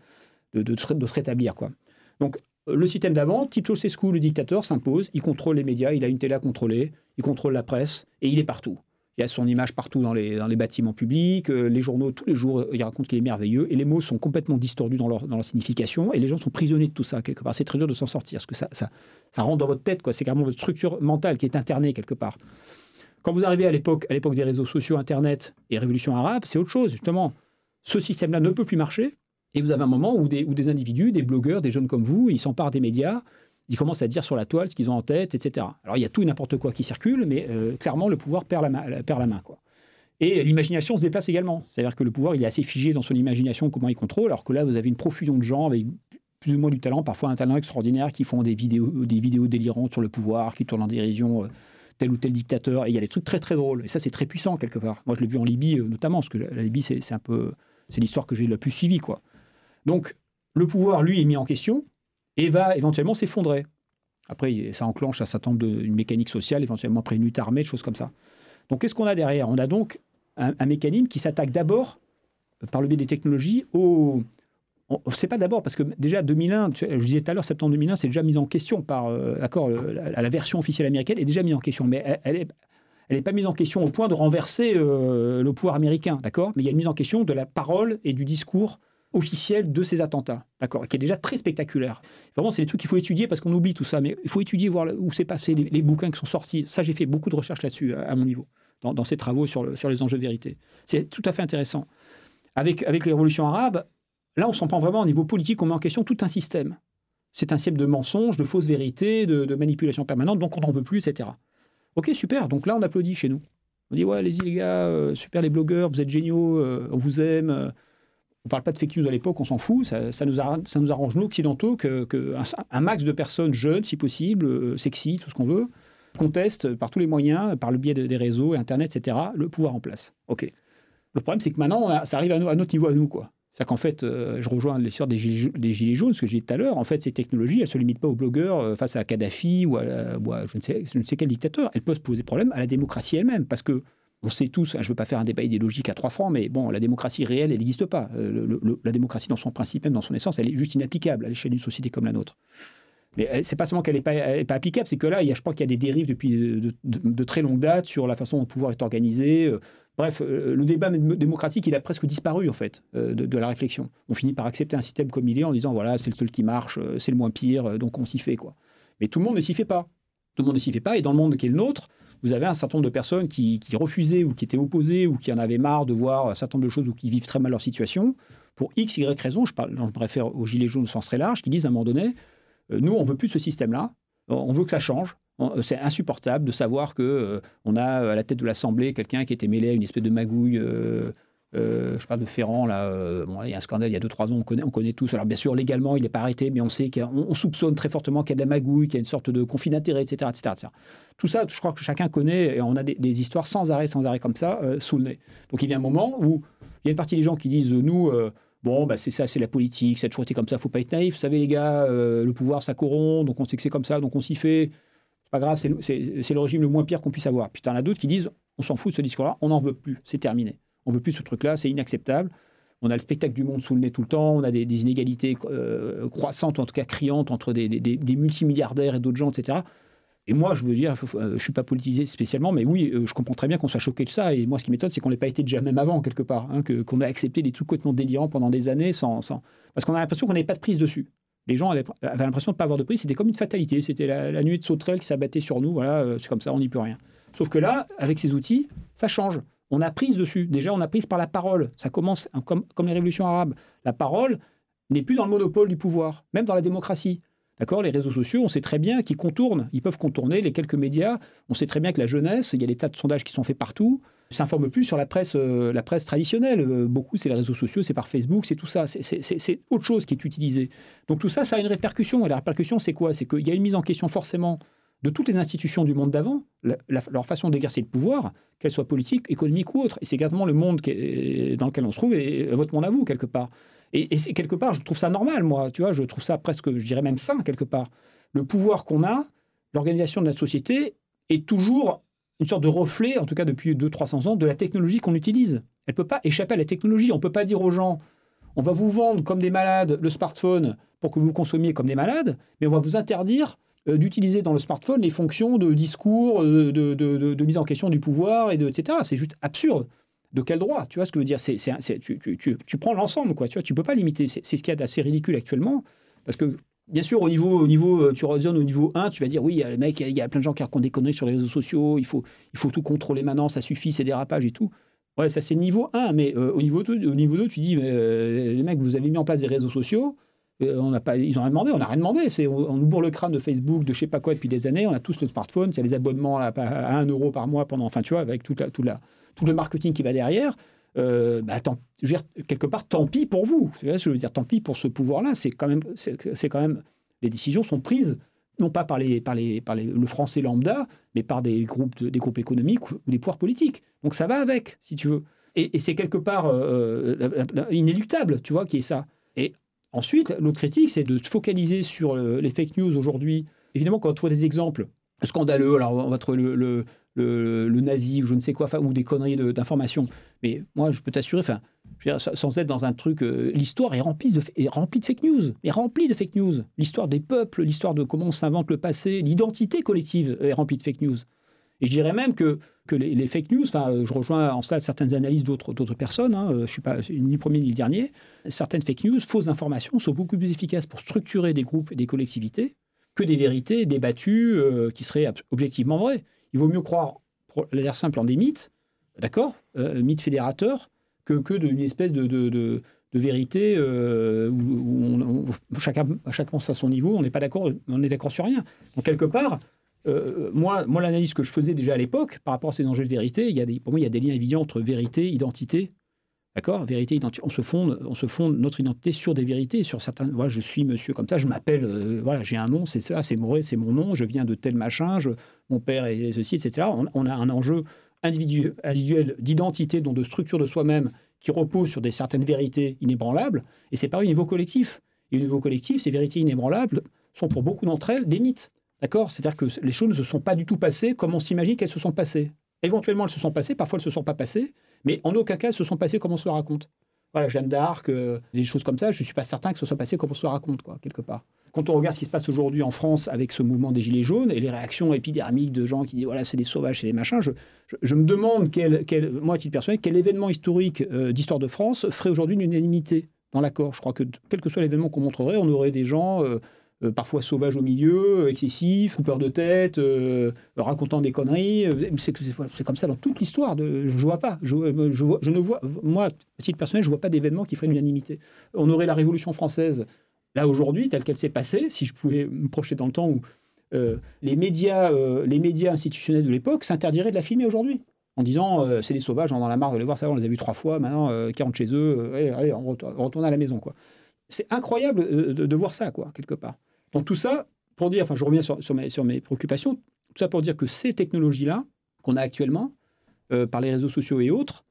se rétablir, quoi. Donc, le système d'avant, type Ceausescu, le dictateur, s'impose, il contrôle les médias, il a une télé à contrôler, il contrôle la presse, et il est partout. Il y a son image partout dans les bâtiments publics, les journaux, tous les jours, il raconte qu'il est merveilleux, et les mots sont complètement distordus dans leur signification, et les gens sont prisonniers de tout ça, quelque part. C'est très dur de s'en sortir, parce que ça rentre dans votre tête, quoi. C'est carrément votre structure mentale qui est internée, quelque part. Quand vous arrivez à l'époque des réseaux sociaux, Internet et révolution arabe, c'est autre chose, justement. Ce système-là ne peut plus marcher, et vous avez un moment où des individus, des blogueurs, des jeunes comme vous, ils s'emparent des médias, ils commencent à dire sur la toile ce qu'ils ont en tête, etc. Alors, il y a tout et n'importe quoi qui circule, mais clairement, le pouvoir perd la main, quoi. Et l'imagination se déplace également. C'est-à-dire que le pouvoir, il est assez figé dans son imagination, comment il contrôle, alors que là, vous avez une profusion de gens avec plus ou moins du talent, parfois un talent extraordinaire, qui font des vidéos délirantes sur le pouvoir, qui tournent en dérision tel ou tel dictateur. Et il y a des trucs très, très drôles. Et ça, c'est très puissant, quelque part. Moi, je l'ai vu en Libye, notamment, parce que la Libye, c'est l'histoire que j'ai la plus suivie, quoi. Donc, le pouvoir, lui, est mis en question et va éventuellement s'effondrer. Après, ça enclenche un certain nombre d'une mécanique sociale, éventuellement après une lutte armée, des choses comme ça. Donc, qu'est-ce qu'on a derrière ? On a donc un mécanisme qui s'attaque d'abord, par le biais des technologies, c'est pas d'abord, parce que déjà 2001, je disais tout à l'heure, septembre 2001, c'est déjà mis en question par la version officielle américaine est déjà mise en question, mais elle n'est pas mise en question au point de renverser le pouvoir américain, d'accord ? Mais il y a une mise en question de la parole et du discours officiel de ces attentats, d'accord ? Qui est déjà très spectaculaire. Vraiment, c'est des trucs qu'il faut étudier parce qu'on oublie tout ça, mais il faut étudier, voir où c'est passé, les bouquins qui sont sortis. Ça, j'ai fait beaucoup de recherches là-dessus, à mon niveau, dans ces travaux sur les enjeux de vérité. C'est tout à fait intéressant. Avec les révolutions arabes, là, on s'en prend vraiment au niveau politique, on met en question tout un système. C'est un système de mensonges, de fausses vérités, de manipulation permanente, donc on n'en veut plus, etc. Ok, super, donc là, on applaudit chez nous. On dit, ouais, allez-y les gars, super les blogueurs, vous êtes géniaux, on vous aime. On ne parle pas de fake news à l'époque, on s'en fout, ça nous arrange, nous, occidentaux, qu'un max de personnes jeunes, si possible, sexy, tout ce qu'on veut, contestent par tous les moyens, par le biais des réseaux, Internet, etc., le pouvoir en place. Ok. Le problème, c'est que maintenant, ça arrive à notre niveau à nous, quoi. C'est-à-dire qu'en fait, je rejoins l'histoire des gilets jaunes, ce que j'ai dit tout à l'heure. En fait, ces technologies, elles ne se limitent pas aux blogueurs face à Kadhafi ou à je ne sais quel dictateur. Elles peuvent poser problème à la démocratie elle-même. Parce que, on sait tous, je ne veux pas faire un débat idéologique à 3 francs, mais bon, la démocratie réelle, elle n'existe pas. La démocratie, dans son principe même, dans son essence, elle est juste inapplicable à l'échelle d'une société comme la nôtre. Mais c'est pas seulement qu'elle n'est pas applicable, c'est que là, je crois qu'il y a des dérives depuis de très longue date sur la façon dont le pouvoir est organisé. Bref, le débat démocratique, il a presque disparu, en fait, de la réflexion. On finit par accepter un système comme il est en disant, voilà, c'est le seul qui marche, c'est le moins pire, donc on s'y fait, quoi. Mais tout le monde ne s'y fait pas. Tout le monde ne s'y fait pas, et dans le monde qui est le nôtre, vous avez un certain nombre de personnes qui refusaient ou qui étaient opposées ou qui en avaient marre de voir un certain nombre de choses ou qui vivent très mal leur situation, pour X, Y raison, je me réfère aux gilets jaunes au sens très large, qui disent à un moment donné, nous, on ne veut plus de ce système-là, on veut que ça change. C'est insupportable de savoir qu'on a à la tête de l'Assemblée quelqu'un qui était mêlé à une espèce de magouille. Je parle de Ferrand, là. Il y a un scandale il y a 2-3 ans, on connaît tous. Alors, bien sûr, légalement, il n'est pas arrêté, mais on sait qu'on soupçonne très fortement qu'il y a de la magouille, qu'il y a une sorte de conflit d'intérêts, etc., etc. Tout ça, je crois que chacun connaît, et on a des histoires sans arrêt comme ça, sous le nez. Donc, il y a un moment où il y a une partie des gens qui disent, nous... Bon, c'est ça, c'est la politique, ça a toujours été comme ça, il ne faut pas être naïf. Vous savez, les gars, le pouvoir, ça corrompt, donc on sait que c'est comme ça, donc on s'y fait. C'est pas grave, c'est le régime le moins pire qu'on puisse avoir. Puis il y en a d'autres qui disent, on s'en fout de ce discours-là, on n'en veut plus, c'est terminé. On ne veut plus ce truc-là, c'est inacceptable. On a le spectacle du monde sous le nez tout le temps, on a des inégalités croissantes, en tout cas criantes, entre des multimilliardaires et d'autres gens, etc. Et moi, je veux dire, je ne suis pas politisé spécialement, mais oui, je comprends très bien qu'on soit choqué de ça. Et moi, ce qui m'étonne, c'est qu'on n'ait pas été déjà même avant, quelque part, qu'on a accepté des trucs complètement délirants pendant des années, parce qu'on a l'impression qu'on n'avait pas de prise dessus. Les gens avaient l'impression de ne pas avoir de prise, c'était comme une fatalité. C'était la nuée de sauterelles qui s'abattait sur nous, voilà, c'est comme ça, on n'y peut rien. Sauf que là, avec ces outils, ça change. On a prise dessus. Déjà, on a prise par la parole. Ça commence comme les révolutions arabes. La parole n'est plus dans le monopole du pouvoir, même dans la démocratie. D'accord, les réseaux sociaux, on sait très bien qu'ils contournent. Ils peuvent contourner les quelques médias. On sait très bien que la jeunesse, il y a des tas de sondages qui sont faits partout, ne s'informe plus sur la presse traditionnelle. Beaucoup, c'est les réseaux sociaux, c'est par Facebook, c'est tout ça. C'est autre chose qui est utilisé. Donc tout ça, ça a une répercussion. Et la répercussion, c'est quoi ? C'est qu'il y a une mise en question forcément de toutes les institutions du monde d'avant, leur façon d'exercer le pouvoir, qu'elle soit politique, économique ou autre. Et c'est exactement le monde dans lequel on se trouve et votre monde à vous, quelque part. Et c'est quelque part, je trouve ça normal, moi. Tu vois, je trouve ça presque, je dirais même sain, quelque part. Le pouvoir qu'on a, l'organisation de notre société, est toujours une sorte de reflet, en tout cas depuis 200-300 ans, de la technologie qu'on utilise. Elle ne peut pas échapper à la technologie. On ne peut pas dire aux gens, on va vous vendre comme des malades le smartphone pour que vous consommiez comme des malades, mais on va vous interdire d'utiliser dans le smartphone les fonctions de discours, de mise en question du pouvoir, etc. C'est juste absurde. De quel droit ? Tu vois ce que je veux dire ? Tu prends l'ensemble, quoi. Tu vois, tu peux pas limiter. C'est ce qu'il y a d'assez ridicule actuellement. Parce que, bien sûr, au niveau tu raisonnes au niveau 1, tu vas dire, oui, les mecs, il y a plein de gens qui racontent des conneries sur les réseaux sociaux, il faut tout contrôler maintenant, ça suffit, c'est dérapages et tout. Ouais, ça, c'est niveau 1. Mais au niveau 2, tu dis, les mecs, vous avez mis en place des réseaux sociaux, ils ont rien demandé, on n'a rien demandé. On nous bourre le crâne de Facebook, de je sais pas quoi depuis des années, on a tous le smartphone, il y a les abonnements là, à 1 euro par mois pendant, enfin, tu vois, avec tout le marketing qui va derrière. Je veux dire, quelque part, tant pis pour vous. Tu vois, je veux dire, tant pis pour ce pouvoir-là. C'est quand même, les décisions sont prises non pas par le français lambda, mais par des groupes économiques ou des pouvoirs politiques. Donc ça va avec, si tu veux. Et c'est quelque part inéluctable, tu vois, qui est ça. Et ensuite, l'autre critique, c'est de se focaliser sur les fake news aujourd'hui évidemment, quand on trouve des exemples scandaleux, alors on va trouver le nazi ou je ne sais quoi, ou des conneries d'informations. Mais moi, je peux t'assurer, je veux dire, sans être dans un truc, l'histoire est remplie de fake news. Est remplie de fake news. L'histoire des peuples, l'histoire de comment on s'invente le passé, l'identité collective est remplie de fake news. Et je dirais même que les fake news, je rejoins en cela certaines analyses d'autres personnes, je ne suis pas ni le premier ni le dernier, certaines fake news, fausses informations, sont beaucoup plus efficaces pour structurer des groupes et des collectivités que des vérités débattues qui seraient objectivement vraies. Il vaut mieux croire, pour l'air simple, en des mythes, d'accord, mythes fédérateurs, que d'une espèce de vérité où chacun pense à son niveau, on n'est d'accord sur rien. Donc quelque part, moi, l'analyse que je faisais déjà à l'époque, par rapport à ces enjeux de vérité, pour moi, il y a des liens évidents entre vérité, identité. D'accord ? Vérité, identité. On se fonde notre identité sur des vérités, sur certains. Voilà, je suis monsieur comme ça, je m'appelle, j'ai un nom, c'est ça, c'est mon nom, je viens de tel machin, mon père est ceci, etc. On a un enjeu individuel d'identité, donc de structure de soi-même, qui repose sur certaines vérités inébranlables, et c'est pareil au niveau collectif. Et au niveau collectif, ces vérités inébranlables sont pour beaucoup d'entre elles des mythes. D'accord ? C'est-à-dire que les choses ne se sont pas du tout passées comme on s'imagine qu'elles se sont passées. Éventuellement, elles se sont passées, parfois elles ne se sont pas passées, mais en aucun cas elles se sont passées comme on se le raconte. Voilà, Jeanne d'Arc, des choses comme ça, je ne suis pas certain que ce soit passé comme on se le raconte, quoi, quelque part. Quand on regarde ce qui se passe aujourd'hui en France avec ce mouvement des Gilets jaunes et les réactions épidermiques de gens qui disent voilà, c'est des sauvages, c'est des machins, je me demande, moi, à titre personnel, quel événement historique d'histoire de France ferait aujourd'hui une unanimité dans l'accord. Je crois que quel que soit l'événement qu'on montrerait, on aurait des gens parfois sauvages au milieu, excessifs, coupeurs de tête, racontant des conneries. C'est comme ça dans toute l'histoire. Je vois pas. Je ne vois, moi, à titre personnel, je vois pas d'événement qui ferait l'unanimité. On aurait la Révolution française, là, aujourd'hui, telle qu'elle s'est passée, si je pouvais me projeter dans le temps où les médias institutionnels de l'époque s'interdiraient de la filmer aujourd'hui, en disant c'est des sauvages, on en a marre de les voir, ça on les a vus 3 fois, maintenant, qui rentrent chez eux, allez, on retourne à la maison, quoi. C'est incroyable de voir ça, quoi, quelque part. Donc tout ça, pour dire, je reviens sur mes préoccupations, tout ça pour dire que ces technologies-là, qu'on a actuellement, par les réseaux sociaux et autres,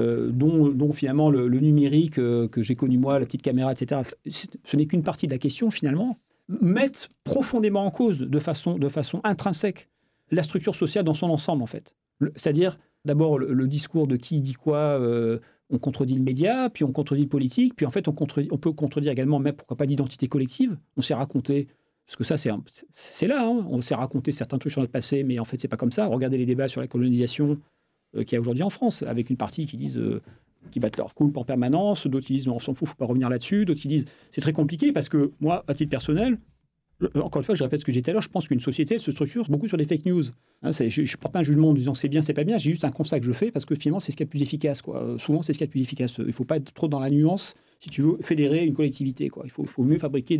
dont finalement le numérique que j'ai connu moi, la petite caméra, etc., ce n'est qu'une partie de la question, finalement, mettent profondément en cause, de façon intrinsèque, la structure sociale dans son ensemble, en fait. C'est-à-dire, d'abord, le discours de qui dit quoi, on contredit le média, puis on contredit le politique, puis en fait, on peut contredire également, même pourquoi pas d'identité collective. On s'est raconté, parce que ça, c'est là, on s'est raconté certains trucs sur notre passé, mais en fait, c'est pas comme ça. Regardez les débats sur la colonisation qu'il y a aujourd'hui en France, avec une partie qui disent qui battent leur coulpe en permanence, d'autres qui disent on s'en fout, faut pas revenir là-dessus, d'autres qui disent c'est très compliqué parce que moi, à titre personnel, encore une fois, je répète ce que j'ai dit tout à l'heure, je pense qu'une société, elle se structure beaucoup sur des fake news. Je ne porte pas un jugement en disant c'est bien, c'est pas bien, j'ai juste un constat que je fais parce que finalement, c'est ce qui est le plus efficace, quoi. Souvent, c'est ce qui est le plus efficace. Il ne faut pas être trop dans la nuance si tu veux fédérer une collectivité, quoi. Il faut mieux fabriquer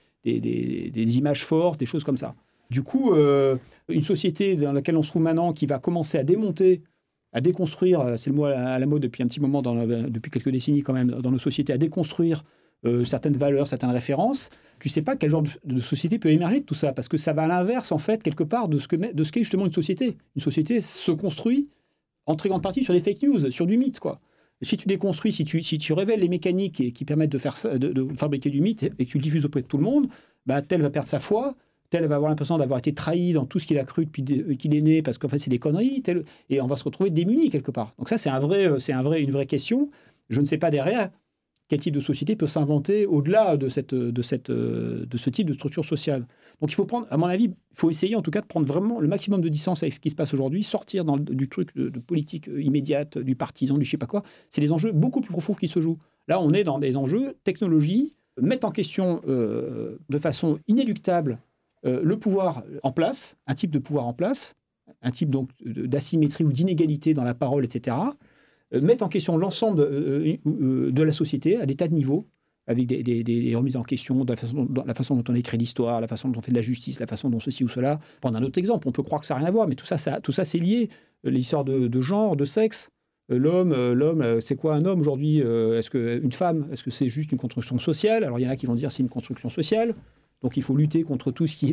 des images fortes, des choses comme ça. Du coup, une société dans laquelle on se trouve maintenant qui va commencer à démonter, à déconstruire, c'est le mot à la mode depuis un petit moment, depuis quelques décennies quand même, dans nos sociétés, à déconstruire certaines valeurs, certaines références, tu ne sais pas quel genre de société peut émerger de tout ça, parce que ça va à l'inverse, en fait, quelque part, de ce qu'est justement une société. Une société se construit en très grande partie sur des fake news, sur du mythe, quoi. Si tu déconstruis, si tu révèles les mécaniques qui permettent de faire ça, de fabriquer du mythe, et que tu le diffuses auprès de tout le monde, tel va perdre sa foi, tel va avoir l'impression d'avoir été trahi dans tout ce qu'il a cru depuis qu'il est né, parce qu'en fait, c'est des conneries, et on va se retrouver démuni quelque part. Donc ça, c'est une vraie question. Je ne sais pas derrière quel type de société peut s'inventer au-delà de ce type de structure sociale. Donc il faut prendre, à mon avis, il faut essayer en tout cas de prendre vraiment le maximum de distance avec ce qui se passe aujourd'hui, sortir du truc de politique immédiate, du partisan, du je sais pas quoi. C'est des enjeux beaucoup plus profonds qui se jouent. Là, on est dans des enjeux technologie, mettre en question de façon inéluctable le pouvoir en place, un type de pouvoir en place, un type donc d'asymétrie ou d'inégalité dans la parole, etc., mettre en question l'ensemble de la société à des tas de niveaux, avec des remises en question de la façon dont on écrit l'histoire, la façon dont on fait de la justice, la façon dont ceci ou cela. Prendre un autre exemple, on peut croire que ça n'a rien à voir, mais tout ça c'est lié. L'histoire de genre, de sexe, l'homme, c'est quoi un homme aujourd'hui ? Est-ce qu'une femme, est-ce que c'est juste une construction sociale ? Alors il y en a qui vont dire c'est une construction sociale, donc il faut lutter contre tout ce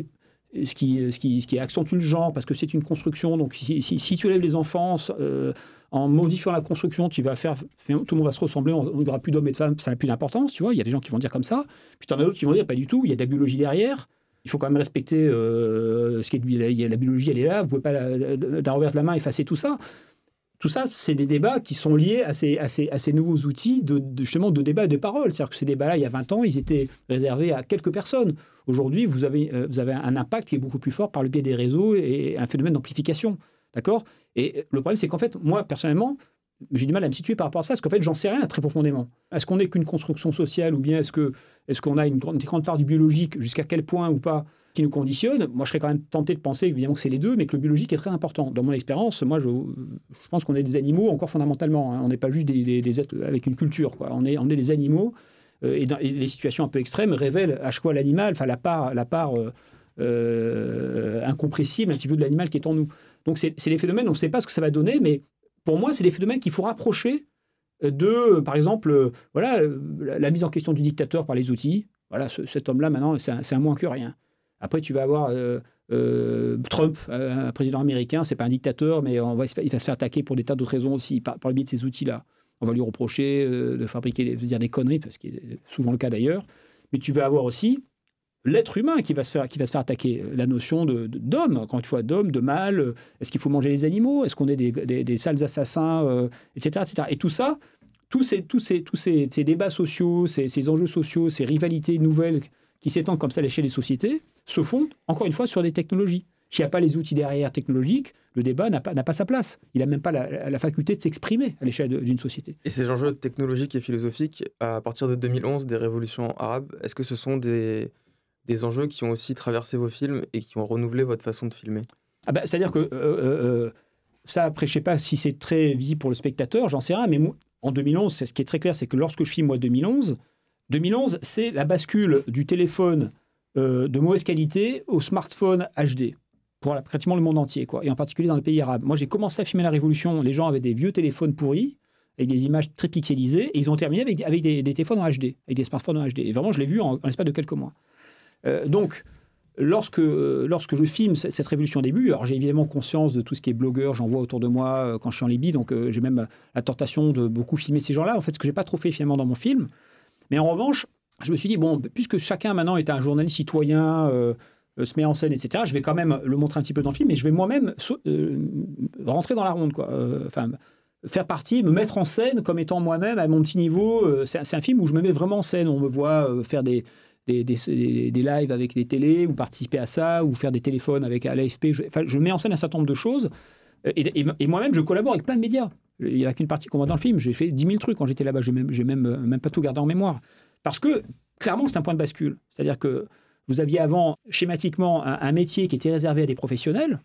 qui accentue le genre, parce que c'est une construction. Donc, si tu élèves les enfants en modifiant la construction, tout le monde va se ressembler, on n'aura plus d'hommes et de femmes, ça n'a plus d'importance, tu vois. Il y a des gens qui vont dire comme ça. Puis tu en as d'autres qui vont dire pas du tout, il y a de la biologie derrière. Il faut quand même respecter ce qui est la biologie, elle est là. Vous pouvez pas d'un revers de la main effacer tout ça. Tout ça, c'est des débats qui sont liés à ces nouveaux outils justement de débat et de parole. C'est-à-dire que ces débats-là, il y a 20 ans, ils étaient réservés à quelques personnes. Aujourd'hui, vous avez un impact qui est beaucoup plus fort par le biais des réseaux et un phénomène d'amplification. D'accord ? Et le problème, c'est qu'en fait, moi, personnellement, j'ai du mal à me situer par rapport à ça, parce qu'en fait, j'en sais rien très profondément. Est-ce qu'on n'est qu'une construction sociale, ou bien est-ce qu'on a une grande part du biologique, jusqu'à quel point ou pas, qui nous conditionne ? Moi, je serais quand même tenté de penser, évidemment, que c'est les deux, mais que le biologique est très important. Dans mon expérience, moi, je pense qu'on est des animaux encore fondamentalement. Hein. On n'est pas juste des êtres avec une culture, quoi. On est des animaux, et les situations un peu extrêmes révèlent à chaque fois l'animal, enfin la part incompressible un petit peu de l'animal qui est en nous. Donc, c'est des phénomènes, on ne sait pas ce que ça va donner, mais pour moi, c'est des phénomènes qu'il faut rapprocher par exemple, la mise en question du dictateur par les outils. Voilà, cet homme-là, maintenant, c'est un moins que rien. Après, tu vas avoir Trump, un président américain, c'est pas un dictateur, mais il va se faire attaquer pour des tas d'autres raisons aussi, par le biais de ces outils-là. On va lui reprocher de fabriquer des conneries, parce qu'il est souvent le cas d'ailleurs. Mais tu vas avoir aussi l'être humain qui va se faire attaquer. La notion d'homme, encore une fois, d'homme, de mâle. Est-ce qu'il faut manger les animaux ? Est-ce qu'on est des sales assassins, etc., etc. Et tout ça, tous ces débats sociaux, ces enjeux sociaux, ces rivalités nouvelles qui s'étendent comme ça à l'échelle des sociétés, se font, encore une fois, sur des technologies. S'il n'y a pas les outils derrière technologiques, le débat n'a pas sa place. Il n'a même pas la faculté de s'exprimer à l'échelle d'une société. Et ces enjeux technologiques et philosophiques, à partir de 2011, des révolutions arabes, est-ce que ce sont des enjeux qui ont aussi traversé vos films et qui ont renouvelé votre façon de filmer ? C'est-à-dire que ça, après, je ne sais pas si c'est très visible pour le spectateur, j'en sais rien, mais en 2011, ce qui est très clair, c'est que lorsque je filme, moi, 2011, c'est la bascule du téléphone de mauvaise qualité au smartphone HD, pour pratiquement le monde entier, quoi, et en particulier dans les pays arabes. Moi, j'ai commencé à filmer la Révolution, les gens avaient des vieux téléphones pourris, avec des images très pixelisées, et ils ont terminé avec des téléphones en HD, avec des smartphones en HD. Et vraiment, je l'ai vu en l'espace de quelques mois. Donc, lorsque je filme cette révolution au début, alors j'ai évidemment conscience de tout ce qui est blogueur, j'en vois autour de moi quand je suis en Libye, donc j'ai même la tentation de beaucoup filmer ces gens-là, en fait, ce que je n'ai pas trop fait finalement dans mon film. Mais en revanche, je me suis dit, bon, puisque chacun maintenant est un journaliste citoyen, se met en scène, etc., je vais quand même le montrer un petit peu dans le film, et je vais moi-même rentrer dans la ronde, quoi. Faire partie, me mettre en scène comme étant moi-même à mon petit niveau. C'est un film où je me mets vraiment en scène, on me voit faire des lives avec des télés, ou participer à ça, ou faire des téléphones avec à l'AFP. Je mets en scène un certain nombre de choses, et moi-même, je collabore avec plein de médias. Il n'y a qu'une partie qu'on voit dans le film. J'ai fait 10 000 trucs quand j'étais là-bas. J'ai même pas tout gardé en mémoire. Parce que, clairement, c'est un point de bascule. C'est-à-dire que vous aviez avant, schématiquement, un métier qui était réservé à des professionnels.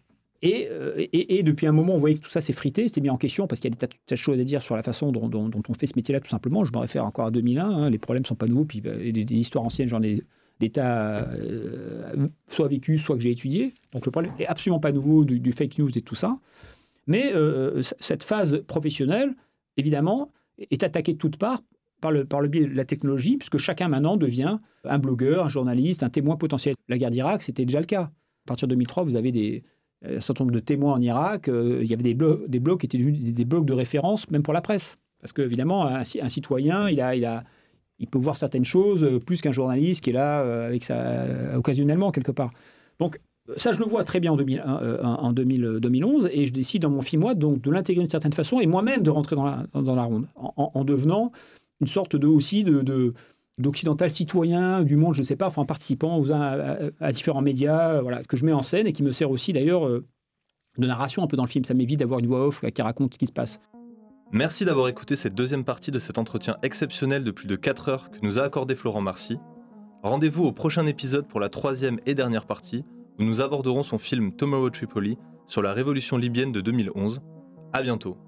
Et depuis un moment, on voyait que tout ça s'est frité, c'était mis en question, parce qu'il y a des tas de choses à dire sur la façon dont on fait ce métier-là, tout simplement. Je me réfère encore à 2001, hein, les problèmes ne sont pas nouveaux, puis des histoires anciennes, j'en ai des tas, soit vécues, soit que j'ai étudiées. Donc le problème n'est absolument pas nouveau du fake news et tout ça. Mais cette phase professionnelle, évidemment, est attaquée de toutes parts par le biais de la technologie, puisque chacun maintenant devient un blogueur, un journaliste, un témoin potentiel. La guerre d'Irak, c'était déjà le cas. À partir de 2003, vous avez un certain nombre de témoins en Irak. Il y avait des blogs qui étaient devenus des blogs de référence, même pour la presse. Parce qu'évidemment, un citoyen, il peut voir certaines choses plus qu'un journaliste qui est là occasionnellement, quelque part. Donc, ça, je le vois très bien en 2011, et je décide dans mon film, moi, donc, de l'intégrer d'une certaine façon, et moi-même de rentrer dans la ronde, en devenant une sorte d'occidental citoyen du monde, je ne sais pas, en participant à différents médias, que je mets en scène, et qui me sert aussi, d'ailleurs, de narration un peu dans le film. Ça m'évite d'avoir une voix off qui raconte ce qui se passe. Merci d'avoir écouté cette deuxième partie de cet entretien exceptionnel de plus de 4 heures que nous a accordé Florent Marcy. Rendez-vous au prochain épisode pour la 3e et dernière partie, où nous aborderons son film Tomorrow Tripoli sur la révolution libyenne de 2011. À bientôt.